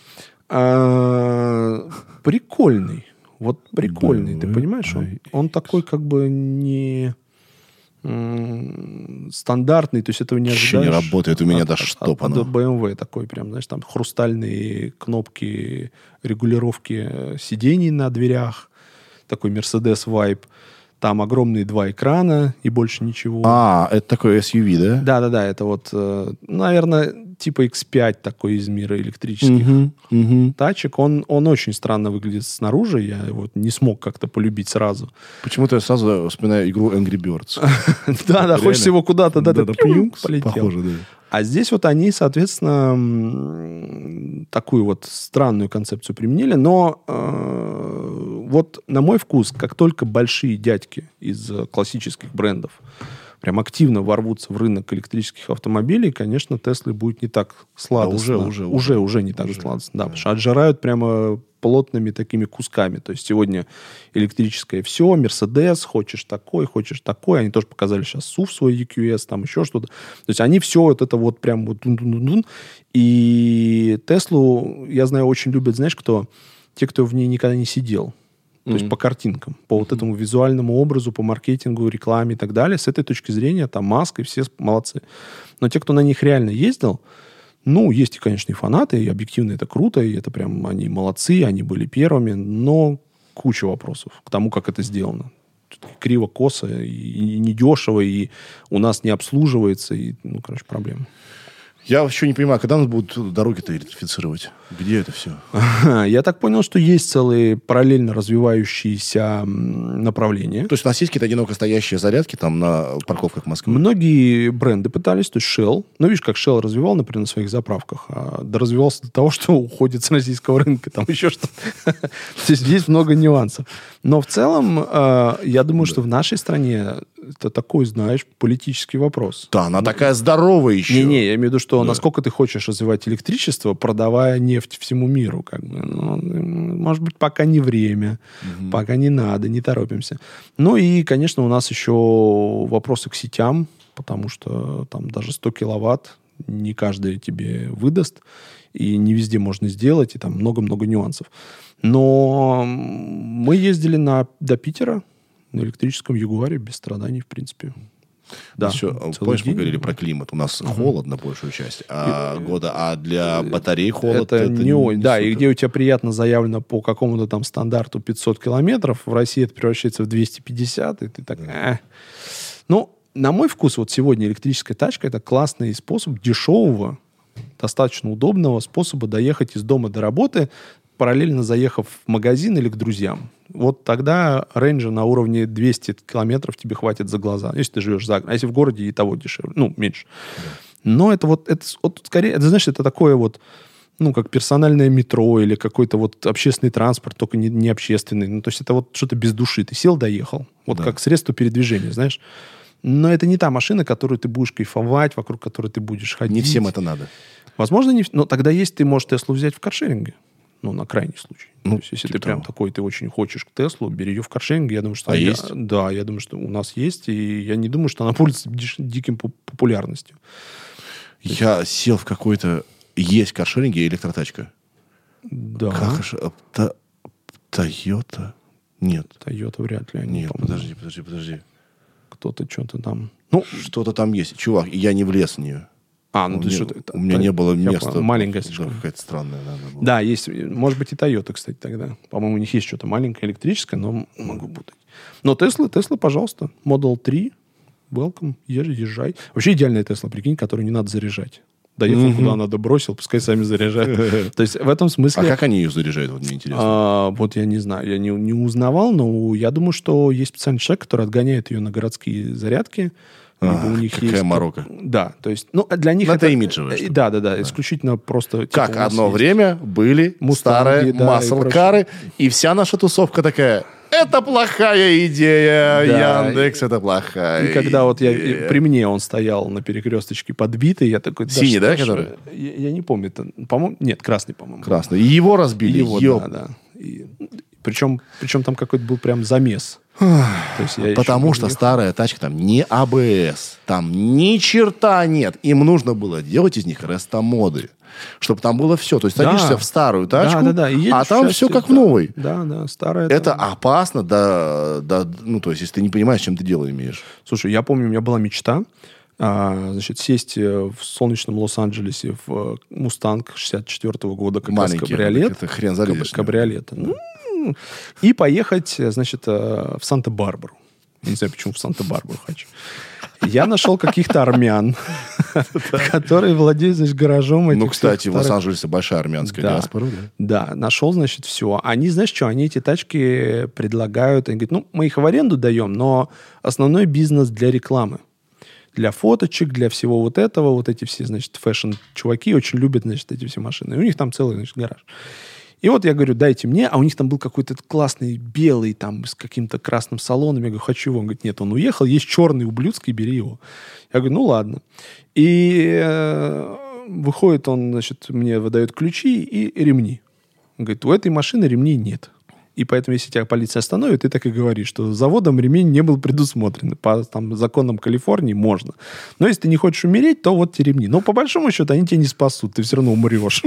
А, Прикольный. Вот прикольный, ты бэ эм вэ понимаешь? Он, он такой как бы не м, стандартный, то есть этого не Еще ожидаешь. не работает у меня От- даже от- штопано. От бэ эм вэ такой прям, знаешь, там хрустальные кнопки регулировки э, сидений на дверях, такой Mercedes Vibe. Там огромные два экрана и больше ничего. А, это такой эс ю ви, да? Да-да-да, это вот, э, наверное, типа икс пять такой из мира электрических Мгм, мгм. тачек. Он, он очень странно выглядит снаружи, я его не смог как-то полюбить сразу. Почему-то я сразу вспоминаю игру Angry Birds. Да-да, Реально. хочется его куда-то, да, Да-да, да, пиу, пьюнг, полетел. похоже, да. А здесь вот они, соответственно, м, такую вот странную концепцию применили, но э, вот на мой вкус, как только большие дядьки из э, классических брендов прям активно ворвутся в рынок электрических автомобилей, конечно, Теслы будет не так сладостно. уже, уже, уже, уже не так сладостно, да, потому что отжирают прямо плотными такими кусками. То есть сегодня электрическое все, Мерседес, хочешь такой, хочешь такой. Они тоже показали сейчас сув свой и кью эс, там еще что-то. То есть они все вот это вот прям вот дун-дун-дун-дун. И Теслу, я знаю, очень любят, знаешь, кто? Те, кто в ней никогда не сидел. То есть по картинкам, по вот этому визуальному образу, по маркетингу, рекламе и так далее. С этой точки зрения там Маск и все молодцы. Но те, кто на них реально ездил, ну, есть, и, конечно, и фанаты, и объективно это круто, и это прям они молодцы, они были первыми, но куча вопросов к тому, как это сделано. Криво, косо, и, и недешево, и у нас не обслуживается, и, ну, короче, проблема. Я вообще не понимаю, когда нас будут дороги-то электрифицировать? Где это все? Я так понял, что есть целые параллельно развивающиеся м, направления. То есть у нас есть какие-то одиноко стоящие зарядки там на парковках Москвы? Многие бренды пытались, то есть Shell. Ну, видишь, как Shell развивал, например, на своих заправках. А доразвивался до того, что уходит с российского рынка. Там еще что-то. То есть здесь много нюансов. Но в целом, э, я думаю, что в нашей стране это такой, знаешь, политический вопрос. Да, она такая здоровая еще. Не-не, я имею в виду, что Да. насколько ты хочешь развивать электричество, продавая нефть всему миру. Как бы. Ну, может быть, пока не время, пока не надо, не торопимся. Ну и, конечно, у нас еще вопросы к сетям, потому что там даже сто киловатт не каждый тебе выдаст, и не везде можно сделать, и там много-много нюансов. Но мы ездили на, до Питера на электрическом Ягуаре без страданий, в принципе. Да, Еще, целый помнишь, мы день. говорили про климат. У нас холодно большую часть а, года, а для батарей холод... Это, не очень. Да, и супер. где у тебя приятно заявлено по какому-то там стандарту пятьсот километров, в России это превращается в двести пятьдесят, и ты так... «Э». Ну, на мой вкус, вот сегодня электрическая тачка — это классный способ дешевого, достаточно удобного способа доехать из дома до работы, параллельно заехав в магазин или к друзьям. Вот тогда рейнджа на уровне двести километров тебе хватит за глаза, если ты живешь за городом. А если в городе, и того дешевле. Ну, меньше. Но это вот, это, вот скорее, это, знаешь, это такое вот, ну, как персональное метро или какой-то вот общественный транспорт, только не, не общественный. Ну, то есть это вот что-то без души. Ты сел, доехал. Вот Да. как средство передвижения, знаешь. Но это не та машина, которую ты будешь кайфовать, вокруг которой ты будешь ходить. Не всем это надо. Возможно, не... Но тогда есть, ты можешь Теслу взять в каршеринге. Ну, на крайний случай. Ну, То есть, если типа ты прям того. такой, ты очень хочешь Теслу, бери ее в каршеринге. Я думаю, что... А я- есть? Да, я думаю, что у нас есть. И я не думаю, что она пользуется диш- диким поп- популярностью. Я сел в какой-то... Есть каршеринге электротачка. Да. Как же... а, Та- Тойота? Нет. Тойота вряд ли. Они, Нет, по-моему, подожди, подожди, подожди. Кто-то что-то там... Ну, Что-то там есть. Чувак, я не влез в нее. а, ну у, ты меня, что... у меня не было я места. понял, маленькая Да, слишком. какая-то странная, надо было. Да, есть, может быть, и Toyota, кстати, тогда. По-моему, у них есть что-то маленькое электрическое, но могу путать. Но Tesla, Tesla, пожалуйста. Model три, welcome, езжай, езжай. Вообще идеальная Tesla, прикинь, которую не надо заряжать. Доехал куда надо, бросил, пускай сами заряжают. То есть в этом А смысле... как они ее заряжают, вот мне интересно. а, вот я не знаю, я не, не узнавал, но я думаю, что есть специальный человек, который отгоняет ее на городские зарядки. Либо Ах, у них какая есть... морока. Да, то есть, ну, для них Ну, это это... имиджевое что-то. Да, да, да, исключительно просто... типа, Как у нас одно есть- время были Мустанги, старые да, и маслкары, и вся наша тусовка такая, это плохая идея, Да. Яндекс, это плохая И когда вот я, идея». и при мне он стоял на перекресточке подбитый, я такой... Синий, что да, ж который? вы? Я, я не помню. Это, по-моему, нет, красный, по-моему. Красный. И его разбили. Его, ёп. да, да. И, причем, причем там какой-то был прям замес. То есть я Потому еще что не- старая тачка, там не А Б С, там ни черта нет. Им нужно было делать из них рестомоды, чтобы там было все. То есть Да. садишься в старую тачку, Да, да, да, и едешь а там в все счастье, как в да. новой. Да, да, старая. Это там. опасно, да, да, ну, то есть, если ты не понимаешь, чем ты дело имеешь. Слушай, я помню, у меня была мечта, а, значит, сесть э, в солнечном Лос-Анджелесе в э, Мустанг шестьдесят четвёртого года, как раз Маленький. кабриолет. Это хрен Каб- залезешь. Кабриолета. Ну, и поехать, э, значит, э, в Санта-Барбару. Я не знаю, почему в Санта-Барбару хочу. Я нашел каких-то армян, которые владеют, значит, гаражом этих Ну, кстати, всех в старых- Лос-Анджелесе большая армянская Да. диаспора. Да? Да, нашел, значит, все. Они, знаешь что, они эти тачки предлагают. Они говорят, ну, мы их в аренду даем, но основной бизнес для рекламы. Для фоточек, для всего вот этого. Вот эти все, значит, фэшн-чуваки очень любят, значит, эти все машины. И у них там целый, значит, гараж. И вот я говорю, дайте мне, а у них там был какой-то классный белый, там, с каким-то красным салоном. Я говорю, хочу его. Он говорит, нет, он уехал, есть черный ублюдский, бери его. Я говорю, ну ладно. И э, выходит он, значит, мне выдает ключи и ремни. Он говорит, у этой машины ремней нет. И поэтому, если тебя полиция остановит, ты так и говоришь, что заводом ремень не был предусмотрен. По там, законам Калифорнии можно. Но если ты не хочешь умереть, то вот те ремни. Но по большому счету они тебя не спасут, ты все равно умрешь.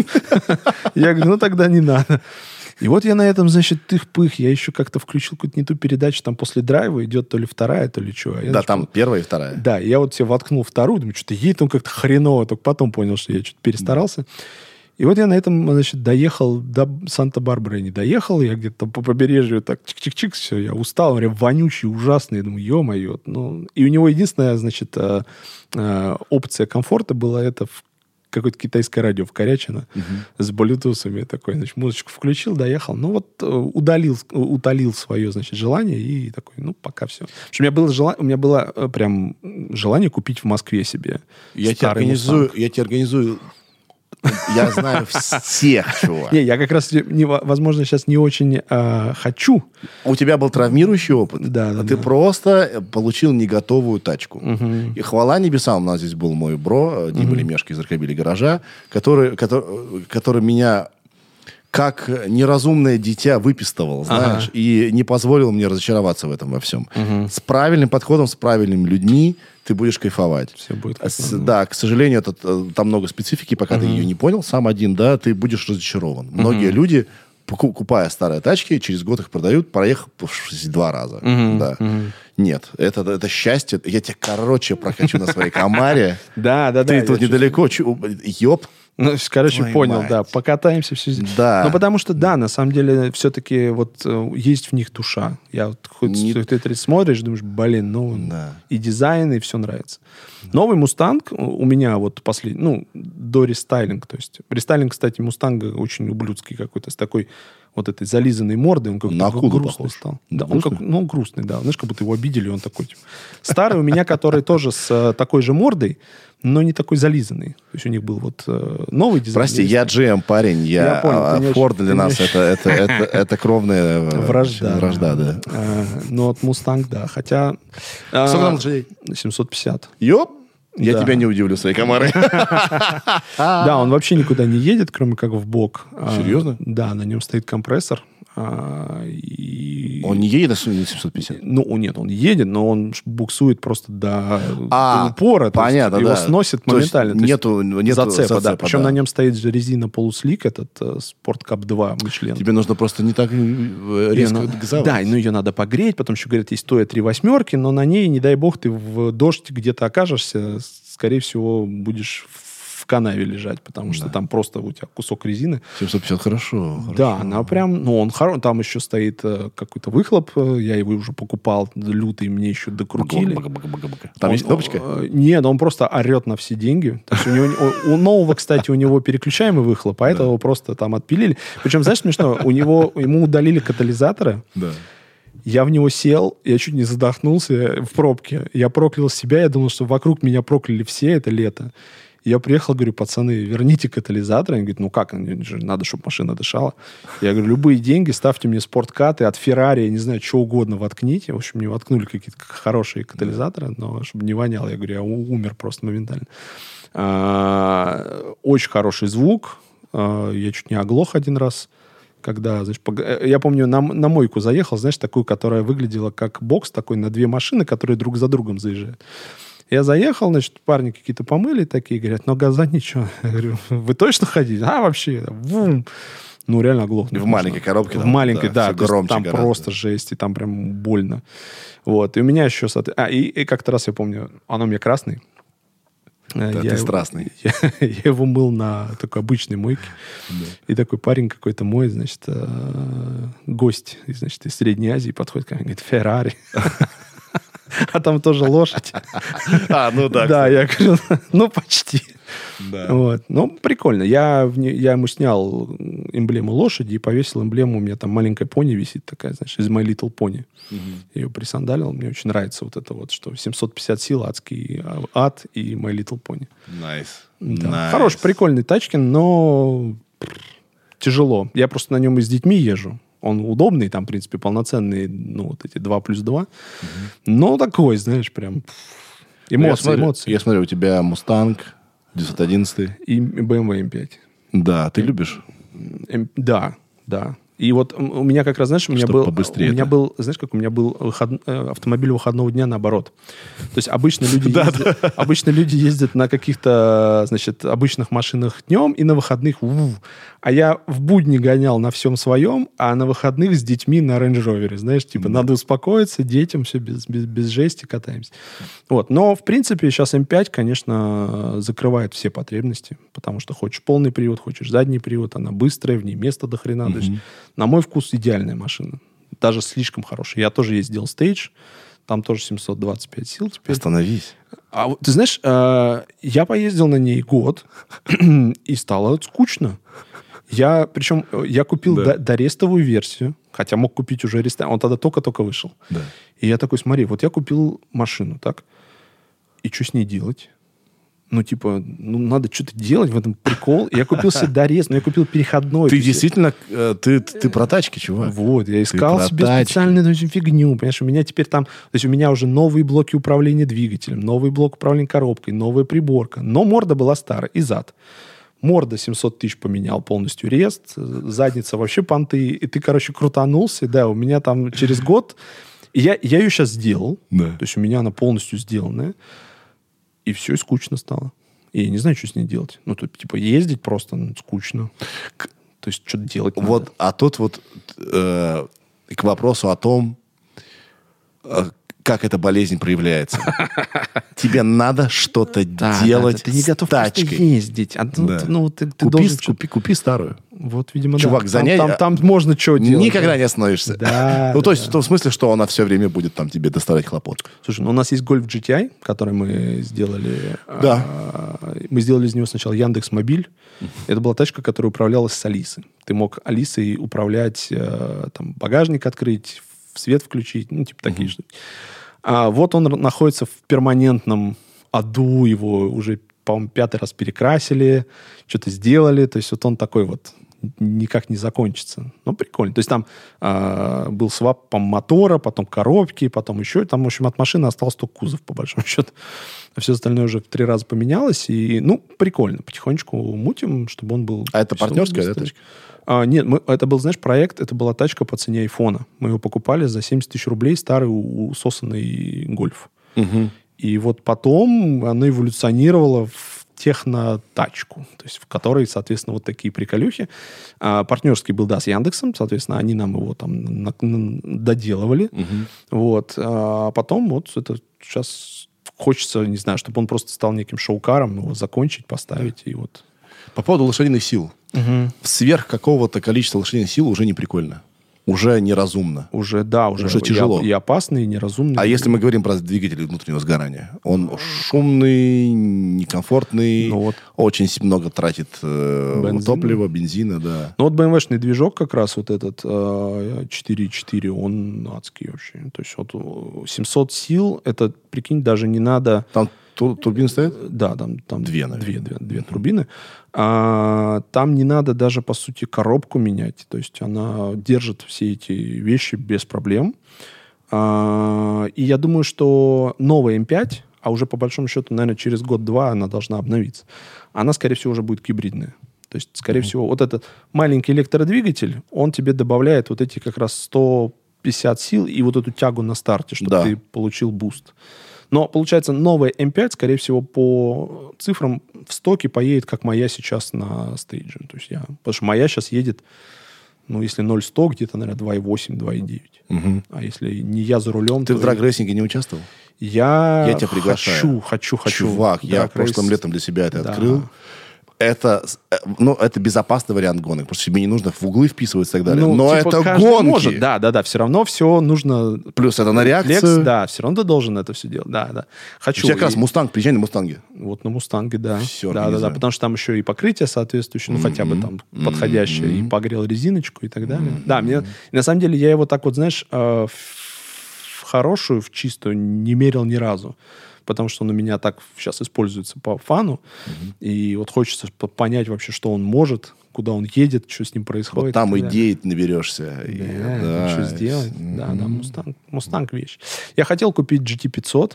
Я говорю, ну тогда не надо. И вот я на этом, значит, тых-пых, я еще как-то включил какую-то не ту передачу, там после драйва идет то ли вторая, то ли что. Да, там первая и вторая. Да, я вот себе воткнул вторую, думаю, что-то едет он как-то хреново, только потом понял, что я что-то перестарался. И вот я на этом, значит, доехал до Санта-Барбары, я не доехал, я где-то по побережью так чик-чик-чик, все, я устал, прям вонючий, ужасный, я думаю, ё-моё. Ну, и у него единственная, значит, э, э, опция комфорта была это в какое-то китайское радио вкорячено с блютусами такой, значит, музычку включил, доехал. Ну вот э, удалил, утолил свое, значит, желание и такой, ну, пока все. Потому что у меня было, жела- у меня было э, прям желание купить в Москве себе Я тебе старый организую, «Мустанг». я тебе организую... Я знаю всех, чувак. Не, я как раз, не, возможно, сейчас не очень э, хочу. У тебя был травмирующий опыт, Да, да, а ты да. просто получил не готовую тачку. И хвала небесам, у нас здесь был мой бро, Дима Лемешко из Рокобили гаража, который, который, который меня как неразумное дитя выпистывал, знаешь, Ага. и не позволил мне разочароваться в этом во всем. С правильным подходом, с правильными людьми ты будешь кайфовать. Все будет как С- надо. да, к сожалению, это, э, там много специфики, пока ты ее не понял сам один, да, ты будешь разочарован. Многие люди, поку- купая старые тачки, через год их продают, проехав два раза. Да. Нет, это, это счастье. Я тебя, короче, прокачу на своей Камаре. Да, да, да. Ты я тут чувствую. недалеко. чу- Ёп. Ну, короче, Твою понял, мать. да. Покатаемся все здесь. Да. Ну, потому что, да, на самом деле, все-таки вот э, есть в них душа. Я вот хоть Не- ты, ты смотришь, думаешь, блин, ну, Да. и дизайн, и все нравится. Новый Мустанг у меня вот последний, ну, до рестайлинга. То есть рестайлинг, кстати, Мустанга очень ублюдский какой-то, с такой вот этой зализанной мордой, он как-то На акулу грустный похож. стал. Да, он Грустный? как, ну, грустный, да. Знаешь, как будто его обидели, он такой, типа. Старый у меня, который тоже с э, такой же мордой, но не такой зализанный. То есть у них был вот э, новый дизайн. Прости, я джи эм парень, я, Я понял, а, ты не Ford очень- для ты нас не это, это, это, это кровная э, Вражда. вражда, да. Э, но вот Мустанг, да. Хотя... э, Сколько там лошадей? семьсот пятьдесят. Ёп, я Да. тебя не удивлю своей комарой. Да, он вообще никуда не едет, кроме как в бок. А, Серьезно? Да, на нем стоит компрессор. а, и... Он не едет на семьсот пятьдесят? Ну, нет, он едет, но он ш- буксует просто до, А, до упора. то есть понятно, его да. сносит То есть моментально. То есть нету, нету зацепа, да. зацепа, Причем да. на нем стоит же резина полуслик, этот э, Спорткап два Мишлен. Тебе нужно просто не так э, Её резко на- газовать. Да, ну ее надо погреть, потом еще говорят, есть стоя три восьмерки, но на ней, не дай бог, ты в дождь где-то окажешься, скорее всего, будешь в канаве лежать, потому что Да. там просто у тебя кусок резины. семьсот пятьдесят хорошо. Да, хорошо. она прям, ну, он хороший. Там еще стоит э, какой-то выхлоп, э, я его уже покупал, лютый, мне еще докрутили. Бага-бага-бага-бага. Там Он, есть кнопочка? э, Нет, он просто орет на все деньги. То есть у, него, у, у нового, кстати, у него переключаемый выхлоп, а этого просто там отпилили. Причем, знаешь, смешно, у него, ему удалили катализаторы. Да. Я в него сел, я чуть не задохнулся в пробке. Я проклял себя, я думал, что вокруг меня прокляли все это лето. Я приехал, говорю, пацаны, верните катализатор. Они говорят, ну как, надо, чтобы машина дышала. Я говорю, любые деньги, ставьте мне спорткаты от Феррари, я не знаю, что угодно воткните. В общем, мне воткнули какие-то хорошие катализаторы, но чтобы не воняло. Я говорю, я у- умер просто моментально. А, Очень хороший звук. А, Я чуть не оглох один раз. Когда, значит, пог- я помню, на, на мойку заехал, знаешь, такую, которая выглядела как бокс такой на две машины, которые друг за другом заезжают. Я заехал, значит, парни какие-то помыли такие, говорят, но газа ничего. Я говорю, вы точно ходите? А, вообще, вум. Ну, реально оглохнуть. В маленькой коробке В там, маленькой, да, да. всё то есть громче там гораздо. просто жесть, и там прям больно. Вот. И у меня еще... соот- А, и, и как-то раз, я помню, оно у меня красный. Да, ты страстный. Я, я его мыл на такой обычной мойке. И такой парень какой-то мой, значит, э, гость, и, значит, из Средней Азии подходит ко мне, говорит, Феррари. А там тоже лошадь. А, ну да. Да, я говорю, ну, почти. Да. Вот. Ну, прикольно. Я, в не- я ему снял эмблему лошади и повесил эмблему. У меня там маленькая пони висит такая, знаешь, из My Little Pony. Я ее присандалил. Мне очень нравится вот это вот, что семьсот пятьдесят сил, адский а, ад и My Little Pony. Найс. Да. Найс. Хороший, прикольный тачки, но тяжело. Я просто на нем и с детьми езжу. Он удобный, там, в принципе, полноценный, ну, вот эти два плюс два. Но такой, знаешь, прям пф, Ну, я эмоции, смотрю, эмоции. Я смотрю, у тебя Мустанг девятьсот одиннадцать. И бэ эм вэ эм пять. Да, ты любишь? Эм, Да, да. И вот м, у меня как раз, знаешь, у меня Чтоб был, побыстрее у меня это. был, знаешь, как у меня был выход- э, автомобиль выходного дня наоборот. То есть обычно люди, ездят, обычно люди ездят на каких-то, значит, обычных машинах днем и на выходных. у-у. А я в будни гонял на всем своем, а на выходных с детьми на Range Rover. Знаешь, типа, надо успокоиться, детям все без, без, без жести катаемся. Вот. Но, в принципе, сейчас эм пять, конечно, закрывает все потребности, потому что хочешь полный привод, хочешь задний привод, она быстрая, в ней места до хрена. То есть, на мой вкус, идеальная машина. Даже слишком хорошая. Я тоже ездил Stage, там тоже семьсот двадцать пять сил теперь. Остановись. А вот ты знаешь, э, я поездил на ней год, и стало скучно. Я, причем, э, я купил Да. до- дорестовую версию, хотя мог купить уже реста. Он тогда только-только вышел. Да. И я такой, смотри, вот я купил машину, так? И что с ней делать? Ну, типа, ну, надо что-то делать, в этом прикол. И я купил себе дорез, но я купил переходной. Ты То есть- действительно, э, ты, ты про тачки, чувак. Вот, я искал про себе тачки. специальную ну, фигню. Понимаешь, у меня теперь там... То есть у меня уже новые блоки управления двигателем, новый блок управления коробкой, новая приборка. Но морда была старая, и зад. Морда семьсот тысяч поменял полностью рест, задница вообще понты. И ты, короче, крутанулся. Да, у меня там через год... и Я, я ее сейчас сделал. Да. То есть у меня она полностью сделанная. И все, и скучно стало. И я не знаю, что с ней делать. Ну, тут, типа, ездить просто ну, скучно. То есть что-то делать надо. Вот, а тут вот э, к вопросу о том, э, как эта болезнь проявляется. Тебе надо что-то Да, делать да, да, ты не с готов тачкой. просто ездить. А, ну, Да. ты- ну, ты, ты Купи, должен... купи, купи старую. Вот, видимо, Чувак, да. занять- Там, там, там можно что делать. Никогда да. не остановишься. Да, Ну, то есть да. в том смысле, что она все время будет там тебе доставлять хлопот. Слушай, ну у нас есть Golf джи ти ай, который мы сделали. Да. А, мы сделали из него сначала Яндекс.Мобиль. Это была тачка, которая управлялась с Алисы. Ты ты мог Алисой управлять, э, там, багажник открыть, свет включить, ну, типа такие Мгм. штуки. А вот он р- находится в перманентном аду, его уже, по-моему, пятый раз перекрасили, что-то сделали, то есть вот он такой вот никак не закончится. Ну, прикольно. То есть там а, был свап по мотора, потом коробки, потом еще. Там, в общем, от машины остался только кузов, по большому счету. А все остальное уже в три раза поменялось. И, ну, прикольно. Потихонечку мутим, чтобы он был... А это чтобы партнерская, да, быстрее. тачка? А, нет, мы, это был, знаешь, проект, это была тачка по цене айфона. Мы его покупали за семьдесят тысяч рублей, старый у- усосанный гольф. Мгм. И вот потом она эволюционировала в технотачку, то есть в которой, соответственно, вот такие приколюхи. А, партнерский был, да, с Яндексом, соответственно, они нам его там на- на- доделывали. Мгм. Вот. А потом вот это сейчас хочется, не знаю, чтобы он просто стал неким шоу-каром, его закончить, поставить, и вот... По поводу лошадиных сил. Сверх какого-то количества лошадиных сил уже не прикольно. Уже неразумно. Уже, да, уже, Уже и- тяжело. И, опасный, и неразумный. А если мы говорим про двигатель внутреннего сгорания? Он шумный, некомфортный, Ну вот. очень с- много тратит э, Бензина. топлива, бензина, да. Ну вот бэ эм вэ-шный движок как раз вот этот э, четыре и четыре, он адский вообще. То есть вот э, семьсот сил, это, прикинь, даже не надо... Там ту- турбины стоят? Да, там, там Две, наверное. две, две, две турбины. А, там не надо даже, по сути, коробку менять. То есть она держит все эти вещи без проблем. А, и я думаю, что новая эм пять, а уже по большому счету, наверное, через год-два она должна обновиться, она, скорее всего, уже будет гибридная. То есть, скорее всего, вот этот маленький электродвигатель, он тебе добавляет вот эти как раз сто пятьдесят сил и вот эту тягу на старте, чтобы Да. ты получил буст. Но, получается, новая эм пять, скорее всего, по цифрам в стоке поедет, как моя сейчас на стейдже. То есть я... Потому что моя сейчас едет, ну, если ноль сто, где-то, наверное, два и восемь, два и девять. Мгм. А если не я за рулем, Ты то... в драг-рейсинге не участвовал? Я, Я тебя приглашаю. хочу, хочу, хочу. Чувак, я Драг-рейс. прошлым летом для себя это Да. открыл. Это, с- э, ну, это безопасный вариант гонок. Просто тебе не нужно в углы вписываться и так далее. Ну, Но типа, это каждый гонки. может. Да, да, да. Все равно все нужно... Плюс это на Рефлекс, реакцию. да, все равно ты должен это все делать. Да, да. У Хочу. тебя как раз И- Мустанг, приезжай на Мустанге. Вот на Мустанге, да. Всё да, да, да. организуем. Потому что там еще и покрытие соответствующее, ну, хотя бы там Мгм. подходящее, и Мгм. погрел резиночку и так далее. Да, мне... На самом деле, я его так вот, знаешь, э, в в хорошую, в чистую не мерил ни разу. Потому что он у меня так сейчас используется по фану. И вот хочется по- понять вообще, что он может, куда он едет, что с ним происходит. Вот там и так далее. идей наберешься. И- Да, что и- сделать. Да, да, Мустанг. Мустанг вещь. Я хотел купить джи ти пятьсот.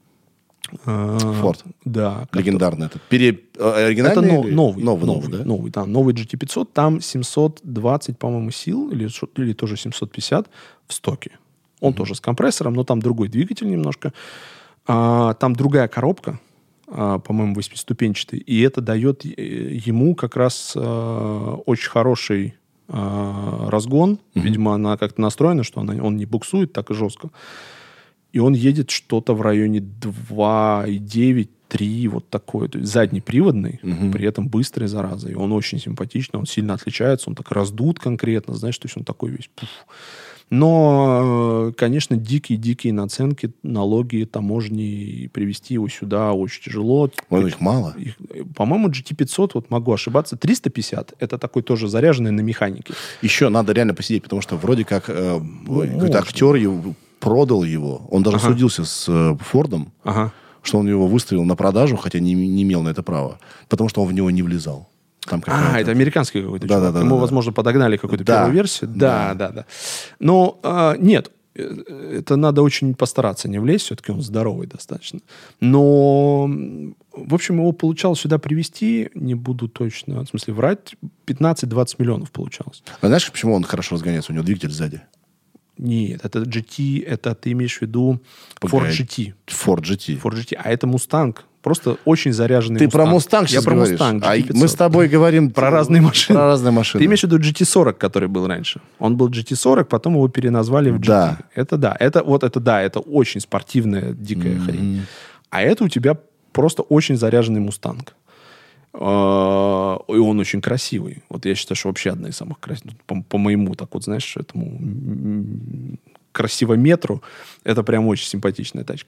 Форд. Да. Легендарный этот. Пере... э, Это Оригинальный? но- или- новый, Новый, новый, новый, да? новый, да, новый джи ти пятьсот. Там семьсот двадцать, по-моему, сил, или, шо- или тоже семьсот пятьдесят в стоке. Он тоже с компрессором, но там другой двигатель немножко. А, там другая коробка, а, по-моему, восьмиступенчатый. И это дает э, ему как раз а, очень хороший а, разгон. Видимо, она как-то настроена, что она, он не буксует так и жестко. И он едет что-то в районе два и девять, три, вот такой. То есть заднеприводный, при этом быстрый, зараза. И он очень симпатичный, он сильно отличается, он так раздут конкретно, знаешь, то есть он такой весь... пуф. Но, э, конечно, дикие-дикие наценки, налоги, таможни, и привезти его сюда очень тяжело. Ой, ну их мало. Их, э, по-моему, джи ти пятьсот, вот могу ошибаться, триста пятьдесят. Это такой тоже заряженный на механике. Еще надо реально посидеть, потому что вроде как э, какой-то можно. актер его, продал его. Он даже Ага. судился с э, Фордом, Ага. что он его выставил на продажу, хотя не, не имел на это права. Потому что он в него не влезал. Там А, какая-то- это американский какой-то Да, чувак. да, да, Ему, да, возможно, подогнали какую-то Да. первую версию. Да, да, да. Но а, нет, э, это надо очень постараться не влезть. Все-таки он здоровый достаточно. Но, м, в общем, его получалось сюда привезти, не буду точно, в смысле, врать, пятнадцать-двадцать миллионов получалось. А знаешь, почему он хорошо разгоняется? У него двигатель сзади. Нет, это джи ти, это ты имеешь в виду Ford Погоди. джи ти. Ford джи ти. Ford джи ти, а это Мустанг. Просто очень заряженный Ты Мустанг. про Мустанг Я сейчас про говоришь. Мустанг, А джи ти пятьсот. мы с тобой говорим Про разные машины. Про разные машины. Ты имеешь в виду джи ти сорок, который был раньше? Он был джи ти сорок, потом его переназвали в джи ти. Да. Это да. Это вот это да. Это очень спортивная дикая хрень. А это у тебя просто очень заряженный Мустанг. А, И он очень красивый. Вот я считаю, что вообще одна из самых красивых. По, по моему, так вот, знаешь, этому м, красивометру, это прям очень симпатичная тачка.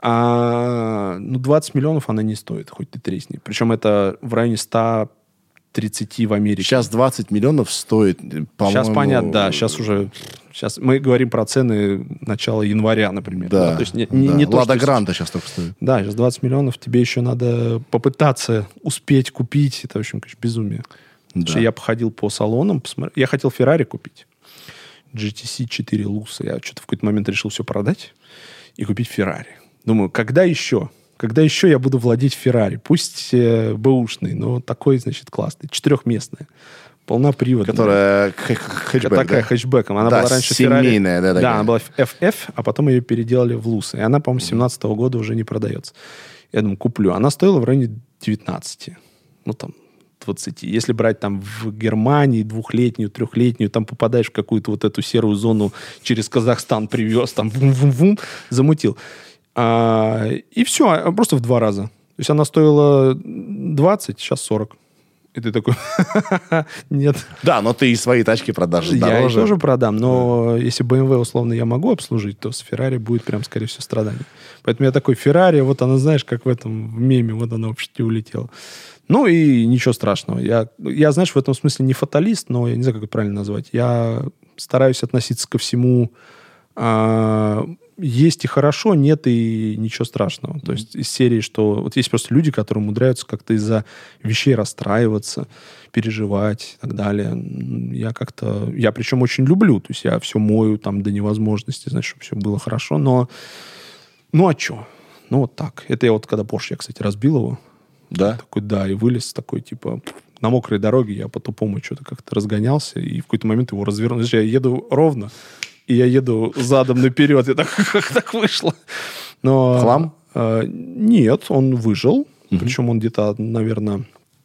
А, ну, двадцать миллионов она не стоит, хоть ты тресни. Причем это в районе сто тридцать в Америке. Сейчас двадцать миллионов стоит, по-моему... Сейчас понятно, да, сейчас уже... Сейчас мы говорим про цены начала января, например. Да, то есть не, не, да. не то, Лада что Гранта сейчас только стоит. Да, сейчас двадцать миллионов, тебе еще надо попытаться успеть купить. Это, в общем, конечно, безумие. Да. Потому что я походил по салонам, посмотр... я хотел Феррари купить. джи ти си четыре Луса. Я что-то в какой-то момент решил все продать и купить Феррари. Думаю, когда еще? Когда еще я буду владеть Феррари? Пусть э, бэушный, но такой, значит, классный. Четырехместная. Полноприводная. Которая хэтчбэк, Такая да? хэтчбэком. Она Да, была раньше Феррари. семейная, да, Да, такая. она была эф эф, а потом ее переделали в Луса. И она, по-моему, с семнадцатого года уже не продается. Я думаю, куплю. Она стоила в районе девятнадцати. Ну, там, двадцати. Если брать там в Германии двухлетнюю, трехлетнюю, там попадаешь в какую-то вот эту серую зону, через Казахстан привез, там вум-вум-вум, замутил. А, и все, просто в два раза. То есть она стоила двадцать, сейчас сорок. И ты такой, нет. Да, но ты и свои тачки продашь Я дороже. их тоже продам, но если бэ эм вэ условно я могу обслужить, то с Феррари будет прям, скорее всего, страдание. Поэтому я такой, Феррари, вот она, знаешь, как в этом в меме, вот она вообще не улетела. Ну и ничего страшного. Я, я, знаешь, в этом смысле не фаталист, но я не знаю, как это правильно назвать. Я стараюсь относиться ко всему... А, есть и хорошо, нет и ничего страшного. То есть из серии, что... Вот есть просто люди, которые умудряются как-то из-за вещей расстраиваться, переживать и так далее. Я как-то... Я причем очень люблю. То есть я все мою там до невозможности, знаешь, чтобы все было хорошо. Но... Ну, а что? Ну, вот так. Это я вот когда Porsche, я, кстати, разбил его. Да? Такой, да, и вылез такой, типа... На мокрой дороге я по-тупому что-то как-то разгонялся, и в какой-то момент его развернул. Знаешь, я еду ровно, и я еду задом наперед. Я так, как так вышло? Но, Хлам? Э, нет, он выжил. Угу. Причем он где-то, наверное...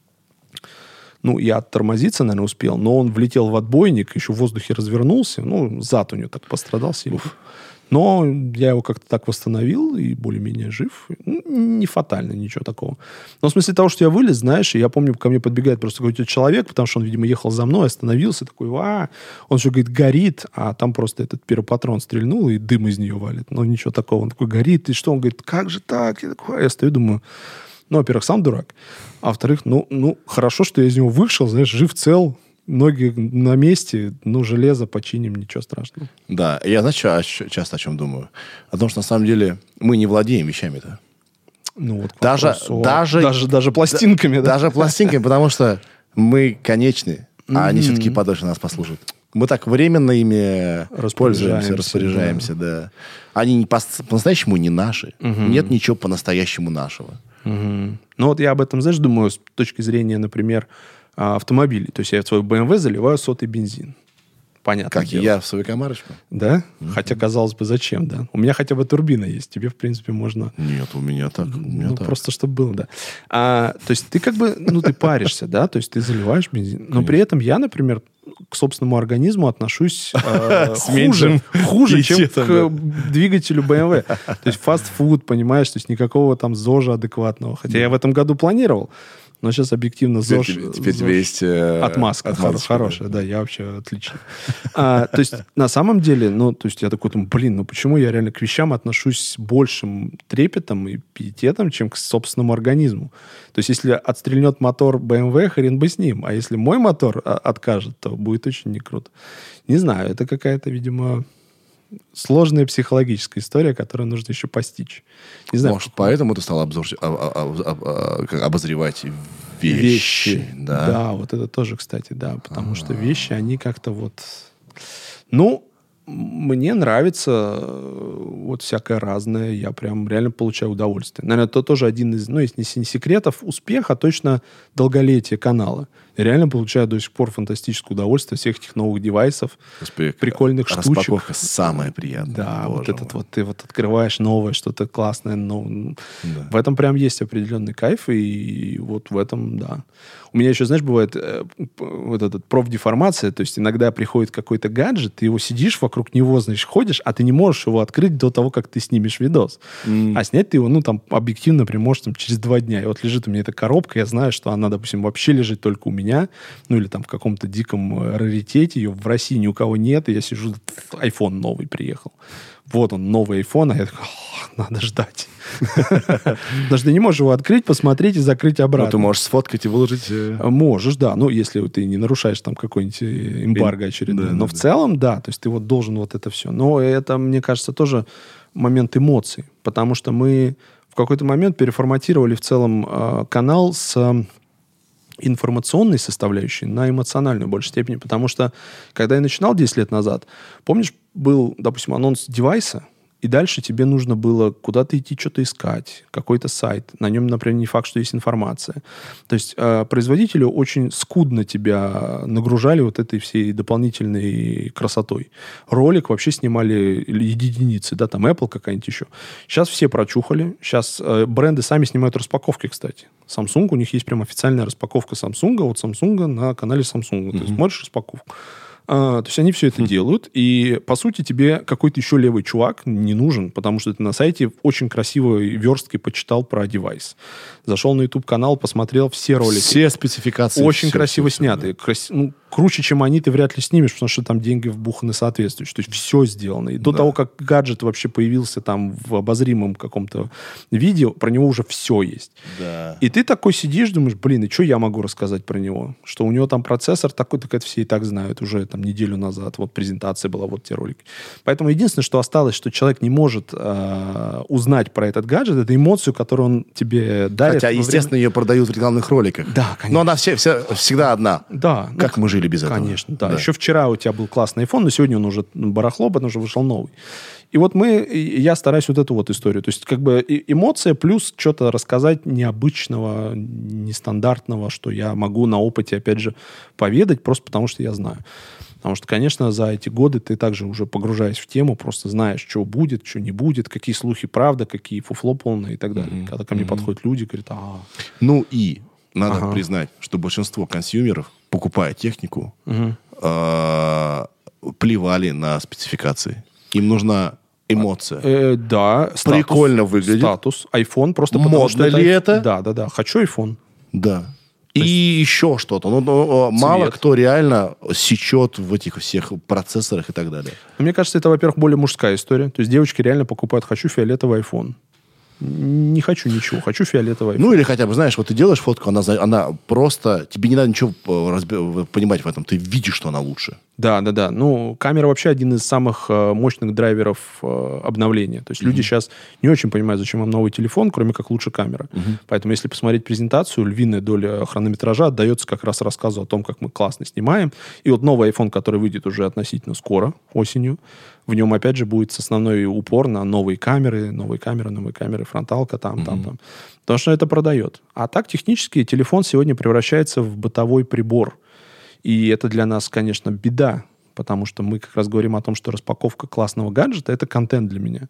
Ну, я оттормозиться, наверное, успел. Но он влетел в отбойник, еще в воздухе развернулся. Ну, зад у него так пострадал сильно. Уф. Но я его как-то так восстановил и более-менее жив. Не фатально, ничего такого. Но в смысле того, что я вылез, знаешь, и я помню, ко мне подбегает просто какой-то человек, потому что он, видимо, ехал за мной, остановился, такой, а, он же, говорит, горит, а там просто этот пиропатрон стрельнул, и дым из нее валит. Но ничего такого. Он такой, горит, и что? Он говорит, как же так? Я такой, я стою, думаю, ну, во-первых, сам дурак, а во-вторых, ну, ну, хорошо, что я из него вышел, знаешь, жив, цел, ноги на месте, ну, железо починим, ничего страшного. Да, я, знаешь, ча- часто о чем думаю? О том, что на самом деле мы не владеем вещами-то. Ну, вот Даже, вопросу, даже, даже, даже пластинками, да? Даже пластинками, потому что мы конечны, а они все-таки подольше нас послужат. Мы так временно ими пользуемся, распоряжаемся, да. да. Они не по- по-настоящему не наши. Угу. Нет ничего по-настоящему нашего. Угу. Ну, вот я об этом, знаешь, думаю с точки зрения, например, автомобилей. То есть я в свой бэ эм вэ заливаю сотый бензин. Понятно. Как и я в свою комарочку. Да? Mm-hmm. Хотя, казалось бы, зачем, да? У меня хотя бы турбина есть. Тебе, в принципе, можно... Нет, у меня так. У меня ну, так. просто чтобы было, да. А, то есть ты как бы, ну, ты паришься, да? То есть ты заливаешь бензин. Но при этом я, например, к собственному организму отношусь хуже, хуже, чем к двигателю бэ эм вэ. То есть фастфуд, понимаешь? То есть никакого там зожа адекватного. Хотя я в этом году планировал. Но сейчас объективно теперь, ЗОЖ... Теперь, теперь ЗОЖ, тебе есть... Э, отмазка, отмазочка, хорошая, да. да, я вообще отлично. А, то есть, на самом деле, ну, то есть, я такой думаю, блин, ну почему я реально к вещам отношусь с большим трепетом и пиететом, чем к собственному организму? То есть, если отстрельнет мотор бэ эм вэ, хрен бы с ним. А если мой мотор откажет, то будет очень не круто. Не знаю, это какая-то, видимо... сложная психологическая история, которую нужно еще постичь. Не знаю, может, поэтому ты стал обзор, а, а, а, а, обозревать вещи. вещи. Да? Да, вот это тоже, кстати, да. Потому А-а-а. что вещи, они как-то вот... Ну, мне нравится вот всякое разное. Я прям реально получаю удовольствие. Наверное, это тоже один из, ну, если не секретов успеха, точно долголетия канала. Я реально получаю до сих пор фантастическое удовольствие от всех этих новых девайсов, Успех. прикольных штучек. Распаковка самая приятная. Да, Боже вот мой. этот вот, ты вот открываешь новое, что-то классное. Но... Да. В этом прям есть определенный кайф, и вот в этом, да. У меня еще, знаешь, бывает э, вот этот профдеформация, то есть иногда приходит какой-то гаджет, ты его сидишь вокруг него, значит, ходишь, а ты не можешь его открыть до того, как ты снимешь видос. Mm. А снять ты его, ну, там, объективно, например, можешь там, через два дня. И вот лежит у меня эта коробка, я знаю, что она, допустим, вообще лежит только у меня, ну, или там в каком-то диком раритете, ее в России ни у кого нет, и я сижу, iPhone новый приехал. Вот он, новый iPhone, а я такой, надо ждать. Потому что ты не можешь его открыть, посмотреть и закрыть обратно. Ну, ты можешь сфоткать и выложить... Можешь, да. Ну, если ты не нарушаешь там какой-нибудь эмбарго очередной. Да, Но да, в да. целом, да, то есть ты вот должен вот это все. Но это, мне кажется, тоже момент эмоций. Потому что мы в какой-то момент переформатировали в целом э, канал с э, информационной составляющей на эмоциональную в большей степени. Потому что, когда я начинал десять лет назад, помнишь, был, допустим, анонс девайса, и дальше тебе нужно было куда-то идти, что-то искать, какой-то сайт. На нем, например, не факт, что есть информация. То есть э, производители очень скудно тебя нагружали вот этой всей дополнительной красотой. Ролик вообще снимали единицы, да, там Apple какая-нибудь еще. Сейчас все прочухали. Сейчас э, бренды сами снимают распаковки, кстати. Samsung, у них есть прям официальная распаковка Samsung, от Samsung на канале Samsung. Mm-hmm. То есть смотришь распаковку. А, то есть они все это делают, и, по сути, тебе какой-то еще левый чувак не нужен, потому что ты на сайте очень красивой версткой почитал про девайс. Зашел на YouTube-канал, посмотрел все ролики. Все спецификации. Очень все, красиво все, сняты. да. Крас... Ну, круче, чем они, ты вряд ли снимешь, потому что там деньги вбуханы соответствующие. То есть все сделано. И до Да. того, как гаджет вообще появился там в обозримом каком-то видео, про него уже все есть. Да. И ты такой сидишь, думаешь, блин, и что я могу рассказать про него? Что у него там процессор такой, так это все и так знают уже там неделю назад. Вот презентация была, вот те ролики. Поэтому единственное, что осталось, что человек не может э, узнать про этот гаджет, это эмоцию, которую он тебе дарит. Хотя, во естественно, время- ее продают в рекламных роликах. Да, конечно. Но она все, все, всегда одна. Да. ну, Как мы жили без этого? Конечно, да. Еще вчера у тебя был классный iPhone, но сегодня он уже барахло, потому что вышел новый. И вот мы, и я стараюсь вот эту вот историю. То есть как бы и- эмоция плюс что-то рассказать необычного, нестандартного, что я могу на опыте, опять же, поведать, просто потому что я знаю. Потому что, конечно, за эти годы ты также уже погружаясь в тему, просто знаешь, что будет, что не будет, какие слухи правда, какие фуфло полное и так далее. Мгм. Когда ко мне Мгм. подходят люди, говорят, а, Ну и надо Ага. признать, что большинство консюмеров, покупая технику, мгм. э, плевали на спецификации. Им нужна эмоция. Э, да, статус, Прикольно выглядит. Статус, iPhone, просто потому Модно что ли это? Да, да, да. Хочу iPhone. Да. И еще что-то. Ну, ну, мало Цвет. кто реально сечет в этих всех процессорах и так далее. Но мне кажется, это, во-первых, более мужская история. То есть девочки реально покупают «хочу фиолетовый iPhone». Не хочу ничего, хочу фиолетовый iPhone. Ну, или хотя бы, знаешь, вот ты делаешь фотку, она, за- она просто... Тебе не надо ничего э, разби- понимать в этом. Ты видишь, что она лучше. Да, да, да. Ну, камера вообще один из самых э, мощных драйверов э, обновления. То есть люди сейчас не очень понимают, зачем им новый телефон, кроме как лучше камера. Поэтому, если посмотреть презентацию, львиная доля хронометража отдается как раз рассказу о том, как мы классно снимаем. И вот новый iPhone, который выйдет уже относительно скоро, осенью, в нем, опять же, будет основной упор на новые камеры, новые камеры, новые камеры, фронталка там, там, там. Потому что это продает. А так, технически, телефон сегодня превращается в бытовой прибор. И это для нас, конечно, беда, потому что мы как раз говорим о том, что распаковка классного гаджета – это контент для меня.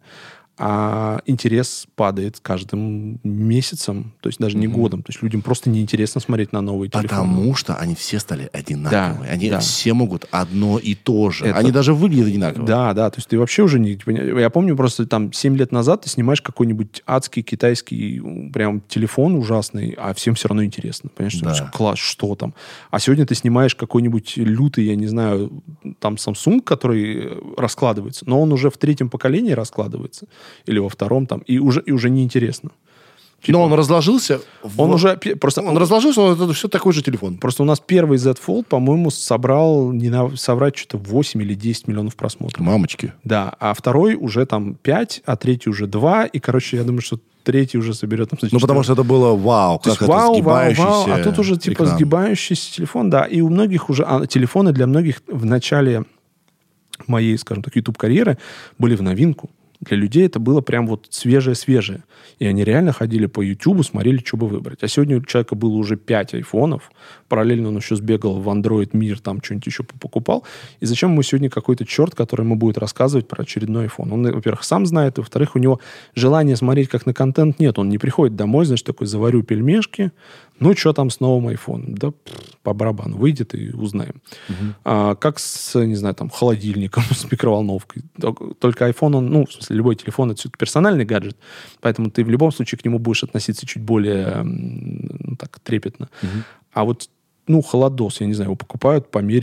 А интерес падает с каждым месяцем, то есть даже не годом. То есть людям просто неинтересно смотреть на новые телефоны. Потому что они все стали одинаковые. Да, они да. все могут одно и то же. Это- Они даже выглядят одинаково. Да, да, то есть ты вообще уже не... Я помню просто там семь лет назад ты снимаешь какой-нибудь адский китайский м, прям телефон ужасный, а всем все равно интересно. Понимаешь, Да. что класс, что там. А сегодня ты снимаешь какой-нибудь лютый, я не знаю, там Samsung, который э, раскладывается, но он уже в третьем поколении раскладывается. Или во втором там. И уже, и уже неинтересно. Но он разложился. в- Он уже... пе- Просто Он разложился, но это все такой же телефон. Просто у нас первый Z Fold, по-моему, собрал, не на, соврать, что-то восемь или десять миллионов просмотров. Мамочки. Да, а второй уже там пять, а третий уже два. И, короче, я думаю, что третий уже соберет там... Ну, потому что это было вау, То как есть, это вау, вау, сгибающийся вау, а тут уже типа экран. сгибающийся телефон, да. И у многих уже... А телефоны для многих в начале моей, скажем так, YouTube-карьеры были в новинку. Для людей это было прям вот свежее-свежее. И они реально ходили по YouTube, смотрели, что бы выбрать. А сегодня у человека было уже пять айфонов. Параллельно он еще сбегал в Android мир, там что-нибудь еще покупал. И зачем ему сегодня какой-то черт, который ему будет рассказывать про очередной iPhone? Он, во-первых, сам знает, и, во-вторых, у него желания смотреть как на контент нет. Он не приходит домой, значит, такой, заварю пельмешки. Ну, что там с новым айфоном? Да пф, по барабану. Выйдет и узнаем. А, как с, не знаю, там, холодильником, с микроволновкой. Тол- Только iPhone, он, ну, в смысле, любой телефон, это все-таки персональный гаджет. Поэтому ты в любом случае к нему будешь относиться чуть более, м, ну, так, трепетно. А вот, ну, холодос, я не знаю, его покупают по мере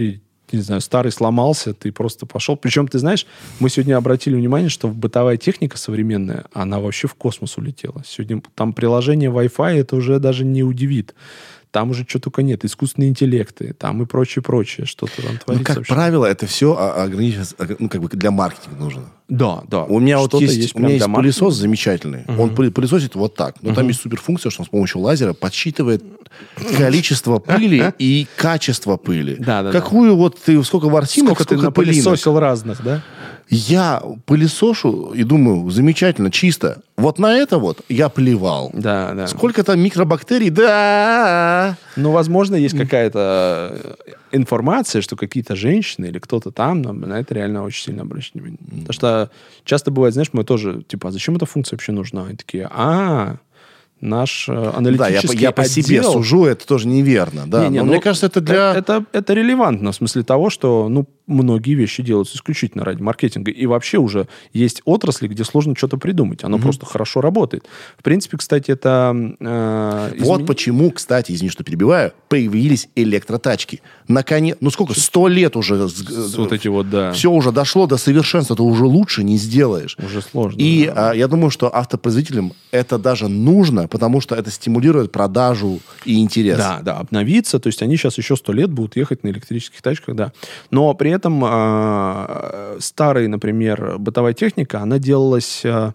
не знаю, старый сломался, ты просто пошел. Причем, ты знаешь, мы сегодня обратили внимание, что бытовая техника современная, она вообще в космос улетела. Сегодня там приложение Wi-Fi, это уже даже не удивит. Там уже что только нет. Искусственные интеллекты, там и прочее, прочее. Что-то там творится. Ну, как вообще. правило, это все ограничено, ну, как бы для маркетинга нужно. Да, да. У меня вот Что-то есть, у прям меня есть для пылесос маркетинга. замечательный. Мгм. Он пы- пылесосит вот так. Но там Мгм. есть суперфункция, что он с помощью лазера подсчитывает количество пыли и качество пыли. Да, да, Какую вот ты, сколько ворсинок, Сколько ты сколько пылинок. напылесосил разных, да? Я пылесошу и думаю, замечательно, чисто. Вот на это вот я плевал. Да, да. Сколько там микробактерий? Да. Ну, возможно, есть какая-то информация, что какие-то женщины или кто-то там на, на это реально очень сильно обращают внимание. Потому что часто бывает, знаешь, мы тоже, типа, а зачем эта функция вообще нужна? И такие, а, наш э, Да, я, по- аналитический я по себе отдел- сужу, это тоже неверно. Да. Не-не, Но ну, мне кажется, это для... Это, это релевантно в смысле того, что ну, многие вещи делаются исключительно ради маркетинга. И вообще уже есть отрасли, где сложно что-то придумать. Оно просто хорошо работает. В принципе, кстати, это... э, Вот измен- почему, кстати, извини, что перебиваю, появились электротачки. Наконец, ну сколько, сто лет уже... с- вот эти вот, да. Все уже дошло до совершенства, ты уже лучше не сделаешь. Уже сложно. И да. а, я думаю, что автопроизводителям это даже нужно, потому что это стимулирует продажу и интерес. Да, да, обновиться. То есть они сейчас еще сто лет будут ехать на электрических тачках, да. Но при этом э, старая, например, бытовая техника, она делалась э,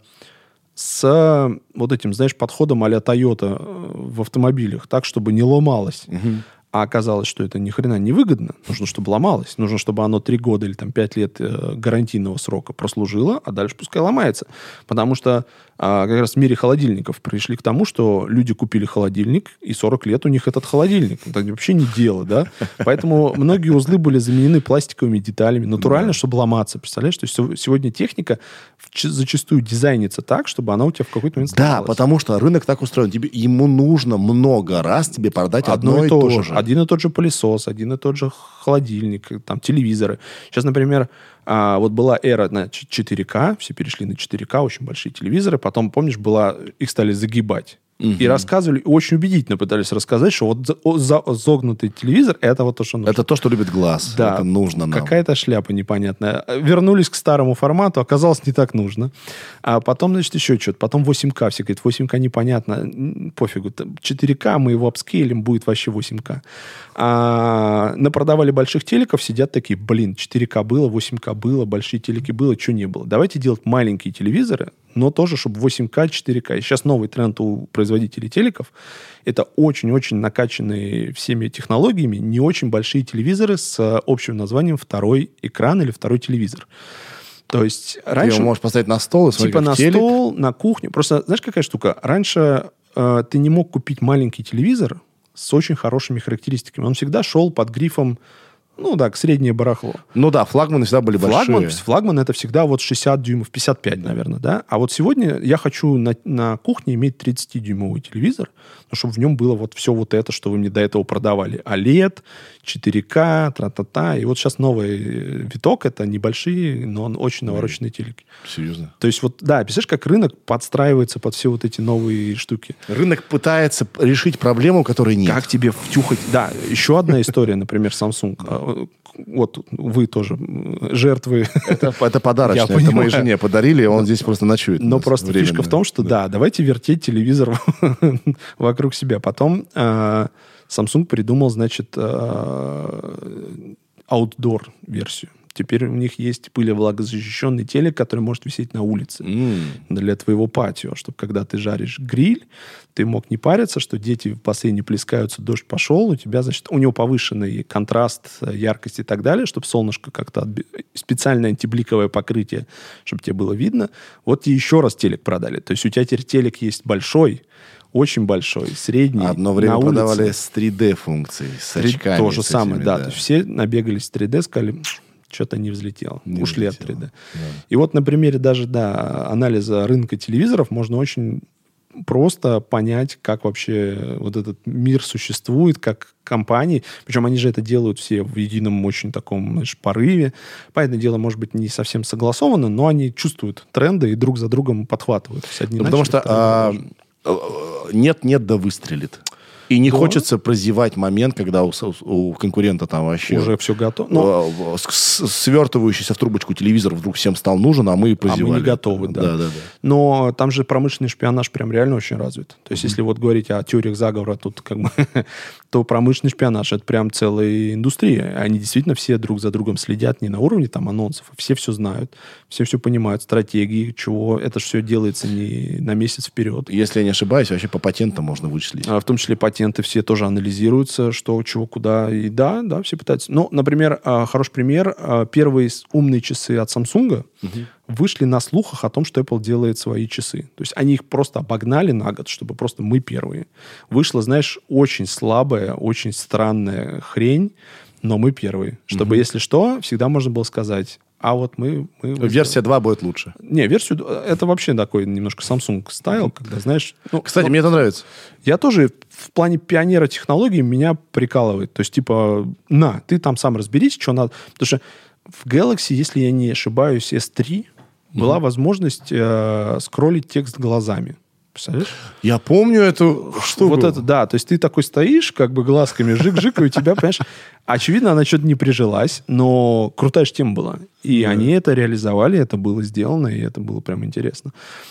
с вот этим, знаешь, подходом а-ля Toyota э, в автомобилях, так, чтобы не ломалось. Мгм. А оказалось, что это ни хрена не выгодно. Нужно, чтобы ломалось. Нужно, чтобы оно три года или там пять лет э, гарантийного срока прослужило, а дальше пускай ломается. Потому что а, как раз в мире холодильников пришли к тому, что люди купили холодильник, и сорок лет у них этот холодильник. Это вообще не дело, да? Поэтому многие узлы были заменены пластиковыми деталями. Натурально, чтобы ломаться. Представляешь? То есть сё- сегодня техника в- ч- зачастую дизайнится так, чтобы она у тебя в какой-то момент Да, сломалась. потому что рынок так устроен. Тебе, ему нужно много раз тебе продать одно, и то же. Один и тот же пылесос, один и тот же холодильник, там, телевизоры. Сейчас, например, а, вот была эра на ч- четыре ка, все перешли на четыре ка, очень большие телевизоры. Потом, помнишь, была, их стали загибать. И рассказывали, очень убедительно пытались рассказать, что вот за- о- за- загнутый телевизор, это вот то, что нужно. Это то, что любит глаз. Да, Это нужно нам. какая-то шляпа непонятная. Вернулись к старому формату, оказалось, не так нужно. А потом, значит, еще что-то. Потом восемь ка. Все говорят, восемь ка непонятно. М, Пофигу. Там четыре ка, мы его апскейлим, будет вообще восемь ка. А напродавали больших телеков, сидят такие, блин, четыре ка было, восемь ка было, большие телеки было, что не было. Давайте делать маленькие телевизоры, но тоже, чтобы восемь ка, четыре ка. И сейчас новый тренд у производителей телеков. Это очень-очень накачанные всеми технологиями, не очень большие телевизоры с э, общим названием второй экран или второй телевизор. То есть Ты раньше... его можешь поставить на стол и смотреть, Типа как на телек. стол, на кухню. Просто, знаешь, какая штука? Раньше э, ты не мог купить маленький телевизор с очень хорошими характеристиками. Он всегда шел под грифом, ну да, среднее барахло. Ну да, флагманы всегда были Флагман, большие. флагман это всегда вот шестьдесят дюймов, пятьдесят пять, наверное, да? А вот сегодня я хочу на, на кухне иметь тридцатидюймовый телевизор, ну, чтобы в нем было вот все вот это, что вы мне до этого продавали. о лед, четыре ка, тра-та-та. И вот сейчас новый виток, это небольшие, но он очень навороченные телеки. Серьезно. То есть вот, да, представляешь, как рынок подстраивается под все вот эти новые штуки. Рынок пытается решить проблему, которой нет. Как тебе втюхать? Да, еще одна история, например, Samsung. А, Вот вы тоже м, жертвы. Это, это подарочно. Я Это понимаю. моей жене подарили, и он здесь просто ночует. у Но нас просто временно. фишка в том, что да, давайте вертеть телевизор вокруг себя. Потом э, Samsung придумал, значит, э, outdoor-версию. Теперь у них есть пылевлагозащищенный телек, который может висеть на улице М. для твоего патио, чтобы когда ты жаришь гриль, ты мог не париться, что дети в бассейне плескаются, дождь пошел, у тебя, значит, у него повышенный контраст, яркость и так далее, чтобы солнышко как-то... отби- Специальное антибликовое покрытие, чтобы тебе было видно. Вот тебе еще раз телек продали. То есть у тебя теперь телек есть большой, очень большой, средний, Одно время на улице. продавали с три дэ функцией, с три- очками. То же с самое, этими, да. То есть все набегались с три дэ, сказали, что-то не взлетело. Не Ушли от взлетело. три дэ. Да. И вот на примере даже, да, анализа рынка телевизоров можно очень просто понять, как вообще вот этот мир существует, как компании, причем они же это делают все в едином очень таком, знаешь, порыве. Понятное дело, может быть, не совсем согласованно, но они чувствуют тренды и друг за другом подхватывают. То есть одни Ну, потому начали, что вторые а, продолжили. э, нет-нет, да выстрелит. И не Да. хочется прозевать момент, когда у, с- у конкурента там вообще... Уже все готово. Но э, с- с- свертывающийся в трубочку телевизор вдруг всем стал нужен, а мы а прозевали. мы не готовы, да. Да, да, да. Но там же промышленный шпионаж прям реально очень развит. То есть, если вот говорить о теориях заговора, тут как бы, то промышленный шпионаж — это прям целая индустрия. Они действительно все друг за другом следят не на уровне там анонсов, а все все знают, все все понимают, стратегии, чего. Это же все делается не на месяц вперед. Если я не ошибаюсь, вообще по патентам можно вычислить. А в том числе патенты все тоже анализируются, что, чего, куда. И да, да, все пытаются. Ну, например, а, хороший пример. а, Первые с- умные часы от Samsung вышли на слухах о том, что Apple делает свои часы. То есть они их просто обогнали на год, чтобы просто мы первые. Вышла, знаешь, очень слабая, очень странная хрень, но мы первые. Чтобы, если что, всегда можно было сказать, а вот мы... мы Версия два будет лучше. Не, версию... Это вообще такой немножко Samsung стайл, когда, знаешь... ну, Кстати, ну, мне это нравится. я тоже в плане пионера технологий меня прикалывает. То есть, типа, на, ты там сам разберись, что надо. Потому что в Galaxy, если я не ошибаюсь, эс три была возможность э, скроллить текст глазами. Представляешь? Я помню эту штуку. Вот это, да. То есть ты такой стоишь, как бы глазками жик-жик, и у тебя, понимаешь, очевидно, она что-то не прижилась, но крутая же тема была. И они это реализовали, это было сделано, и это было прям интересно.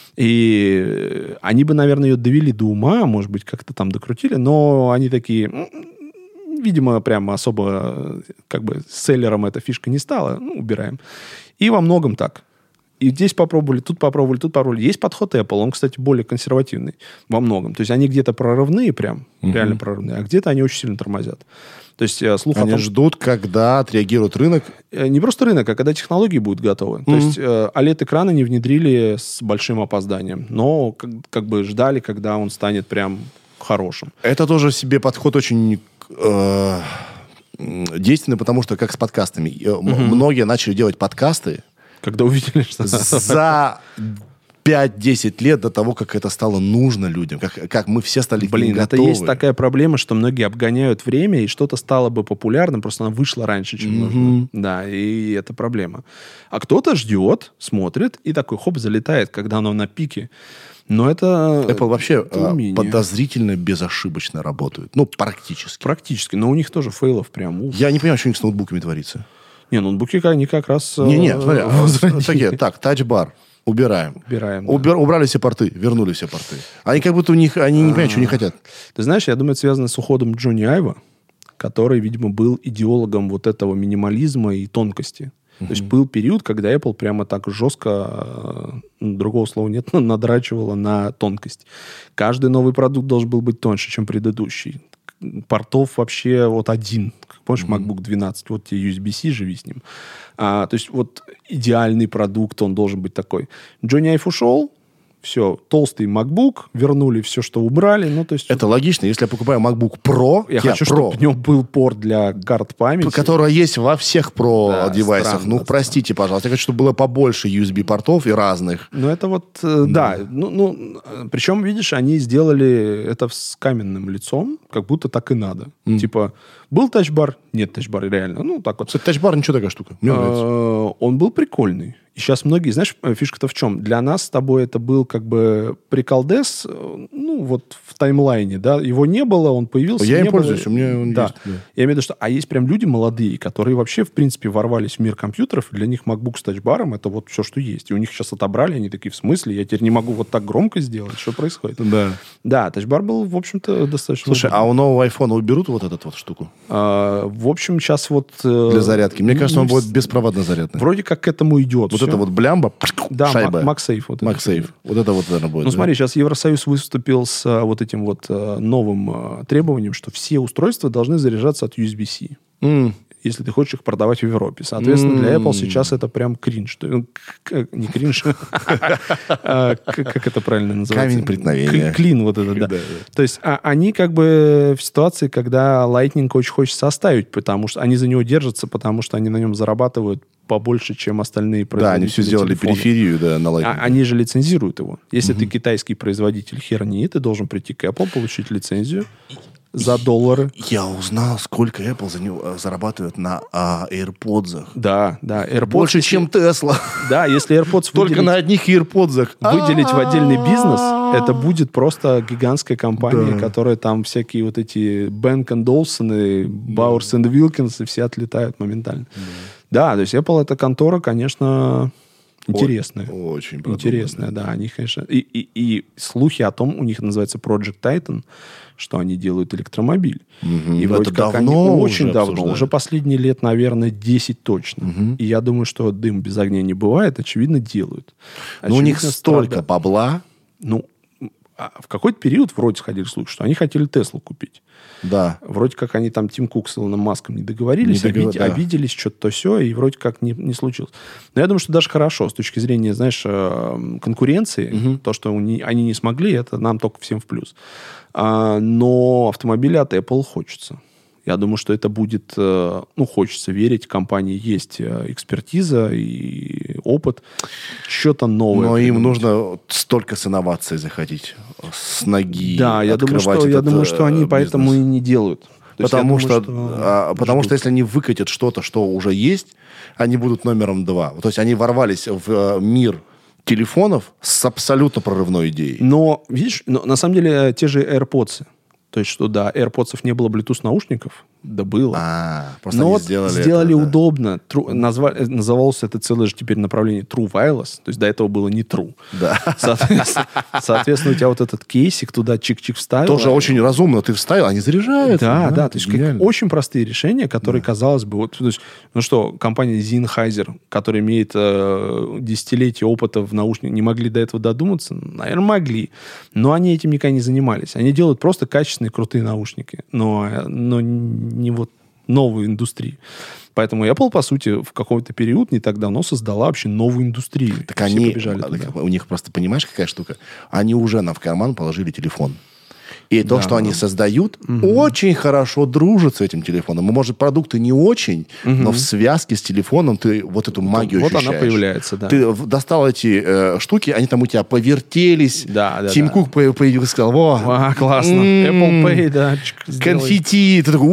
И они бы, наверное, ее довели до ума, может быть, как-то там докрутили, но они такие... «М, видимо, прямо особо как бы селлером эта фишка не стала. Ну, убираем. И во многом так. И здесь попробовали, тут попробовали, тут попробовали. Есть подход Apple, он, кстати, более консервативный во многом. То есть они где-то прорывные прям, реально прорывные, а где-то они очень сильно тормозят. То есть э, слух Они о том, ждут, когда отреагирует рынок. э, не просто рынок, а когда технологии будут готовы. То есть э, о лед-экраны не внедрили с большим опозданием, но как, как бы ждали, когда он станет прям хорошим. Это тоже себе подход очень э, м, действенный, потому что как с подкастами. Э, м- Многие начали делать подкасты Когда увидели, что... за пять-десять лет до того, как это стало нужно людям, как, как мы все стали к ним Блин, это готовы. есть такая проблема, что многие обгоняют время, и что-то стало бы популярным, просто оно вышло раньше, чем нужно. Да, и это проблема. А кто-то ждет, смотрит, и такой, хоп, залетает, когда оно на пике. Но это... Apple вообще это э, умение. подозрительно безошибочно работают. Ну, практически. Практически. Но у них тоже фейлов прям... уф. Я не понимаю, что у них с ноутбуками творится. Не, ноутбуки, они как раз... э, Не-не, смотри, возродили. такие, так, тачбар, убираем. Убираем, да. Убер- убрали все порты, вернули все порты. Они как будто у них, они не понимают, что они хотят. Ты знаешь, я думаю, это связано с уходом Джонни Айва, который, видимо, был идеологом вот этого минимализма и тонкости. То есть был период, когда Apple прямо так жестко, э, ну, другого слова нет, надрачивала на тонкость. Каждый новый продукт должен был быть тоньше, чем предыдущий. Портов вообще вот один. Как помнишь, MacBook двенадцать, вот тебе ю эс би-C, живи с ним. А, то есть вот идеальный продукт, он должен быть такой. Джонни Айв ушел, все, толстый MacBook, вернули все, что убрали. Ну, то есть Это логично. Если я покупаю MacBook Pro, я хочу, Pro, чтобы в нем был порт для карт памяти. которая есть во всех Pro Да, девайсах. странно, Ну, простите, пожалуйста. Я хочу, чтобы было побольше ю эс би-портов и разных. Ну, это вот, э, да. Ну, ну, э, причем, видишь, они сделали это с каменным лицом, как будто так и надо. Типа, был тачбар? Нет тачбара, реально. Ну, так вот. Кстати, тачбар ничего такая штука. Мне нравится. Э, Он был прикольный. И сейчас многие, знаешь, э, фишка-то в чем? Для нас с тобой это был как бы приколдес, э, ну, вот в таймлайне, да, его не было, он появился, Я не им было. пользуюсь, у меня он да. есть, да. Я имею в виду, что... А есть прям люди молодые, которые вообще, в принципе, ворвались в мир компьютеров, и для них MacBook с тачбаром — это вот все, что есть. И у них сейчас отобрали, они такие, в смысле? Я теперь не могу вот так громко сделать? Что происходит? Да. Да, тачбар был, в общем-то, достаточно... Слушай, а у нового айфона уберут вот эту вот штуку А, в общем, сейчас вот... э, для зарядки? Мне кажется, он не будет вс- беспроводно зарядный. Вроде как к этому идет. Вот всё. это вот блямба, Да, шайба. Мак- MagSafe. Вот это. MagSafe. Вот это вот, наверное, будет. Ну, да? смотри, сейчас Евросоюз выступил с а, вот этим вот а, новым а, требованием, что все устройства должны заряжаться от ю эс би-C, М. если ты хочешь их продавать в Европе. Соответственно, для Apple сейчас это прям кринж. То- ну, к- к- Не кринж, а, к- как это правильно называется? Камень преткновения. К- Клин вот это, да. Да, да. То есть а, они как бы в ситуации, когда Lightning очень хочется оставить, потому что они за него держатся, потому что они на нем зарабатывают побольше, чем остальные Да, производители они все сделали телефонов. периферию, да, на Lightning. А- они же лицензируют его. Если ты китайский производитель херни, ты должен прийти к Apple, получить лицензию за доллары. Я узнал, сколько Apple за него, э, зарабатывает на а, AirPods. Да, да. AirPods, Больше, если- чем Tesla. Да, если AirPods Только выделить, на одних AirPods. выделить в отдельный бизнес, Это будет просто гигантская компания, Да. которая там всякие вот эти Бенк энд Олсоны, Бауэрс энд Вилкинсы все отлетают моментально. Да, то есть Apple это контора, конечно, интересная. Очень продуманно. Интересная, да. Они, конечно... И, и, и слухи о том, у них называется Project Titan, что они делают электромобиль. Мгм. И Это вроде как они давно очень уже давно, обсуждают. уже последние лет, наверное, десять точно. Мгм. И я думаю, что дым без огня не бывает, очевидно, делают. Но у них Очевидно, столько страдают. бабла. Ну, а в какой-то период вроде сходили слухи, что они хотели Теслу купить. Да. Вроде как они там Тим Кук с Илоном Маском не договорились, Не договор- обид- да. обиделись, что-то то все, и вроде как не, не случилось. Но я думаю, что даже хорошо с точки зрения, знаешь, э, конкуренции, Мгм. то, что они, они не смогли, это нам только всем в плюс. А, но автомобили от Apple хочется. Я думаю, что это будет, э, ну, хочется верить, в компании есть э, экспертиза и опыт, что-то новое. Но им придумать. нужно столько с инновацией захватить с ноги. Да, я думаю, открывать что, я этот, думаю, э, что они поэтому и бизнес. не делают. То есть я Потому, думаю, что, а, потому ждут. что если они выкатят что-то, что уже есть, они будут номером два. То есть они ворвались в э, мир телефонов с абсолютно прорывной идеей. Но, видишь, но, на самом деле те же AirPods. То есть, что да, AirPods не было Bluetooth-наушников, да было. А, просто Но они вот сделали, сделали, это, да. удобно. True- назва- э, называлось это целое же теперь направление True Wireless. То есть до этого было не True. Да. Соответственно, соответственно, у тебя вот этот кейсик туда чик-чик вставил. Тоже очень разумно. Ты вставил, они заряжаются. Да, да, то есть как- гениально. очень простые решения, которые, казалось бы, вот, то есть, ну что, компания Sennheiser, которая имеет э, десятилетия опыта в наушниках, не могли до этого додуматься? Наверное, могли. Но они этим никогда не занимались. Они делают просто качественные, крутые наушники, но, э, но не вот новую индустрию. Поэтому Apple, по сути, в какой-то период не так давно создала вообще новую индустрию. Так Все они, побежали так туда. у них просто, понимаешь, какая штука? Они уже нам в карман положили телефон. И то, Да. что они создают, очень хорошо дружит с этим телефоном. И, может, продукты не очень, но в связке с телефоном ты вот эту магию Вот ощущаешь. она появляется, да. Ты в- достал эти э, штуки, они там у тебя повертелись. Да, да, Тим да. Кук по- появился, сказал, во, А, классно. м, Apple Pay, да. чик, сделай. конфетти. Ты такой,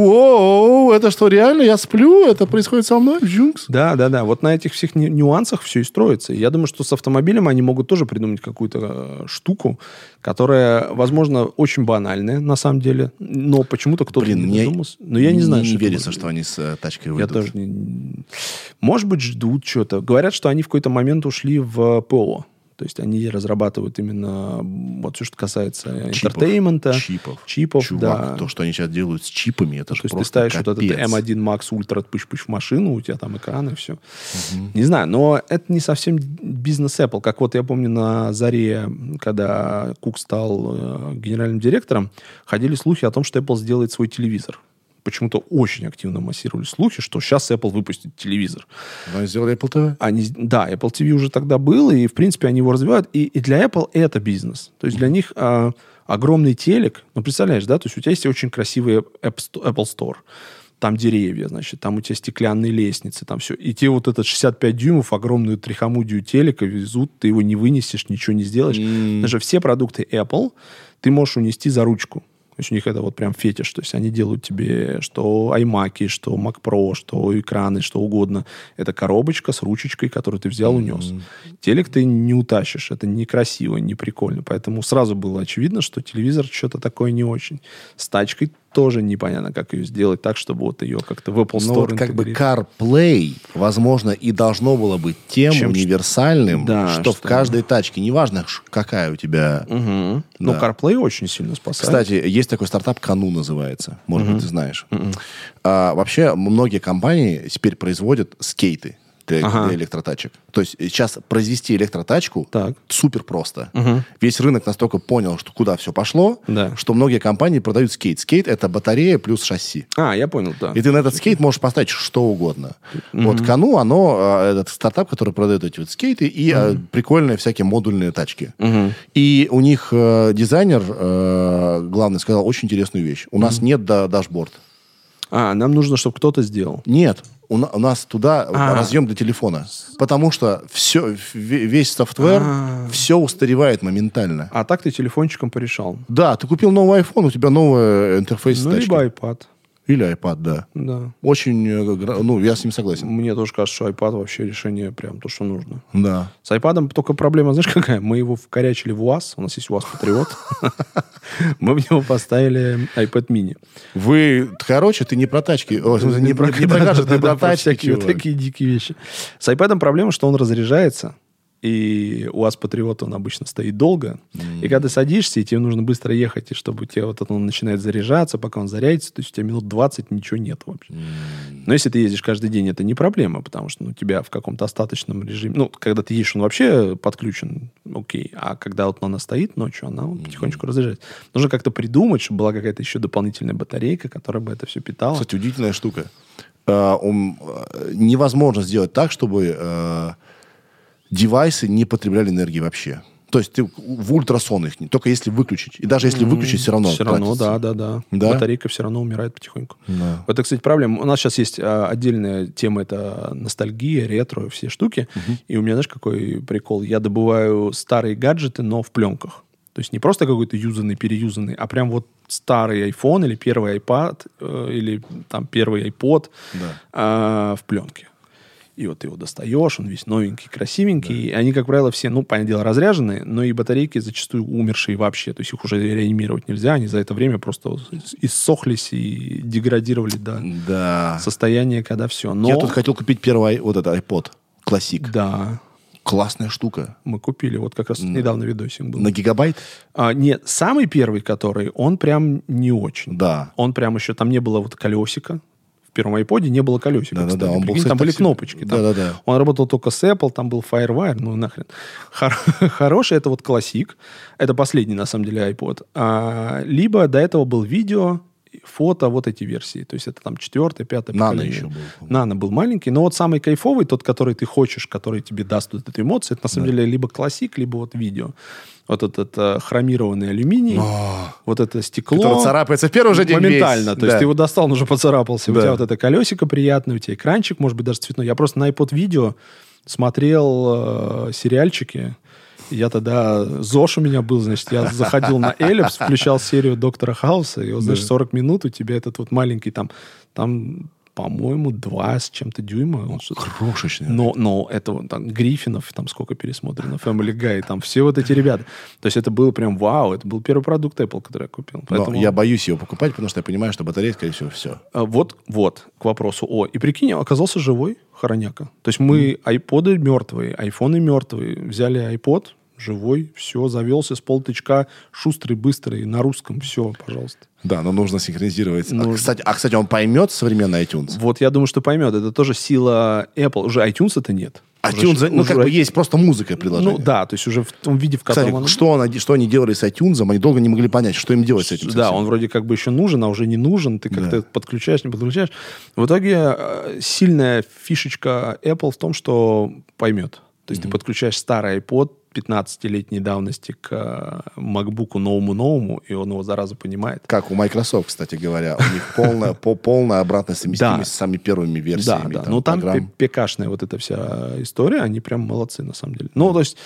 о, это что, реально? Я сплю? Это происходит со мной? Джункс. Да, да, да. Вот на этих всех ню- нюансах все и строится. И я думаю, что с автомобилем они могут тоже придумать какую-то э, штуку, которая, возможно, очень банальная на самом деле, но почему-то кто-то Блин, не мне додумался. Но я не знаю, не что это верится, может что они с э, тачкой Я выйдут. тоже не... Может быть, ждут что-то. Говорят, что они в какой-то момент ушли в ПО. То есть они разрабатывают именно вот все, что касается Чипов. интертеймента, Чипов. чипов, Чувак, да. то, что они сейчас делают с чипами, это То же есть ты просто ставишь вот капец. этот эм один Max Ultra пыш-пыш в машину, у тебя там экран и все. Не знаю, но это не совсем бизнес Apple. Как вот я помню на заре, когда Кук стал э, генеральным директором, ходили слухи о том, что Apple сделает свой телевизор. Почему-то очень активно массировали слухи, что сейчас Apple выпустит телевизор. Но они сделали Apple ти ви. Они, да, Apple ти ви уже тогда был, и, в принципе, они его развивают. И, и для Apple это бизнес. То есть для них а, огромный телек, ну, представляешь, да, то есть у тебя есть очень красивый App Sto- Apple Store, там деревья, значит, там у тебя стеклянные лестницы, там все. И тебе вот этот шестьдесят пять дюймов, огромную трихомудию телека везут, ты его не вынесешь, ничего не сделаешь. М. Даже все продукты Apple ты можешь унести за ручку. То есть у них это вот прям фетиш. То есть они делают тебе что iMac, что Mac Pro, что экраны, что угодно. Это коробочка с ручечкой, которую ты взял, унес. Телек ты не утащишь. Это некрасиво, не прикольно. Поэтому сразу было очевидно, что телевизор что-то такое не очень. С тачкой тоже непонятно, как ее сделать так, чтобы вот ее как-то в Apple Store Ну, вот как бы интегрировать. CarPlay, возможно, и должно было быть тем Чем- универсальным, Да, что, в что- каждой тачке, неважно, ш- какая у тебя... Мгм. Но Да. CarPlay очень сильно спасает. Кстати, есть такой стартап, Кану называется. Может быть, ты знаешь. А, вообще, многие компании теперь производят скейты для, Ага. для электротачек. То есть сейчас произвести электротачку Так. супер просто. Мгм. Весь рынок настолько понял, что куда все пошло, Да. что многие компании продают скейт. Скейт — это батарея плюс шасси. А, я понял, да. И ты на этот скейт можешь поставить что угодно. Вот Кану, оно, а, этот стартап, который продает эти вот скейты и а, прикольные всякие модульные тачки. Мгм. И у них э, дизайнер, э, главный, сказал очень интересную вещь. У нас нет да- дашборд. А, нам нужно, чтобы кто-то сделал. Нет. У, на- у нас туда А. разъем для телефона. Потому что все, весь софтвер, А. все устаревает моментально. А так ты телефончиком порешал. Да, ты купил новый iPhone, у тебя новый интерфейс Ну, тачки. либо iPad. Или iPad, да. Да. Очень, э, гра- ну, я с ним согласен. Мне тоже кажется, что iPad вообще решение прям то, что нужно. Да. С iPad только проблема, знаешь, какая? Мы его вкорячили в УАЗ. У нас есть УАЗ Патриот. Мы в него поставили iPad mini. Вы, короче, ты не про тачки, о, в смысле, не про не про гаджеты, ты про тачки, всякие вот чувак. такие дикие вещи. С iPad проблема, что он разряжается. И УАЗ Патриот, он обычно стоит долго. И когда ты садишься, и тебе нужно быстро ехать, и чтобы у тебя вот это он начинает заряжаться, пока он зарядится, то есть у тебя минут двадцать ничего нет вообще. Но если ты ездишь каждый день, это не проблема, потому что ну, у тебя в каком-то остаточном режиме... Ну, когда ты едешь, он вообще подключен, окей. А когда вот она стоит ночью, она вот потихонечку разряжается. Нужно как-то придумать, чтобы была какая-то еще дополнительная батарейка, которая бы это все питала. Кстати, удивительная штука. А, он, а, невозможно сделать так, чтобы а, девайсы не потребляли энергии вообще. То есть ты в ультрасон их, не, только если выключить. И даже если выключить, все равно Все равно, тратится. да, да, да, Да? Батарейка все равно умирает потихоньку. Да. Это, кстати, проблема. У нас сейчас есть а, отдельная тема, это ностальгия, ретро, все штуки. И у меня, знаешь, какой прикол? Я добываю старые гаджеты, но в пленках. То есть не просто какой-то юзанный, переюзанный, а прям вот старый iPhone или первый iPad э, или там первый iPod Да. э, в пленке. И вот ты его достаешь, он весь новенький, красивенький. И они, как правило, все, ну, понятное дело, разряженные, но и батарейки зачастую умершие вообще. То есть их уже реанимировать нельзя. Они за это время просто иссохлись и деградировали до Да. состояния, когда все. Но... Я тут хотел купить первый ай- вот этот iPod Classic. Да, Классная штука. мы купили. Вот как раз недавно видосик был. На гигабайт? А, нет, самый первый, который, он прям не очень. Да. Он прям еще, там не было вот колесика. В первом iPod не было колесика, Да-да-да, кстати. он был, Прикинь, кстати, там были так себе. кнопочки. Там. Да-да-да. Он работал только с Apple, там был FireWire, ну нахрен. Хор- Хороший это вот классик. Это последний, на самом деле, iPod. А, либо до этого был видео, фото, вот эти версии. То есть это там четвертое, пятое Нано поколение. еще был, по-моему. Нано был маленький. Но вот самый кайфовый, тот, который ты хочешь, который тебе даст вот эту эмоцию, это на самом деле либо классик, либо вот видео. Вот этот э, хромированный алюминий, А, вот это стекло. который царапается в первый же день Моментально. весь. То есть Да. ты его достал, он уже поцарапался. У Да. тебя вот это колесико приятное, у тебя экранчик, может быть, даже цветной. Я просто на iPod видео смотрел э, сериальчики. Я тогда... ЗОЖ у меня был, значит, я заходил на Эллипс, включал серию Доктора Хауса, и вот, знаешь, сорок минут у тебя этот вот маленький там... Там, по-моему, два с чем-то дюйма. Он что-то- Крошечный. но, но это вот там Гриффинов, там сколько пересмотрено, Family Guy, там все вот эти ребята. То есть это было прям вау, это был первый продукт Apple, который я купил. Но Поэтому, я боюсь его покупать, потому что я понимаю, что батарея, скорее всего, все. а, вот, вот, к вопросу о. И прикинь, оказался живой хороняка. То есть мы айподы мертвые, айфоны мертвые, взяли iPod, живой, все, завелся с полтычка, шустрый, быстрый, на русском, все, пожалуйста. Да, но нужно синхронизировать. Нужно. А, кстати, а, кстати, он поймет современный iTunes? Вот я думаю, что поймет. Это тоже сила Apple. Уже iTunes-то нет. iTunes, Уже- ну, уже как бы i- есть просто музыка приложения. Ну да, то есть уже в том виде, в котором Кстати, оно- что, он- что они делали с iTunes, они долго не могли понять, что им делать с этим. Да, совсем. он вроде как бы еще нужен, а уже не нужен. Ты как-то Да. подключаешь, не подключаешь. В итоге э, сильная фишечка Apple в том, что поймет. То есть ты подключаешь старый iPod пятнадцатилетней давности к э, MacBook новому-новому, и он его, зараза, понимает. Как у Microsoft, кстати говоря. У них полная, по- полная обратная совместимость Да. с самыми первыми Да, версиями. да. Ну, там программ. пе- пекашная вот эта вся история, они прям молодцы, на самом деле. Ну, то есть,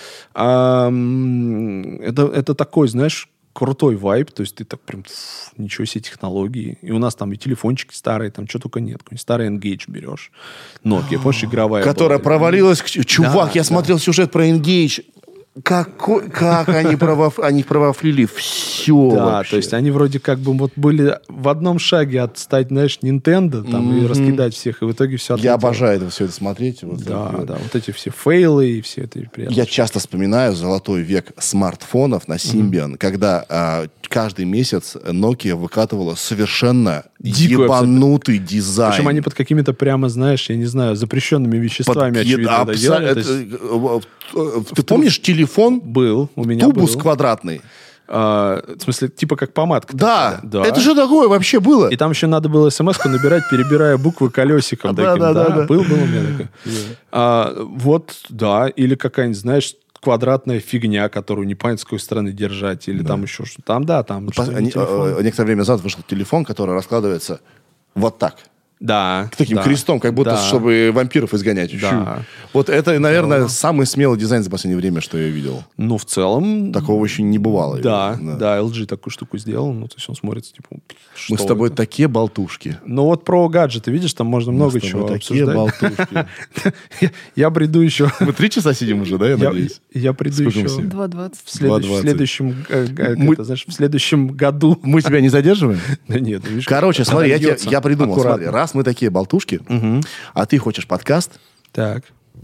ам, это, это такой, знаешь, крутой вайб, то есть ты так прям, фу, ничего себе технологии. И у нас там и телефончики старые, там что только нет. Какой-нибудь старый Engage берешь. Nokia, помнишь, игровая Которая была. провалилась. Ч- Чувак, Да, я да. смотрел сюжет про Engage. Какой, как они, проваф, они провафлили все Да, вообще. то есть они вроде как бы вот были в одном шаге от стать, знаешь, Nintendo там, и Мгм. раскидать всех, и в итоге все Я обожаю это все это смотреть. Вот Да, так. да, вот эти все фейлы и все это приятно. Я часто вспоминаю золотой век смартфонов на Symbian, когда а, каждый месяц Nokia выкатывала совершенно Дикую ебанутый дизайн. Причем они под какими-то прямо, знаешь, я не знаю, запрещенными веществами, Под- очевидно, это абсо- делали. То это, есть э, э, Ты помнишь телефон? был, у меня Тубус был. квадратный. А, в смысле, типа как помадка. Да, такая. Да. это же такое вообще было. И там еще надо было смс-ку набирать, перебирая буквы колесиком. Да, таким. да, да, да. Был, был у меня такой. А, вот, да, или какая-нибудь, знаешь, квадратная фигня, которую непонятно с какой стороны держать, или там еще что-то. Там, да, там Пос- что-нибудь, они- телефон. э, Некоторое время назад вышел телефон, который раскладывается вот так. Да. Таким да, крестом, как будто, да. чтобы вампиров изгонять. Да. Вот это, наверное, да. самый смелый дизайн за последнее время, что я видел. Ну, в целом... Такого еще не бывало. Да, да, да, эл джи такую штуку сделал. Ну, то есть он смотрится, типа... Мы с тобой это? такие болтушки. Ну, вот про гаджеты, видишь, там можно Мы много с чего такие обсуждать. болтушки. Я приду еще... Мы три часа сидим уже, да, я надеюсь? Я приду еще... два двадцать. В следующем... В следующем году. Мы тебя не задерживаем? Да нет, видишь... Короче, смотри, я придумал. Раз мы такие болтушки, Угу. а ты хочешь подкаст? Так.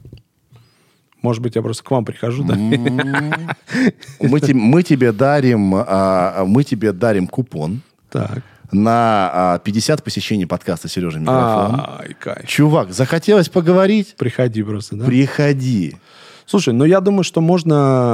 Может быть, я просто к вам прихожу, да? Мы тебе дарим, мы тебе дарим купон Так. на пятьдесят посещений подкаста Сережа Микрофон. Ай, кайф. Чувак, захотелось поговорить? Приходи просто, да? Приходи. Слушай, ну я думаю, что можно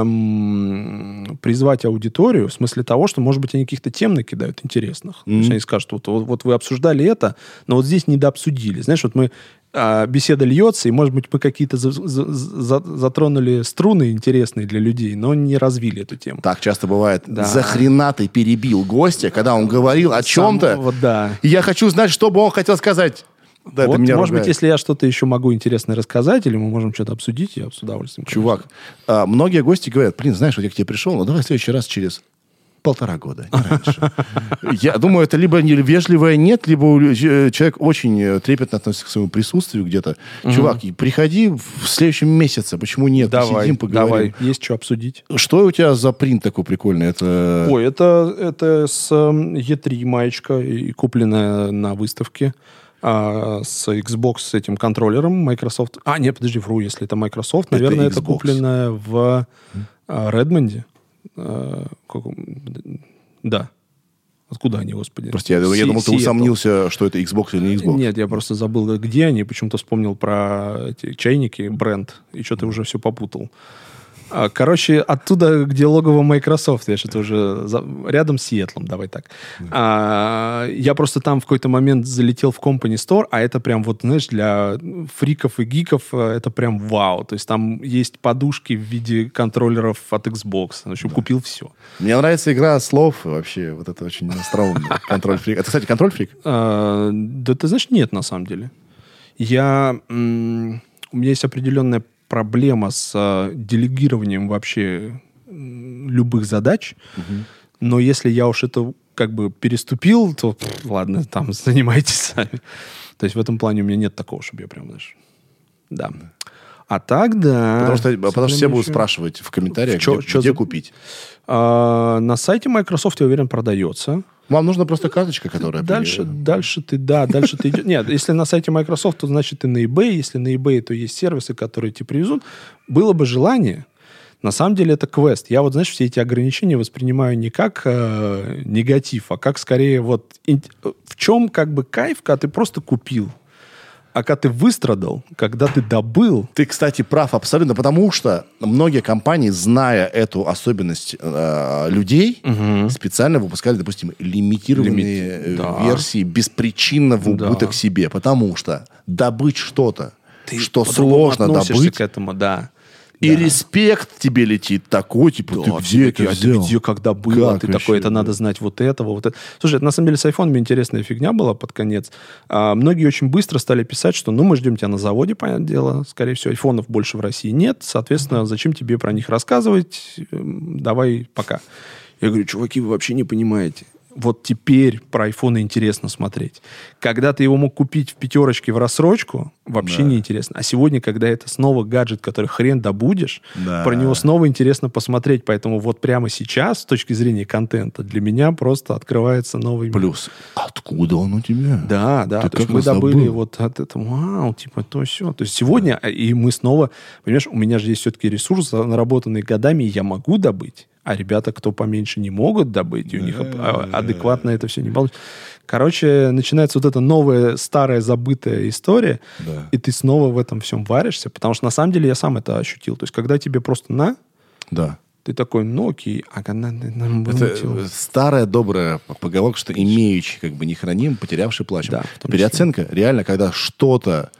м, призвать аудиторию в смысле того, что, может быть, они каких-то тем накидают интересных. Mm-hmm. То есть они скажут, вот, вот, вот вы обсуждали это, но вот здесь недообсудили. Знаешь, вот мы а, беседа льется, и, может быть, мы какие-то за, за, за, затронули струны интересные для людей, но не развили эту тему. Так часто бывает. Да. За хрена ты перебил гостя, когда он говорил о чем-то. Сам, вот, да. И я хочу знать, что бы он хотел сказать. Да, вот, это меня может ругает. быть, если я что-то еще могу интересное рассказать, или мы можем что-то обсудить, я с удовольствием. Чувак, а, многие гости говорят, блин, знаешь, вот я к тебе пришел, но давай в следующий раз через полтора года, не раньше. Я думаю, это либо невежливое нет, либо человек очень трепетно относится к своему присутствию где-то. Чувак, приходи в следующем месяце, почему нет? Давай, Сидим, поговорим. давай, есть что обсудить. Что у тебя за принт такой прикольный? Это... Ой, это, это с и три маечка, и купленная на выставке. А, с Xbox, с этим контроллером Microsoft. А, нет, подожди, вру, если это Microsoft. Наверное, это, это купленное в а, Редмонде. А, как, да. Откуда они, господи? Просто я, я думал, ты усомнился, что это Xbox или не Xbox. Нет, я просто забыл, где они. Почему-то вспомнил про эти чайники, бренд. И что-то уже все попутал. Короче, оттуда, где логово Microsoft, я что-то уже за... рядом с Сиэтлом, давай так. Mm. А, я просто там в какой-то момент залетел в Company Store, а это прям вот, знаешь, для фриков и гиков это прям вау. То есть там есть подушки в виде контроллеров от Xbox. В общем, да. Купил все. Мне нравится игра слов вообще. Вот это очень остроумно. Контроль-фрик. Это, кстати, контроль-фрик? А, да ты знаешь, нет, на самом деле. Я... М- у меня есть определенная проблема с а, делегированием вообще любых задач. Угу. Но если я уж это как бы переступил, то пфф, ладно, там занимайтесь сами. То есть в этом плане у меня нет такого, чтобы я прям, знаешь... Да. А так, да. Потому что, потому что все будут спрашивать в комментариях, чё, где, чё где за... купить. А, на сайте Microsoft, я уверен, продается. Вам нужна просто карточка, которая... Дальше, при... дальше ты, да, дальше ты идешь... Нет, если на сайте Microsoft, то значит ты на eBay. Если на eBay, то есть сервисы, которые тебе привезут. Было бы желание. На самом деле это квест. Я вот, знаешь, все эти ограничения воспринимаю не как э, негатив, а как скорее вот... Ин... В чем как бы кайф, когда ты просто купил. А когда ты выстрадал, когда ты добыл... Ты, кстати, прав абсолютно, потому что многие компании, зная эту особенность э, людей, угу. специально выпускали, допустим, лимитированные Лимит... да. версии беспричинно в убыток да. себе, потому что добыть что-то, ты что сложно добыть... к этому, да. И да. респект тебе летит такой, типа, да, ты где это взял? Ты где, когда было? Как ты вообще, такой, это да. надо знать вот этого, вот это. Слушай, это, на самом деле с айфонами интересная фигня была под конец. А, многие очень быстро стали писать, что ну мы ждем тебя на заводе, понятное дело. Скорее всего, айфонов больше в России нет. Соответственно, зачем тебе про них рассказывать? Давай пока. Я говорю, чуваки, вы вообще не понимаете. Вот теперь про айфоны интересно смотреть. Когда ты его мог купить в пятерочке в рассрочку, вообще да. не интересно. А сегодня, когда это снова гаджет, который хрен добудешь, да. про него снова интересно посмотреть. Поэтому вот прямо сейчас, с точки зрения контента, для меня просто открывается новый мир. Плюс, откуда он у тебя? Да, да. Ты то есть мы добыли забыл? Вот от этого, вау, типа то все. То есть сегодня, и мы снова, понимаешь, у меня же есть все-таки ресурс, наработанный годами, и я могу добыть. А ребята, кто поменьше, не могут добыть, и у них адекватно это все не получится. Короче, начинается вот эта новая, старая, забытая история, да. и ты снова в этом всем варишься, потому что на самом деле я сам это ощутил. То есть, когда тебе просто на, да. ты такой, ну окей, ага, надо нам было. Это чего? Старая добрая поговорка, что имеющий как бы не храним, потерявший плачем. Да, переоценка реально, когда что-то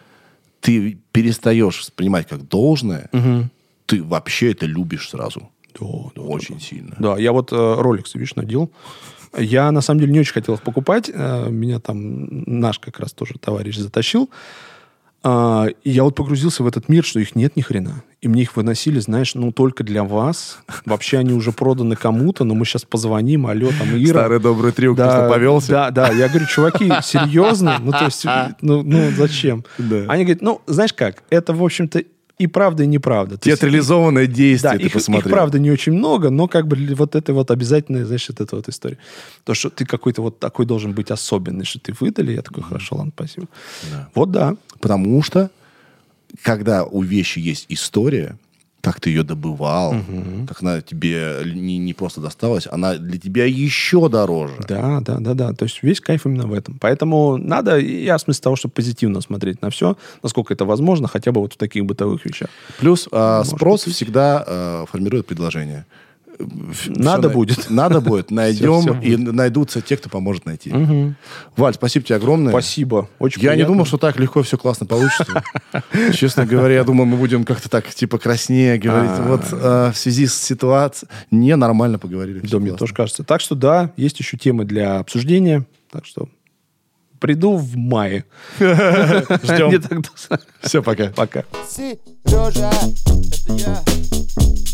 ты перестаешь воспринимать как должное, угу. ты вообще это любишь сразу. Да, да, очень да. сильно. Да, я вот э, Rolex, видишь, надел. Я, на самом деле, не очень хотел их покупать. Э, Меня там наш как раз тоже товарищ затащил. А, И я вот погрузился в этот мир, что их нет ни хрена. И мне их выносили, знаешь, ну, только для вас. Вообще они уже проданы кому-то, но мы сейчас позвоним, алло, там, Ира. Старый добрый трюк, Да, просто повелся. Да, да. Я говорю, чуваки, серьезно? Ну, то есть, ну, ну зачем? Да. Они говорят, ну, знаешь как, это, в общем-то, и правда, и неправда. То есть, Театрализованное действие, да, ты их, их, посмотрел. правда, не очень много, но как бы для- вот это вот обязательная, знаешь, вот эта вот история. То, что ты какой-то вот такой должен быть особенный, что ты выдали. Я такой, хорошо, ладно, спасибо. Да. Вот да. Потому что, когда у вещи есть история, как ты ее добывал, как она тебе не, не просто досталась, она для тебя еще дороже. Да, да, да, да. То есть весь кайф именно в этом. Поэтому надо, я в смысле того, чтобы позитивно смотреть на все, насколько это возможно, хотя бы вот в таких бытовых вещах. Плюс а, Может спрос быть. всегда а, формирует предложение. Ф- Надо всё будет. Надо будет. Найдем, всё и найдутся те, кто поможет найти. Мгм. Валь, спасибо тебе огромное. Спасибо. Очень Я не приятно. думал, что так легко все классно получится. Честно говоря, я думал, мы будем как-то так, типа, краснее говорить. А. Вот а, в связи с ситуацией не нормально поговорили. Да, Всё мне классно. тоже кажется. Так что да, есть еще темы для обсуждения. Так что приду в мае. Ждем. Не так давно. Все, пока. Пока. Сережа, это я.